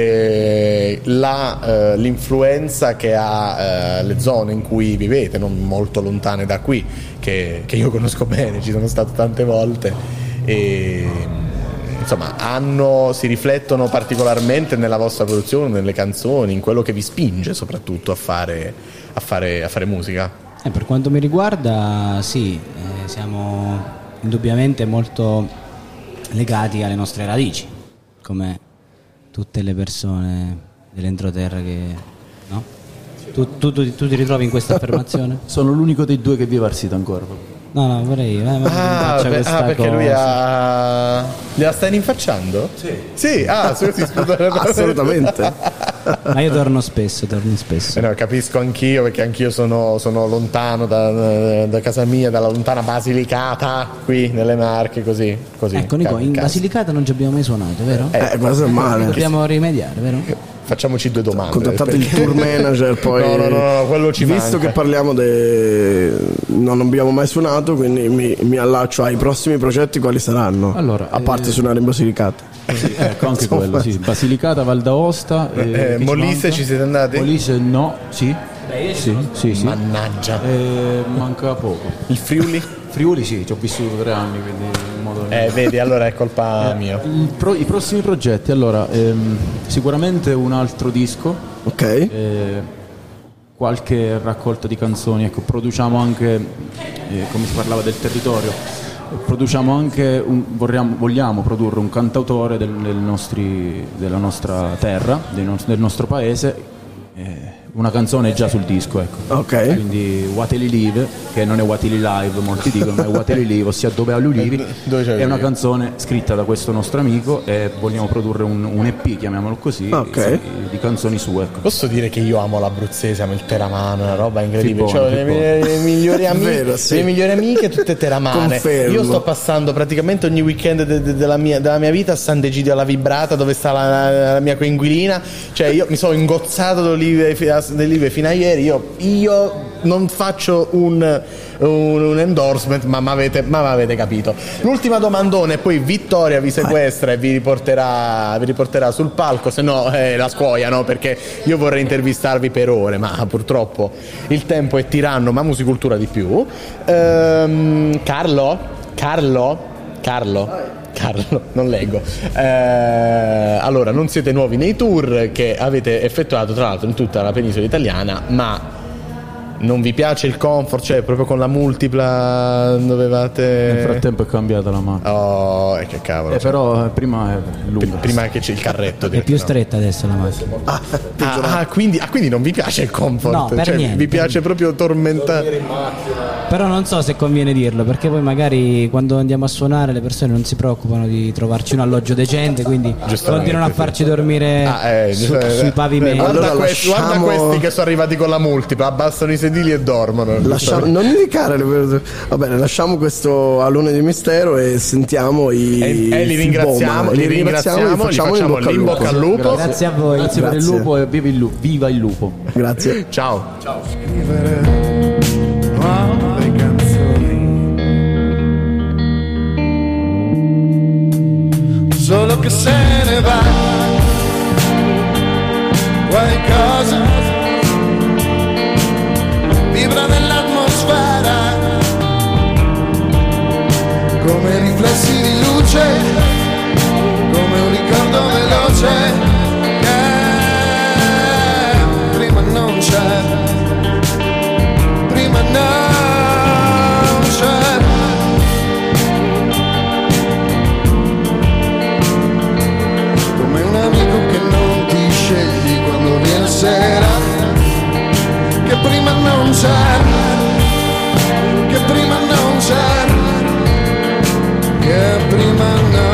L'influenza che ha le zone in cui vivete, non molto lontane da qui, che io conosco bene, ci sono stato tante volte, e insomma si riflettono particolarmente nella vostra produzione, nelle canzoni, in quello che vi spinge soprattutto a fare musica. Per quanto mi riguarda, sì, siamo indubbiamente molto legati alle nostre radici, come tutte le persone dell'entroterra che... no? Tu ti ritrovi in questa affermazione? Sono l'unico dei due che vive a Arsita ancora. No, vorrei perché cosa. Lui gliela stai rinfacciando? Sì, assolutamente. Ma io torno spesso. No, capisco anch'io, perché anch'io sono lontano da casa mia, dalla lontana Basilicata, qui nelle Marche, così. Ecco Nico, in Basilicata non ci abbiamo mai suonato, vero? Questo è male. Dobbiamo rimediare, vero? Facciamoci 2 domande. Contattate il tour manager, poi. No, quello ci visto manca. Che parliamo non abbiamo mai suonato, quindi mi allaccio ai prossimi progetti, quali saranno? Allora, a parte suonare in Basilicata. Ecco, anche quello, sì. Basilicata, Val d'Aosta. Molise ci siete andati? Molise no, sì. Sì. Mannaggia. Manca poco. Il Friuli? Friuli sì, ci ho vissuto 3 anni, quindi in modo... vedi, allora è colpa mia. I prossimi progetti, allora, sicuramente un altro disco. Ok. Qualche raccolta di canzoni, ecco, produciamo anche, come si parlava del territorio, produciamo anche vogliamo produrre un cantautore della nostra terra, del nostro paese. una canzone già sul disco, ecco. Ok. Quindi Wateli Live, che non è Wateli Live, molti dicono, ma è Wateli Live, ossia Dove ha gli ulivi. È una canzone scritta da questo nostro amico e vogliamo produrre un EP, chiamiamolo così, di canzoni sue. Ecco. Posso dire che io amo l'abruzzese, amo il teramano, una roba incredibile. Buono, le migliori amiche, Vero, sì. le migliori amiche tutte teramane. Confermo. Io sto passando praticamente ogni weekend della mia vita a San Degidio alla Vibrata, dove sta la mia coinquilina. Cioè io mi sono ingozzato dell'olive fino a ieri. Io non faccio un endorsement, ma m'avete capito. L'ultima domandone e poi Vittoria vi sequestra e vi riporterà sul palco, se no la scuoiano, perché io vorrei intervistarvi per ore, ma purtroppo il tempo è tiranno, ma musicultura di più. Carlo, non leggo. Allora, non siete nuovi nei tour che avete effettuato tra l'altro in tutta la penisola italiana, ma non vi piace il comfort? Cioè proprio con la multipla dovevate... Nel frattempo è cambiata la macchina. Oh, che cavolo. Però prima è lunga. Prima che c'è il carretto. È più stretta adesso la macchina. Quindi non vi piace il comfort? No, per niente. Vi piace proprio tormentare? Però non so se conviene dirlo, perché poi magari quando andiamo a suonare le persone non si preoccupano di trovarci un alloggio decente, quindi continuano a farci dormire sui pavimenti. Guarda questi che sono arrivati con la multipla, abbassano i sedili e dormono. Non indicare. Va bene, lasciamo questo alone di mistero e sentiamo li ringraziamo, facciamo in bocca al lupo. Grazie a voi, grazie per il lupo e viva il lupo. Grazie. Ciao. Nuove canzoni, solo che se ne va qualcosa, vibra nell'atmosfera come riflessi di luce, come un ricordo veloce che prima non c'è, prima non c'è. Come un amico che non ti scegli quando viene sera, che prima non c'è, che prima non c'è, che prima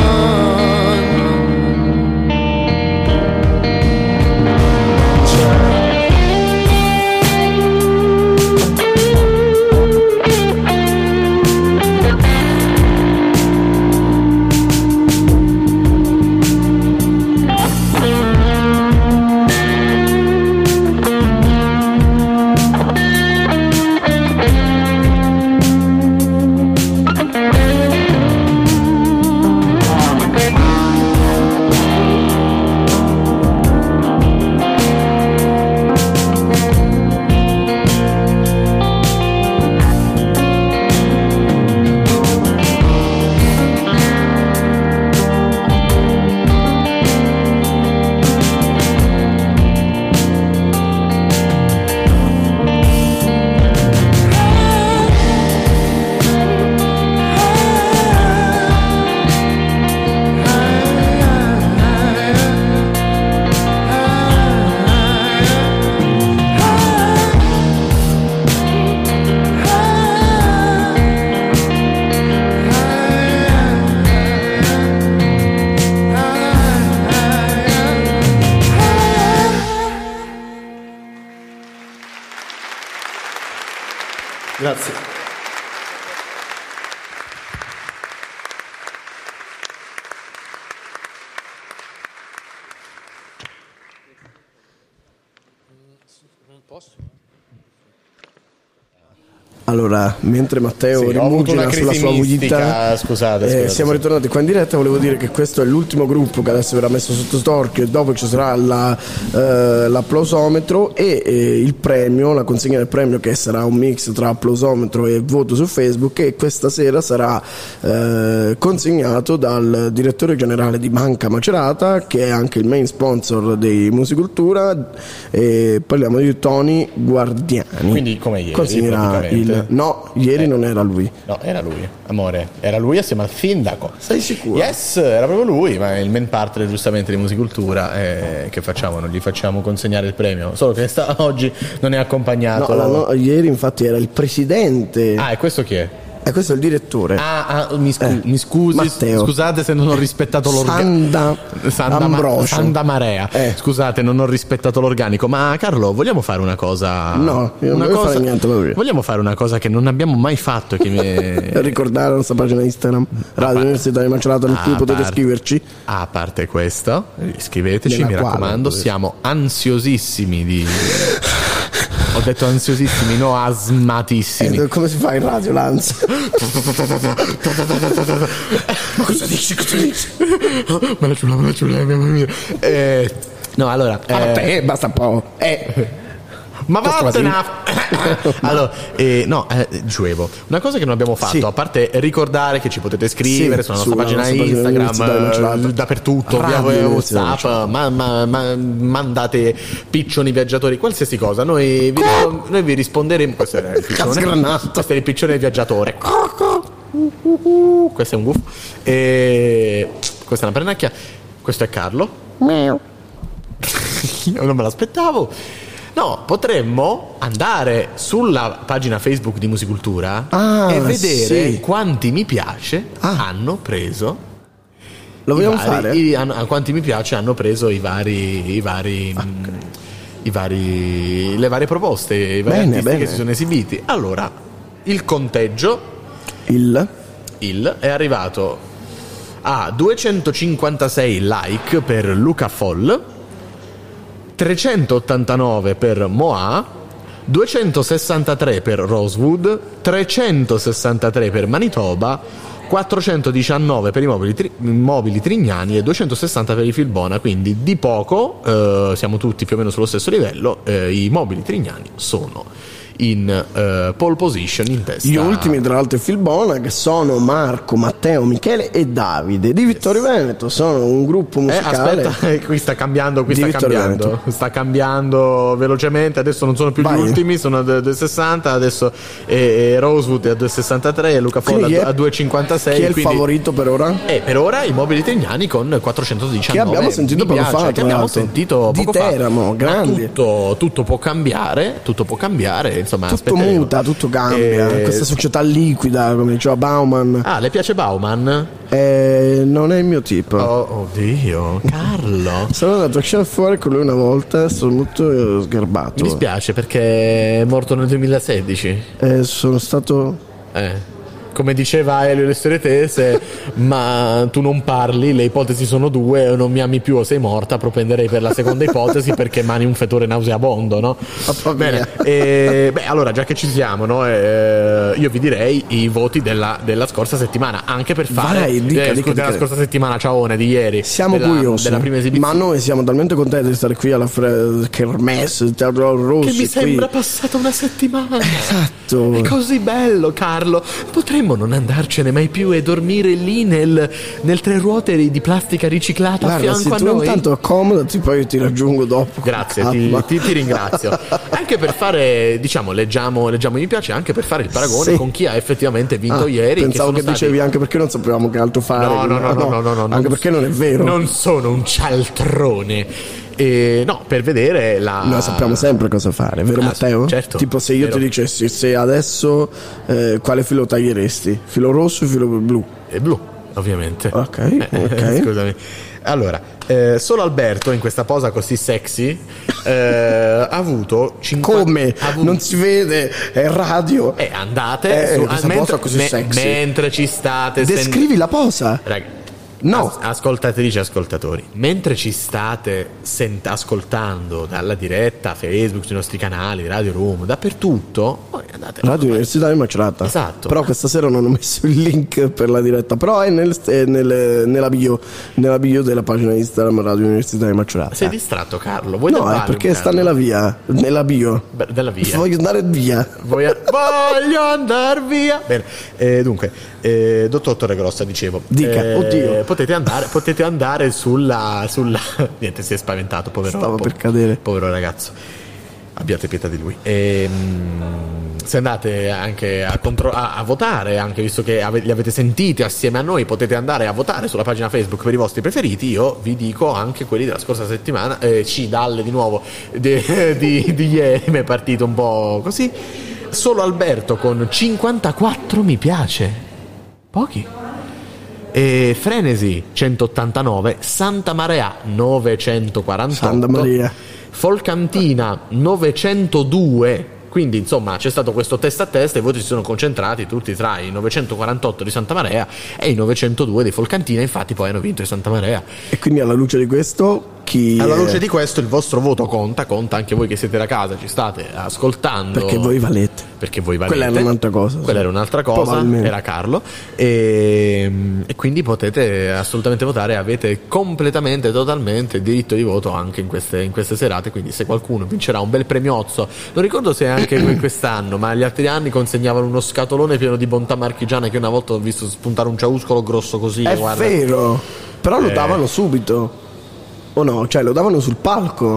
Grazie. Allora, mentre Matteo rimugina sulla sua avidità, scusate. Siamo ritornati qua in diretta. Volevo dire che questo è l'ultimo gruppo che adesso verrà messo sotto torchio, e dopo ci sarà l'applausometro e il premio, la consegna del premio, che sarà un mix tra applausometro e voto su Facebook, e questa sera sarà consegnato dal direttore generale di Banca Macerata, che è anche il main sponsor di Musicultura, e parliamo di Tony Guardiani. Quindi come ieri consegnerà il No, ieri non era lui. No, era lui, amore. Era lui assieme al sindaco. Sei sicuro? Yes, era proprio lui, ma è il main partner giustamente di Musicultura. Che facciamo? Non gli facciamo consegnare il premio. Solo che oggi non è accompagnato. No, ieri infatti era il presidente. Ah, e questo chi è? E questo è il direttore. Mi scusi, Matteo. Scusate se non ho rispettato l'organico. Sanda Marea. Scusate, non ho rispettato l'organico. Ma Carlo, vogliamo fare una cosa? No, io non voglio fare niente. Vogliamo fare una cosa che non abbiamo mai fatto. Ricordare la nostra pagina Instagram, Radio Università di Macerata, in cui potete scriverci. A parte questo, iscriveteci, mi raccomando. Siamo ansiosissimi di. Ho detto ansiosissimi, no asmatissimi. Come si fa in radio l'ansia? Ma cosa dici? Me la giura, mamma mia. No, allora. Basta un po'. Ma vattene. Allora, Giuevo, una cosa che non abbiamo fatto, a parte ricordare che ci potete scrivere sulla nostra pagina Instagram, dappertutto, via WhatsApp, mandate piccioni viaggiatori, qualsiasi cosa, noi vi risponderemo. Questo è il piccione. Questo è il piccione viaggiatore. Questo è un guff. Questa è una pernacchia. Questo è Carlo. Io non me l'aspettavo. No, potremmo andare sulla pagina Facebook di Musicultura e vedere quanti mi piace hanno preso. Lo vogliamo fare? Quanti mi piace hanno preso le varie proposte, i vari artisti che si sono esibiti. Allora, il conteggio è arrivato a 256 like per Luca Foll, 389 per Moa, 263 per Rosewood, 363 per Manitoba, 419 per i mobili Trignani e 260 per i Filbona, quindi di poco, siamo tutti più o meno sullo stesso livello. I mobili Trignani sono in pole position in testa. Gli ultimi tra l'altro Filbona, che sono Marco, Matteo, Michele e Davide di Vittorio Veneto, sono un gruppo musicale. Aspetta, qui sta cambiando velocemente, adesso non sono più gli ultimi, sono a 260 adesso, e Rosewood è a 263 e Luca Folla a 256. Chi è il favorito per ora? Per ora i mobili Trignani con 419, che abbiamo sentito poco fa, poco fa. Teramo, grandi. Tutto può cambiare, insomma, tutto muta, tutto cambia. Questa società liquida, come diceva Bauman. Le piace Bauman? Non è il mio tipo. Oddio, Carlo. Sono andato a scena fuori con lui una volta, sono molto sgarbato. Mi dispiace perché è morto nel 2016. Sono stato come diceva Elio Le Storie Tese, ma tu non parli, le ipotesi sono due, o non mi ami più o sei morta, propenderei per la seconda ipotesi perché mani un fetore nauseabondo, no? Bene, allora già che ci siamo, no? Io vi direi i voti della scorsa settimana, anche per fare della scorsa settimana, ciaone, di ieri. Siamo curiosi, della prima esibizione. ma noi siamo talmente contenti di stare qui alla Kermesse Teatro Rossi, che mi sembra passata una settimana. Esatto. È così bello, Carlo. Potremmo non andarcene mai più e dormire lì nel tre ruote di plastica riciclata. Guarda, a fianco a noi. Intanto accomodati, poi ti raggiungo dopo. Grazie, ti ringrazio. Anche per fare, diciamo, leggiamo mi piace, anche per fare il paragone con chi ha effettivamente vinto ieri. Pensavo che dicevi anche perché non sapevamo che altro fare. No, anche perché non è vero. Non sono un cialtrone. Per vedere noi sappiamo sempre cosa fare, vero Matteo? Certo. Tipo, se io ti dicessi, se adesso quale filo taglieresti? Filo rosso o filo blu? Blu, ovviamente. Ok. Scusami. Allora, solo Alberto in questa posa così sexy ha avuto 50. Come? Non si vede, è radio. Andate posa così sexy. Mentre ci state. Descrivi la posa. Ragazzi, no, ascoltatrici e ascoltatori, mentre ci state ascoltando dalla diretta Facebook, sui nostri canali, Radio Room, dappertutto, poi andate Radio Università di Macerata. Esatto. Però questa sera non ho messo il link per la diretta, però è nella bio della pagina Instagram Radio Università di Macerata. Sei distratto, Carlo? No, è perché sta nella bio. Della via. Voglio andare via. Voglio andare via. Bene, dunque, dottor Torregrossa, dicevo. Dica, oddio. Potete andare sulla niente, si è spaventato, povero. Stava per cadere. Povero ragazzo. Abbiate pietà di lui. se andate anche a votare, anche visto che li avete sentiti assieme a noi, potete andare a votare sulla pagina Facebook per i vostri preferiti. Io vi dico anche quelli della scorsa settimana, dalle di nuovo di ieri mi è partito un po' così. Solo Alberto con 54 mi piace, pochi. E Frenesi 189, Santa Maria 948, Santa Maria. Folcantina 902. Quindi insomma c'è stato questo testa a testa, i voti si sono concentrati tutti tra i 948 di Santa Maria e i 902 di Folcantina, infatti poi hanno vinto i Santa Maria. E quindi alla luce di questo alla luce di questo il vostro voto conta anche voi che siete da casa, ci state ascoltando. Perché voi valete. Quella era un'altra cosa. Quella era un'altra cosa, era Carlo. E quindi potete assolutamente votare, avete completamente, totalmente il diritto di voto anche in queste serate. Quindi se qualcuno vincerà un bel premiozzo, non ricordo se anche quest'anno, ma gli altri anni consegnavano uno scatolone pieno di bontà marchigiana che una volta ho visto spuntare un ciauscolo grosso così. È vero, però lo davano subito. O no? Cioè lo davano sul palco.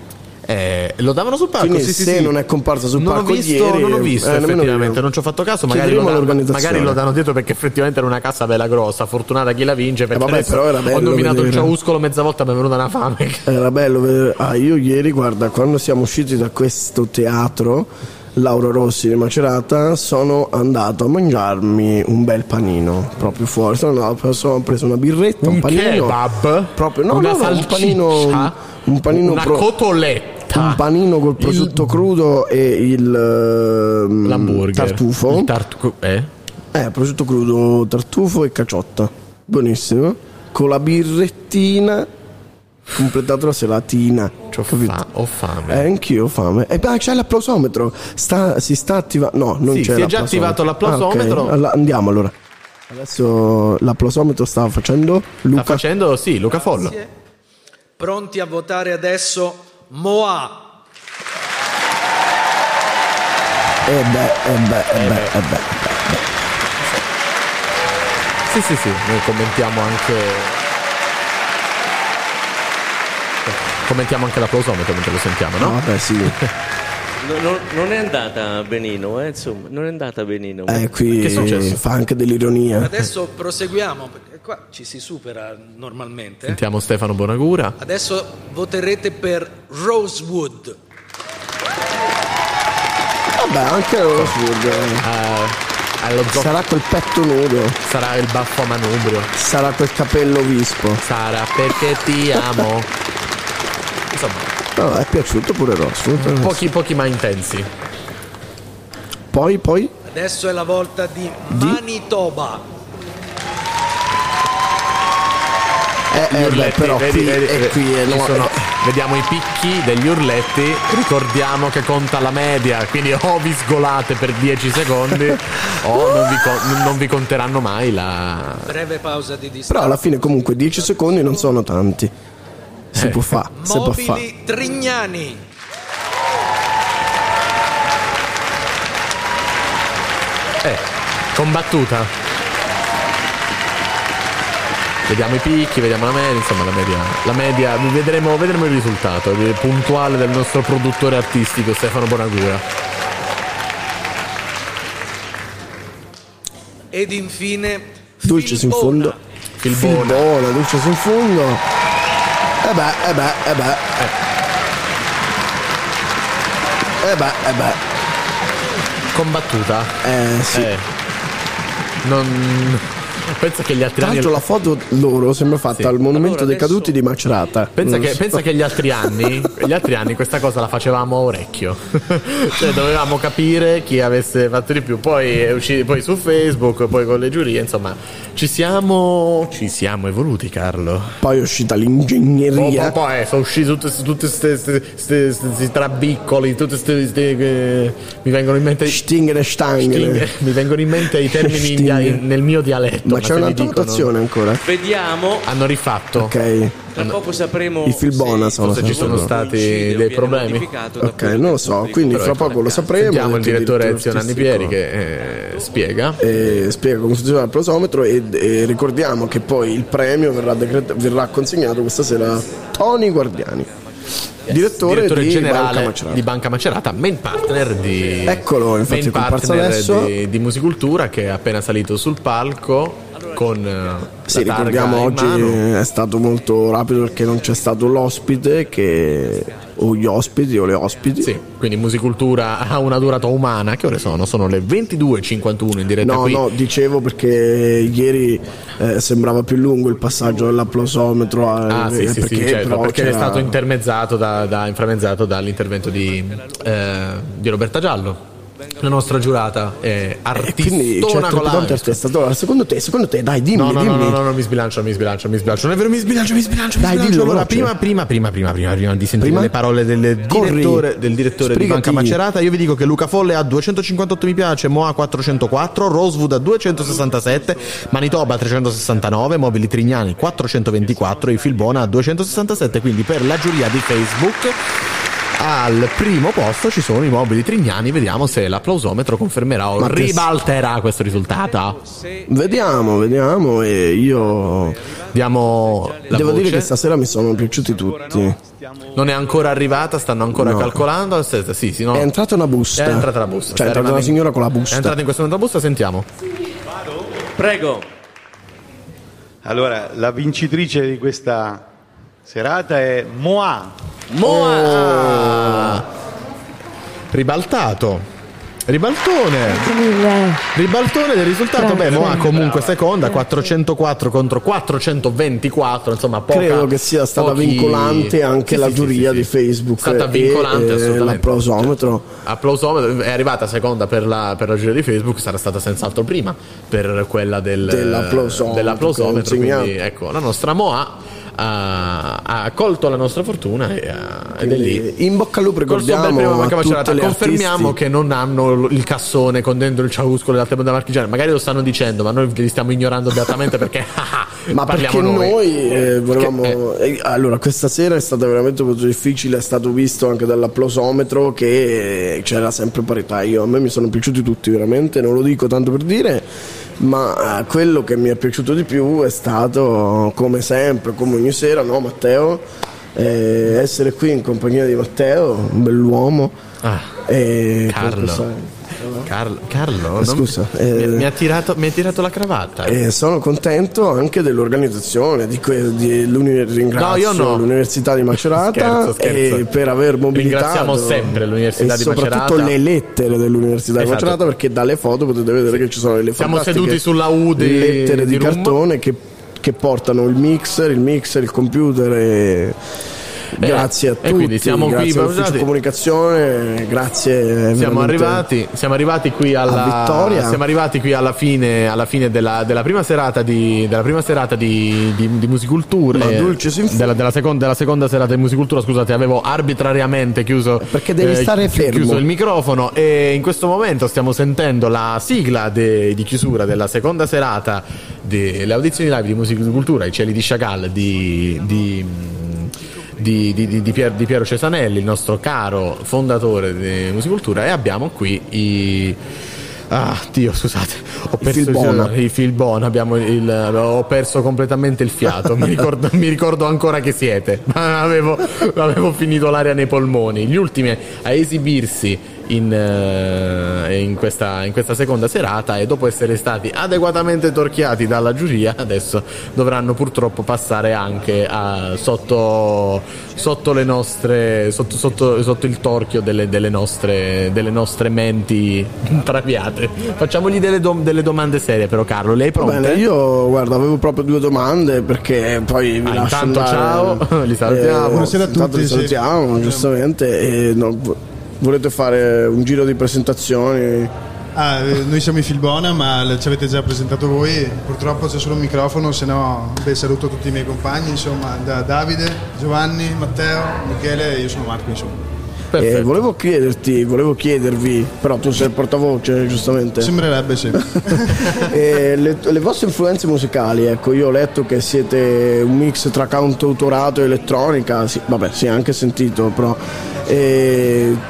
Lo davano sul palco. Quindi se non è comparsa sul palco ieri, non ho visto effettivamente, non ci ho fatto caso. Magari lo danno dietro perché effettivamente era una cassa bella grossa. Fortunata chi la vince, perché però era bello, ho nominato il ciauscolo mezza volta, mi è venuta una fame. Era bello vedere. Io ieri, guarda, quando siamo usciti da questo teatro Lauro Rossi di Macerata, sono andato a mangiarmi un bel panino proprio fuori. Sono preso una birretta, un panino, kebab, proprio una salsiccia, un panino una cotoletta, un panino col prosciutto crudo e l'hamburger, tartufo, prosciutto crudo, tartufo e caciotta, buonissimo, con la birrettina, completato la seratina. Ho fame. Anch'io ho fame. C'è l'applausometro. Si sta attivando. No, non c'è. Si è già attivato l'applausometro. Okay. Andiamo allora. Adesso l'applausometro stava facendo Luca. Sta facendo, sì, Luca Follo. Pronti a votare adesso Moa. Sì, noi commentiamo l'applausometro mentre lo sentiamo, no? Vabbè, sì. Non è andata benino, insomma, non è andata benino. Qui che è successo? Fa anche dell'ironia. Adesso proseguiamo, perché qua ci si supera normalmente. Sentiamo Stefano Bonagura. Adesso voterete per Rosewood. Vabbè, anche Rosewood. Sarà quel petto nudo. Sarà il baffo a manubrio. Sarà quel capello vispo. Sarà perché ti amo. Insomma, no, è piaciuto pure Rosewood. Pochi ma intensi. Poi adesso è la volta di Manitoba. Urletti, però vediamo i picchi degli urletti. Ricordiamo che conta la media, quindi o vi sgolate per 10 secondi o non vi conteranno mai la breve pausa di distanza. Però alla fine comunque 10 secondi non sono tanti. Si può fare. Mobili Trignani. Combattuta. Vediamo i picchi, vediamo la media, insomma la media vedremo il risultato puntuale del nostro produttore artistico Stefano Bonagura. Ed infine Dulcis in fondo. Filbona, Dulcis in fondo. Combattuta. Sì. Non pensa che gli altri anni la foto loro sembra fatta al monumento dei caduti di Macerata. Pensa che gli altri anni questa cosa la facevamo a orecchio. Cioè dovevamo capire chi avesse fatto di più. Poi è uscito poi su Facebook, poi con le giurie, insomma ci siamo evoluti, Carlo. Poi è uscita l'ingegneria. Poi sono usciti tutti questi trabiccoli, mi vengono in mente mi vengono in mente i termini nel mio dialetto. Ma c'è un'altra votazione ancora? Vediamo. Hanno rifatto. Ok. Tra poco sapremo i Filbona forse ci sono stati dei problemi. Ok, non lo so, quindi fra poco lo sapremo. Sentiamo il direttore Ezio Nanni Pieri che spiega come funziona il plosometro e ricordiamo che poi il premio verrà consegnato questa sera a Tony Guardiani. direttore generale di Banca Macerata, main partner di eccolo, infatti di Musicultura, che è appena salito sul palco con sì, ricordiamo oggi è stato molto rapido perché non c'è stato l'ospite o gli ospiti o le ospiti. Sì, quindi Musicultura ha una durata umana. Che ore sono? Sono le 22:51 in diretta qui. No, dicevo perché ieri sembrava più lungo il passaggio dell'applausometro. Perché è stato inframezzato dall'intervento di Roberta Giallo, la nostra giurata è artistona con la... Secondo te, dai, dimmi. No, mi sbilancio. Non è vero, mi sbilancio. Dai, dillo. Allora, prima di sentire le parole del direttore di Banca Macerata, io vi dico che Luca Folle ha 258 mi piace, Moa 404, Rosewood a 267, Manitoba 369, Mobili Trignani 424 e Filbona a 267. Quindi per la giuria di Facebook al primo posto ci sono i Mobili Trignani. Vediamo se l'applausometro confermerà o ribalterà questo risultato. Vediamo, e io diamo la devo voce. dire che stasera mi sono piaciuti tutti. Non è ancora arrivata, stanno ancora calcolando. Sì, no. È entrata una busta. È entrata la busta. Cioè è entrata una signora con la busta. È entrata in questo momento la busta, sentiamo. Prego. Allora, la vincitrice di questa serata è Moa. Ribaltone del risultato. Moa comunque seconda, 404 contro 424, insomma credo che sia stata vincolante anche la giuria di Facebook. È stata vincolante assolutamente. L'applausometro è arrivata seconda per la giuria di Facebook, sarà stata senz'altro prima per quella dell'applausometro. Quindi ecco, la nostra Moa ha colto la nostra fortuna ed è lì. In bocca al lupo, ricordiamo a tutte le confermiamo artisti che non hanno il cassone con dentro il ciauscolo e l'altra banda marchigiana. Magari lo stanno dicendo, ma noi li stiamo ignorando beatamente perché ma perché noi volevamo allora questa sera è stata veramente molto difficile. È stato visto anche dall'applausometro che c'era sempre parità. A me mi sono piaciuti tutti, veramente, non lo dico tanto per dire, ma quello che mi è piaciuto di più è stato, come sempre, come ogni sera, no, Matteo, essere qui in compagnia di Matteo, un bell'uomo. Carlo, scusa, mi ha tirato la cravatta. Sono contento anche dell'organizzazione ringrazio l'Università di Macerata scherzo. Per aver mobilitato. Ringraziamo sempre l'Università di Macerata, soprattutto le lettere dell'Università di Macerata, perché dalle foto potete vedere che ci sono delle fantastiche seduti sulla U lettere di cartone che portano il mixer, il computer grazie a tutti, quindi siamo grazie qui all'ufficio comunicazione, grazie. Siamo arrivati qui alla vittoria. Siamo arrivati qui alla fine della prima serata di Musicultura, della seconda serata di Musicultura. Scusate, avevo arbitrariamente chiuso perché devi stare fermo, chiuso il microfono, e in questo momento stiamo sentendo la sigla di chiusura della seconda serata delle audizioni live di Musicultura, I cieli di Chagall di Piero Cesanelli, il nostro caro fondatore di Musicultura, e abbiamo qui scusate, ho perso il Filbona, ho perso completamente il fiato. mi ricordo ancora che siete, ma avevo finito l'aria nei polmoni. Gli ultimi a esibirsi in questa seconda serata, e dopo essere stati adeguatamente torchiati dalla giuria, adesso dovranno purtroppo passare anche sotto le nostre sotto il torchio delle nostre menti traviate. Facciamogli delle domande serie, però. Carlo, lei è pronta? Bene, io guarda, avevo proprio due domande, perché poi vi lascio intanto andare. Ciao, li salutiamo. Buonasera a tutti. Li salutiamo, giustamente. Volete fare un giro di presentazioni? Noi siamo i Filbona, ma ci avete già presentato voi. Purtroppo c'è solo un microfono, se no saluto tutti i miei compagni, insomma, da Davide, Giovanni, Matteo, Michele, e io sono Marco, insomma. Volevo chiedervi, però tu sei il portavoce, giustamente? Sembrerebbe, sì. Le vostre influenze musicali, ecco, io ho letto che siete un mix tra cantautorato e elettronica, sì, vabbè, sì, anche sentito, però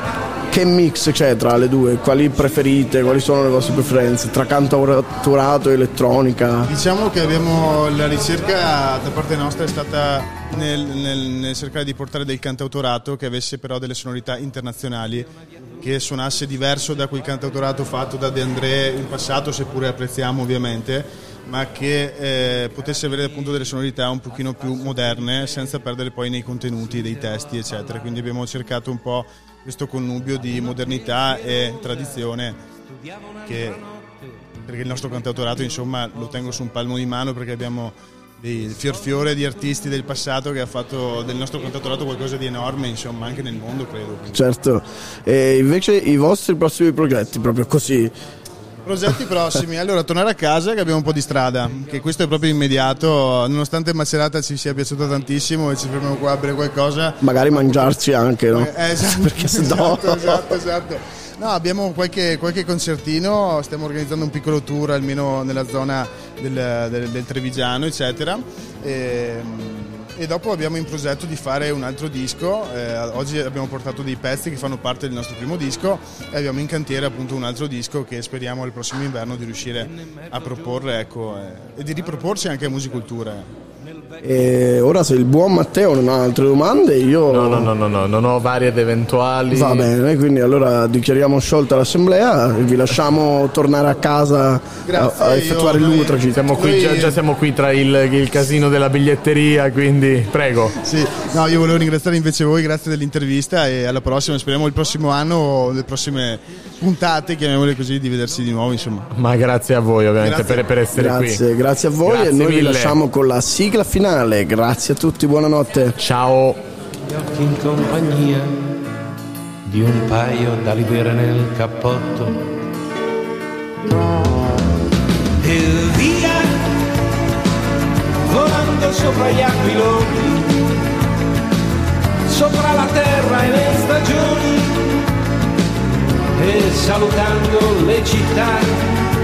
che mix c'è tra le due? Quali preferite? Quali sono le vostre preferenze tra cantautorato e elettronica? Diciamo che la ricerca da parte nostra è stata nel cercare di portare del cantautorato che avesse però delle sonorità internazionali, che suonasse diverso da quel cantautorato fatto da De André in passato, seppure apprezziamo ovviamente, ma che potesse avere appunto delle sonorità un pochino più moderne senza perdere poi nei contenuti dei testi eccetera. Quindi abbiamo cercato un po' questo connubio di modernità e tradizione, perché il nostro cantautorato insomma lo tengo su un palmo di mano, perché abbiamo dei fior di artisti del passato che ha fatto del nostro cantautorato qualcosa di enorme, insomma, anche nel mondo, credo. Certo. E invece i vostri prossimi progetti, proprio così? Progetti prossimi, allora tornare a casa, che abbiamo un po' di strada, che questo è proprio immediato, nonostante Macerata ci sia piaciuta tantissimo e ci fermiamo qua a bere qualcosa. Magari mangiarci anche, no? Esatto, perché sennò... esatto. No, abbiamo qualche concertino, stiamo organizzando un piccolo tour almeno nella zona del Trevigiano, eccetera. E dopo abbiamo in progetto di fare un altro disco. Oggi abbiamo portato dei pezzi che fanno parte del nostro primo disco e abbiamo in cantiere appunto un altro disco che speriamo il prossimo inverno di riuscire a proporre, ecco, e di riproporci anche a Musicultura. E ora, se il buon Matteo non ha altre domande, io no, non ho varie ed eventuali. Va bene, quindi allora dichiariamo sciolta l'assemblea e vi lasciamo tornare a casa. Grazie, a effettuare il lungo tragitto. Siamo qui, già siamo qui tra il casino della biglietteria, quindi prego. Sì, no, io volevo ringraziare invece voi, grazie dell'intervista, e alla prossima, speriamo il prossimo anno o le prossime puntate, chiamiamole così, di vedersi di nuovo, insomma. Ma grazie a voi ovviamente per essere qui. Grazie a voi. Grazie e noi mille. Vi lasciamo con la sigla finale. Grazie a tutti, buonanotte. Ciao. Gli occhi in compagnia di un paio d'alibere nel cappotto. E via, volando sopra gli aquiloni, sopra la terra e le stagioni, e salutando le città